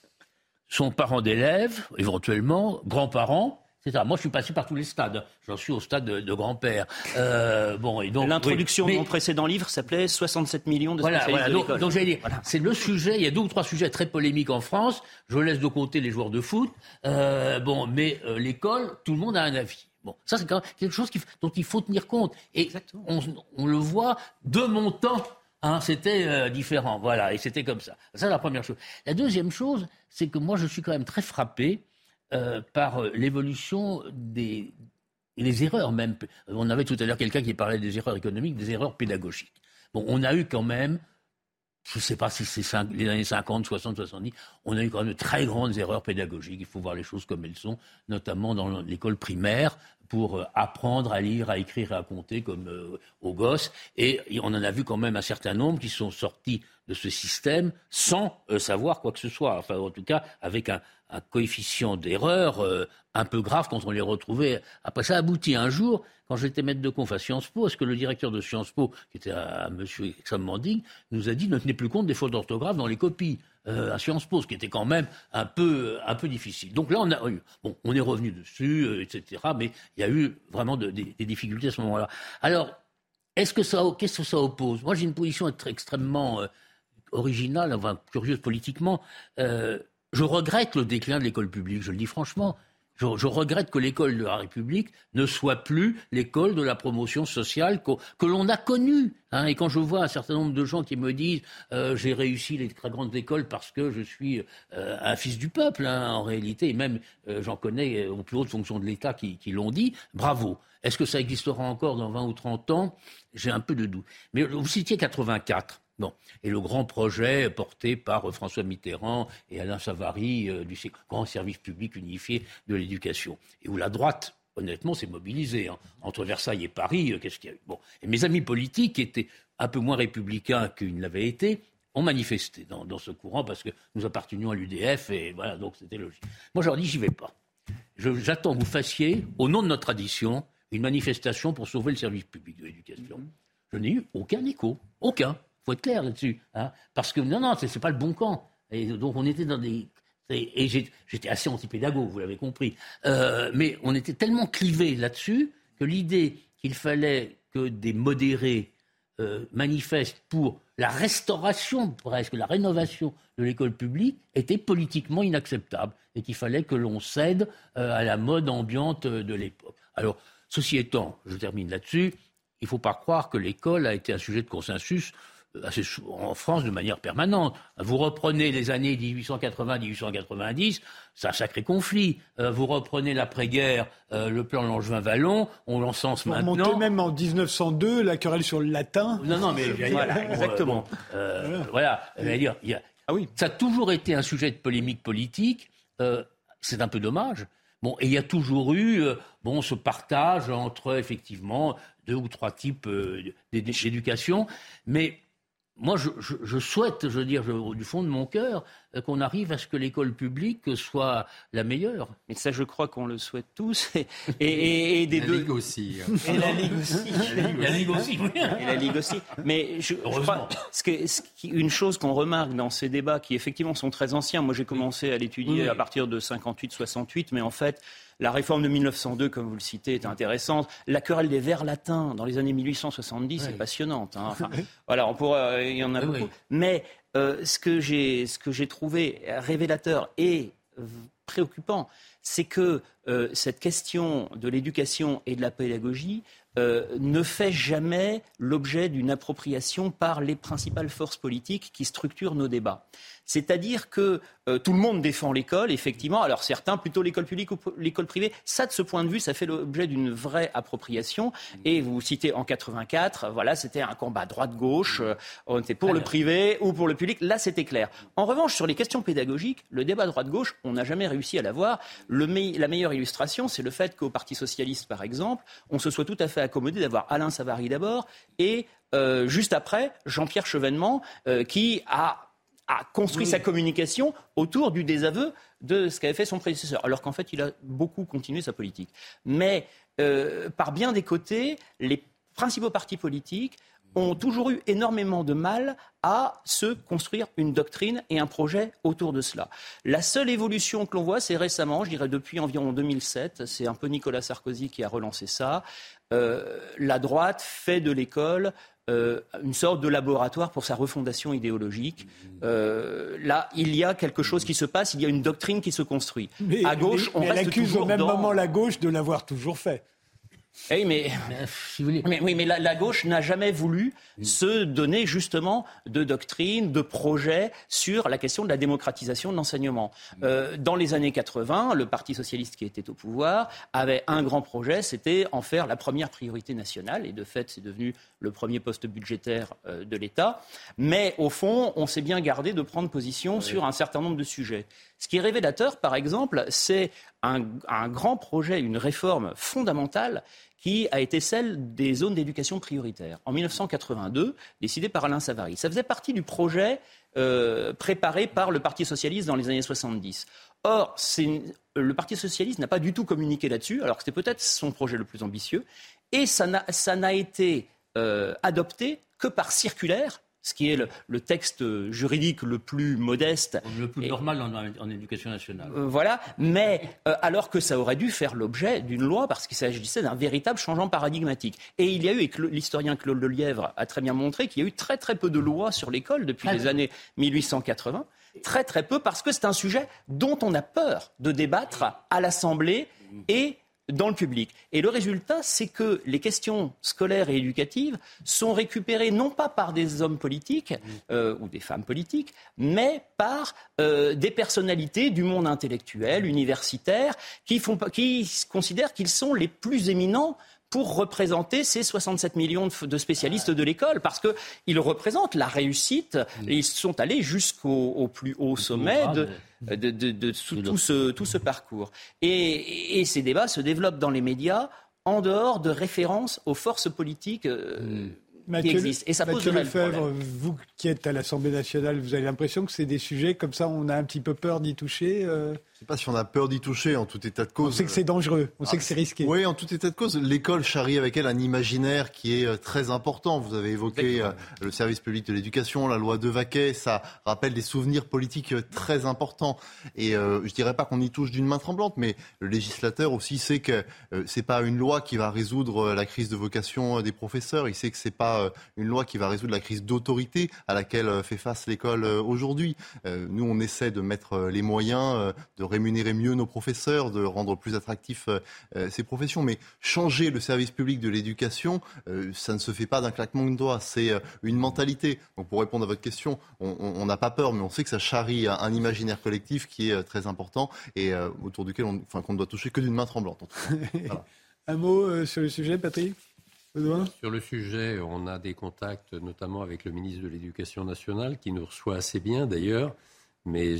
sont parents d'élèves, éventuellement, grands-parents. C'est ça. Moi, je suis passé par tous les stades. J'en suis au stade de grand-père. Et donc, l'introduction de mon précédent livre s'appelait 67 millions de spécialistes de l'école. Donc, j'allais dire, c'est le sujet. Il y a 2 ou 3 sujets très polémiques en France. Je laisse de côté les joueurs de foot. Mais l'école, tout le monde a un avis. Bon, ça, c'est quand même quelque chose dont il faut tenir compte. Et on le voit de mon temps. C'était différent. Voilà. Et c'était comme ça. Ça, c'est la première chose. La deuxième chose, c'est que moi, je suis quand même très frappé par l'évolution des erreurs même. On avait tout à l'heure quelqu'un qui parlait des erreurs économiques, des erreurs pédagogiques. Bon, on a eu quand même, je ne sais pas si c'est les années 50, 60, 70, on a eu quand même de très grandes erreurs pédagogiques. Il faut voir les choses comme elles sont, notamment dans l'école primaire, pour apprendre à lire, à écrire et à compter comme aux gosses. Et on en a vu quand même un certain nombre qui sont sortis de ce système sans savoir quoi que ce soit. Enfin, en tout cas, avec un coefficient d'erreur un peu grave quand on les retrouvait. Après, ça aboutit un jour, quand j'étais maître de conf à Sciences Po, est-ce que le directeur de Sciences Po, qui était un monsieur extrêmement digne, nous a dit ne tenez plus compte des fautes d'orthographe dans les copies. à Sciences Po, ce qui était quand même un peu difficile. Donc là, on est revenu dessus, etc. Mais il y a eu vraiment des difficultés à ce moment-là. Alors, qu'est-ce que ça oppose ? Moi, j'ai une position extrêmement originale, enfin curieuse politiquement. Je regrette le déclin de l'école publique, je le dis franchement. Je regrette que l'école de la République ne soit plus l'école de la promotion sociale que l'on a connue. Et quand je vois un certain nombre de gens qui me disent j'ai réussi les très grandes écoles parce que je suis un fils du peuple, en réalité, et même j'en connais aux plus hautes fonctions de l'État qui l'ont dit, bravo. Est-ce que ça existera encore dans 20 ou 30 ans ? J'ai un peu de doute. Mais vous citiez 84. Bon. Et le grand projet porté par François Mitterrand et Alain Savary du grand service public unifié de l'éducation. Et où la droite, honnêtement, s'est mobilisée. Entre Versailles et Paris, qu'est-ce qu'il y a eu ? Bon. Et mes amis politiques, qui étaient un peu moins républicains qu'ils ne l'avaient été, ont manifesté dans ce courant parce que nous appartenions à l'UDF et voilà, donc c'était logique. Moi, je leur dis, j'y vais pas. J'attends que vous fassiez, au nom de notre tradition, une manifestation pour sauver le service public de l'éducation. Je n'ai eu aucun écho. Aucun. Il faut être clair là-dessus. Parce que, non, c'est pas le bon camp. Et donc, on était dans des... Et j'étais assez antipédagogue, vous l'avez compris. Mais on était tellement clivés là-dessus que l'idée qu'il fallait que des modérés manifestent pour la restauration, presque, la rénovation de l'école publique était politiquement inacceptable. Et qu'il fallait que l'on cède à la mode ambiante de l'époque. Alors, ceci étant, je termine là-dessus, il ne faut pas croire que l'école a été un sujet de consensus en France de manière permanente. Vous reprenez les années 1880-1890, c'est un sacré conflit. Vous reprenez l'après-guerre, le plan Langevin-Vallon, on l'encense maintenant. On remontait même en 1902, la querelle sur le latin. Non, mais voilà, exactement. Voilà, dire, ça a toujours été un sujet de polémique politique. C'est un peu dommage. Bon, et il y a toujours eu ce partage entre effectivement 2 ou 3 types d'éducation, mais moi, je souhaite, du fond de mon cœur, qu'on arrive à ce que l'école publique soit la meilleure. Mais ça, je crois qu'on le souhaite tous. Et des deux. Ligue aussi. Et la Ligue aussi. La Ligue aussi. Et la Ligue aussi. Mais je crois, une chose qu'on remarque dans ces débats, qui effectivement sont très anciens. Moi, j'ai commencé à l'étudier à partir de 58-68, mais en fait, la réforme de 1902, comme vous le citez, est intéressante. La querelle des vers latins dans les années 1870 est passionnante. Voilà, on pourrait, il y en a beaucoup. Mais ce que j'ai trouvé révélateur et préoccupant, c'est que cette question de l'éducation et de la pédagogie ne fait jamais l'objet d'une appropriation par les principales forces politiques qui structurent nos débats. C'est-à-dire que tout le monde défend l'école, effectivement. Alors certains, plutôt l'école publique ou l'école privée. Ça, de ce point de vue, ça fait l'objet d'une vraie appropriation. Et vous citez en 84, voilà, c'était un combat droite-gauche. On était pour le privé ou pour le public. Là, c'était clair. En revanche, sur les questions pédagogiques, le débat droite-gauche, on n'a jamais réussi à l'avoir. La meilleure illustration, c'est le fait qu'au Parti socialiste, par exemple, on se soit tout à fait accommodé d'avoir Alain Savary d'abord et juste après, Jean-Pierre Chevènement, qui a construit sa communication autour du désaveu de ce qu'avait fait son prédécesseur, alors qu'en fait, il a beaucoup continué sa politique. Mais par bien des côtés, les principaux partis politiques ont toujours eu énormément de mal à se construire une doctrine et un projet autour de cela. La seule évolution que l'on voit, c'est récemment, je dirais depuis environ 2007, c'est un peu Nicolas Sarkozy qui a relancé ça, la droite fait de l'école une sorte de laboratoire pour sa refondation idéologique. Là, il y a quelque chose qui se passe, il y a une doctrine qui se construit. À gauche, on reste elle accuse toujours au même moment la gauche de l'avoir toujours fait. Oui, mais la gauche n'a jamais voulu se donner justement de doctrine, de projet sur la question de la démocratisation de l'enseignement. Dans les années 80, le Parti socialiste qui était au pouvoir avait un grand projet, c'était en faire la première priorité nationale. Et de fait, c'est devenu le premier poste budgétaire de l'État. Mais au fond, on s'est bien gardé de prendre position sur un certain nombre de sujets. Ce qui est révélateur, par exemple, c'est un grand projet, une réforme fondamentale qui a été celle des zones d'éducation prioritaire. En 1982, décidé par Alain Savary. Ça faisait partie du projet préparé par le Parti socialiste dans les années 70. Or, le Parti socialiste n'a pas du tout communiqué là-dessus, alors que c'était peut-être son projet le plus ambitieux, et ça n'a été adopté que par circulaire ce qui est le texte juridique le plus modeste. Le plus normal en éducation nationale. Voilà, mais alors que ça aurait dû faire l'objet d'une loi, parce qu'il s'agissait d'un véritable changement paradigmatique. Et il y a eu, et l'historien Claude Lelièvre a très bien montré, qu'il y a eu très très peu de lois sur l'école depuis les années 1880. Très très peu, parce que c'est un sujet dont on a peur de débattre à l'Assemblée et dans le public. Et le résultat, c'est que les questions scolaires et éducatives sont récupérées non pas par des hommes politiques ou des femmes politiques, mais par des personnalités du monde intellectuel, universitaire, qui considèrent qu'ils sont les plus éminents pour représenter ces 67 millions de spécialistes de l'école, parce qu'ils représentent la réussite, et ils sont allés jusqu'au plus haut sommet de tout ce parcours. Et ces débats se développent dans les médias en dehors de références aux forces politiques qui existent. Et ça pose de vrais problèmes. Vous qui êtes à l'Assemblée nationale, vous avez l'impression que c'est des sujets comme ça, on a un petit peu peur d'y toucher Je ne sais pas si on a peur d'y toucher, en tout état de cause. On sait que c'est dangereux, on sait que c'est risqué. Oui, en tout état de cause, l'école charrie avec elle un imaginaire qui est très important. Vous avez évoqué le service public de l'éducation, la loi Devaquet, ça rappelle des souvenirs politiques très importants. Et je ne dirais pas qu'on y touche d'une main tremblante, mais le législateur aussi sait que ce n'est pas une loi qui va résoudre la crise de vocation des professeurs. Il sait que ce n'est pas une loi qui va résoudre la crise d'autorité à laquelle fait face l'école aujourd'hui. Nous, on essaie de mettre les moyens de rémunérer mieux nos professeurs, de rendre plus attractifs ces professions. Mais changer le service public de l'éducation, ça ne se fait pas d'un claquement de doigts. C'est une mentalité. Donc pour répondre à votre question, on n'a pas peur, mais on sait que ça charrie un imaginaire collectif qui est très important et autour duquel qu'on ne doit toucher que d'une main tremblante. En tout cas. Voilà. Un mot sur le sujet, Patrick ? Sur le sujet, on a des contacts notamment avec le ministre de l'Éducation nationale qui nous reçoit assez bien d'ailleurs. Mais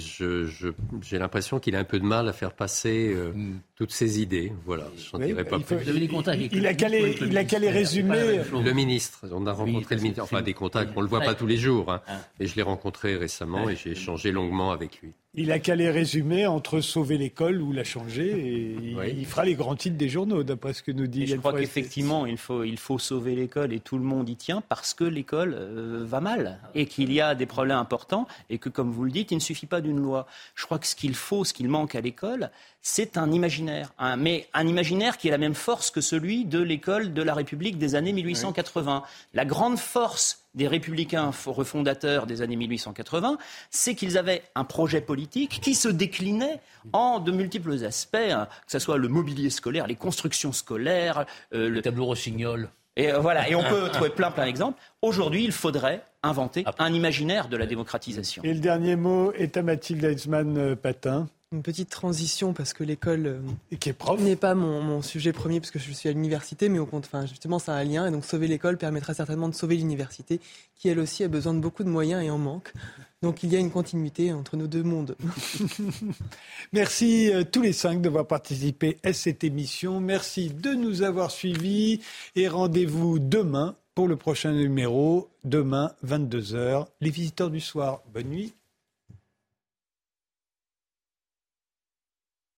j'ai l'impression qu'il a un peu de mal à faire passer toutes ses idées. Voilà, je n'en dirai pas plus. Vous avez des contacts avec il a qu'à les résumer. Le ministre, on a rencontré le ministre, enfin des contacts, on ne le voit pas tous les jours. Mais je l'ai rencontré récemment et j'ai échangé longuement avec lui. Il a qu'à les résumer entre sauver l'école ou la changer et il fera les grands titres des journaux, d'après ce que nous dit. Et je crois qu'effectivement, il faut sauver l'école et tout le monde y tient parce que l'école va mal et qu'il y a des problèmes importants et que, comme vous le dites, il ne suffit pas d'une loi. Je crois que ce qu'il manque à l'école, c'est un imaginaire. Mais un imaginaire qui a la même force que celui de l'école de la République des années 1880. La grande force des républicains refondateurs des années 1880, c'est qu'ils avaient un projet politique qui se déclinait en de multiples aspects, que ce soit le mobilier scolaire, les constructions scolaires, le tableau Rossignol. Et voilà, et on peut trouver plein d'exemples. Aujourd'hui, il faudrait inventer un imaginaire de la démocratisation. Et le dernier mot est à Mathilde Heizmann-Patin. Une petite transition parce que l'école qui est prof n'est pas mon sujet premier parce que je suis à l'université, mais justement ça a un lien et donc sauver l'école permettra certainement de sauver l'université qui elle aussi a besoin de beaucoup de moyens et en manque. Donc il y a une continuité entre nos deux mondes. Merci tous les 5 d'avoir participé à cette émission. Merci de nous avoir suivis et rendez-vous demain pour le prochain numéro, demain 22h. Les visiteurs du soir, bonne nuit.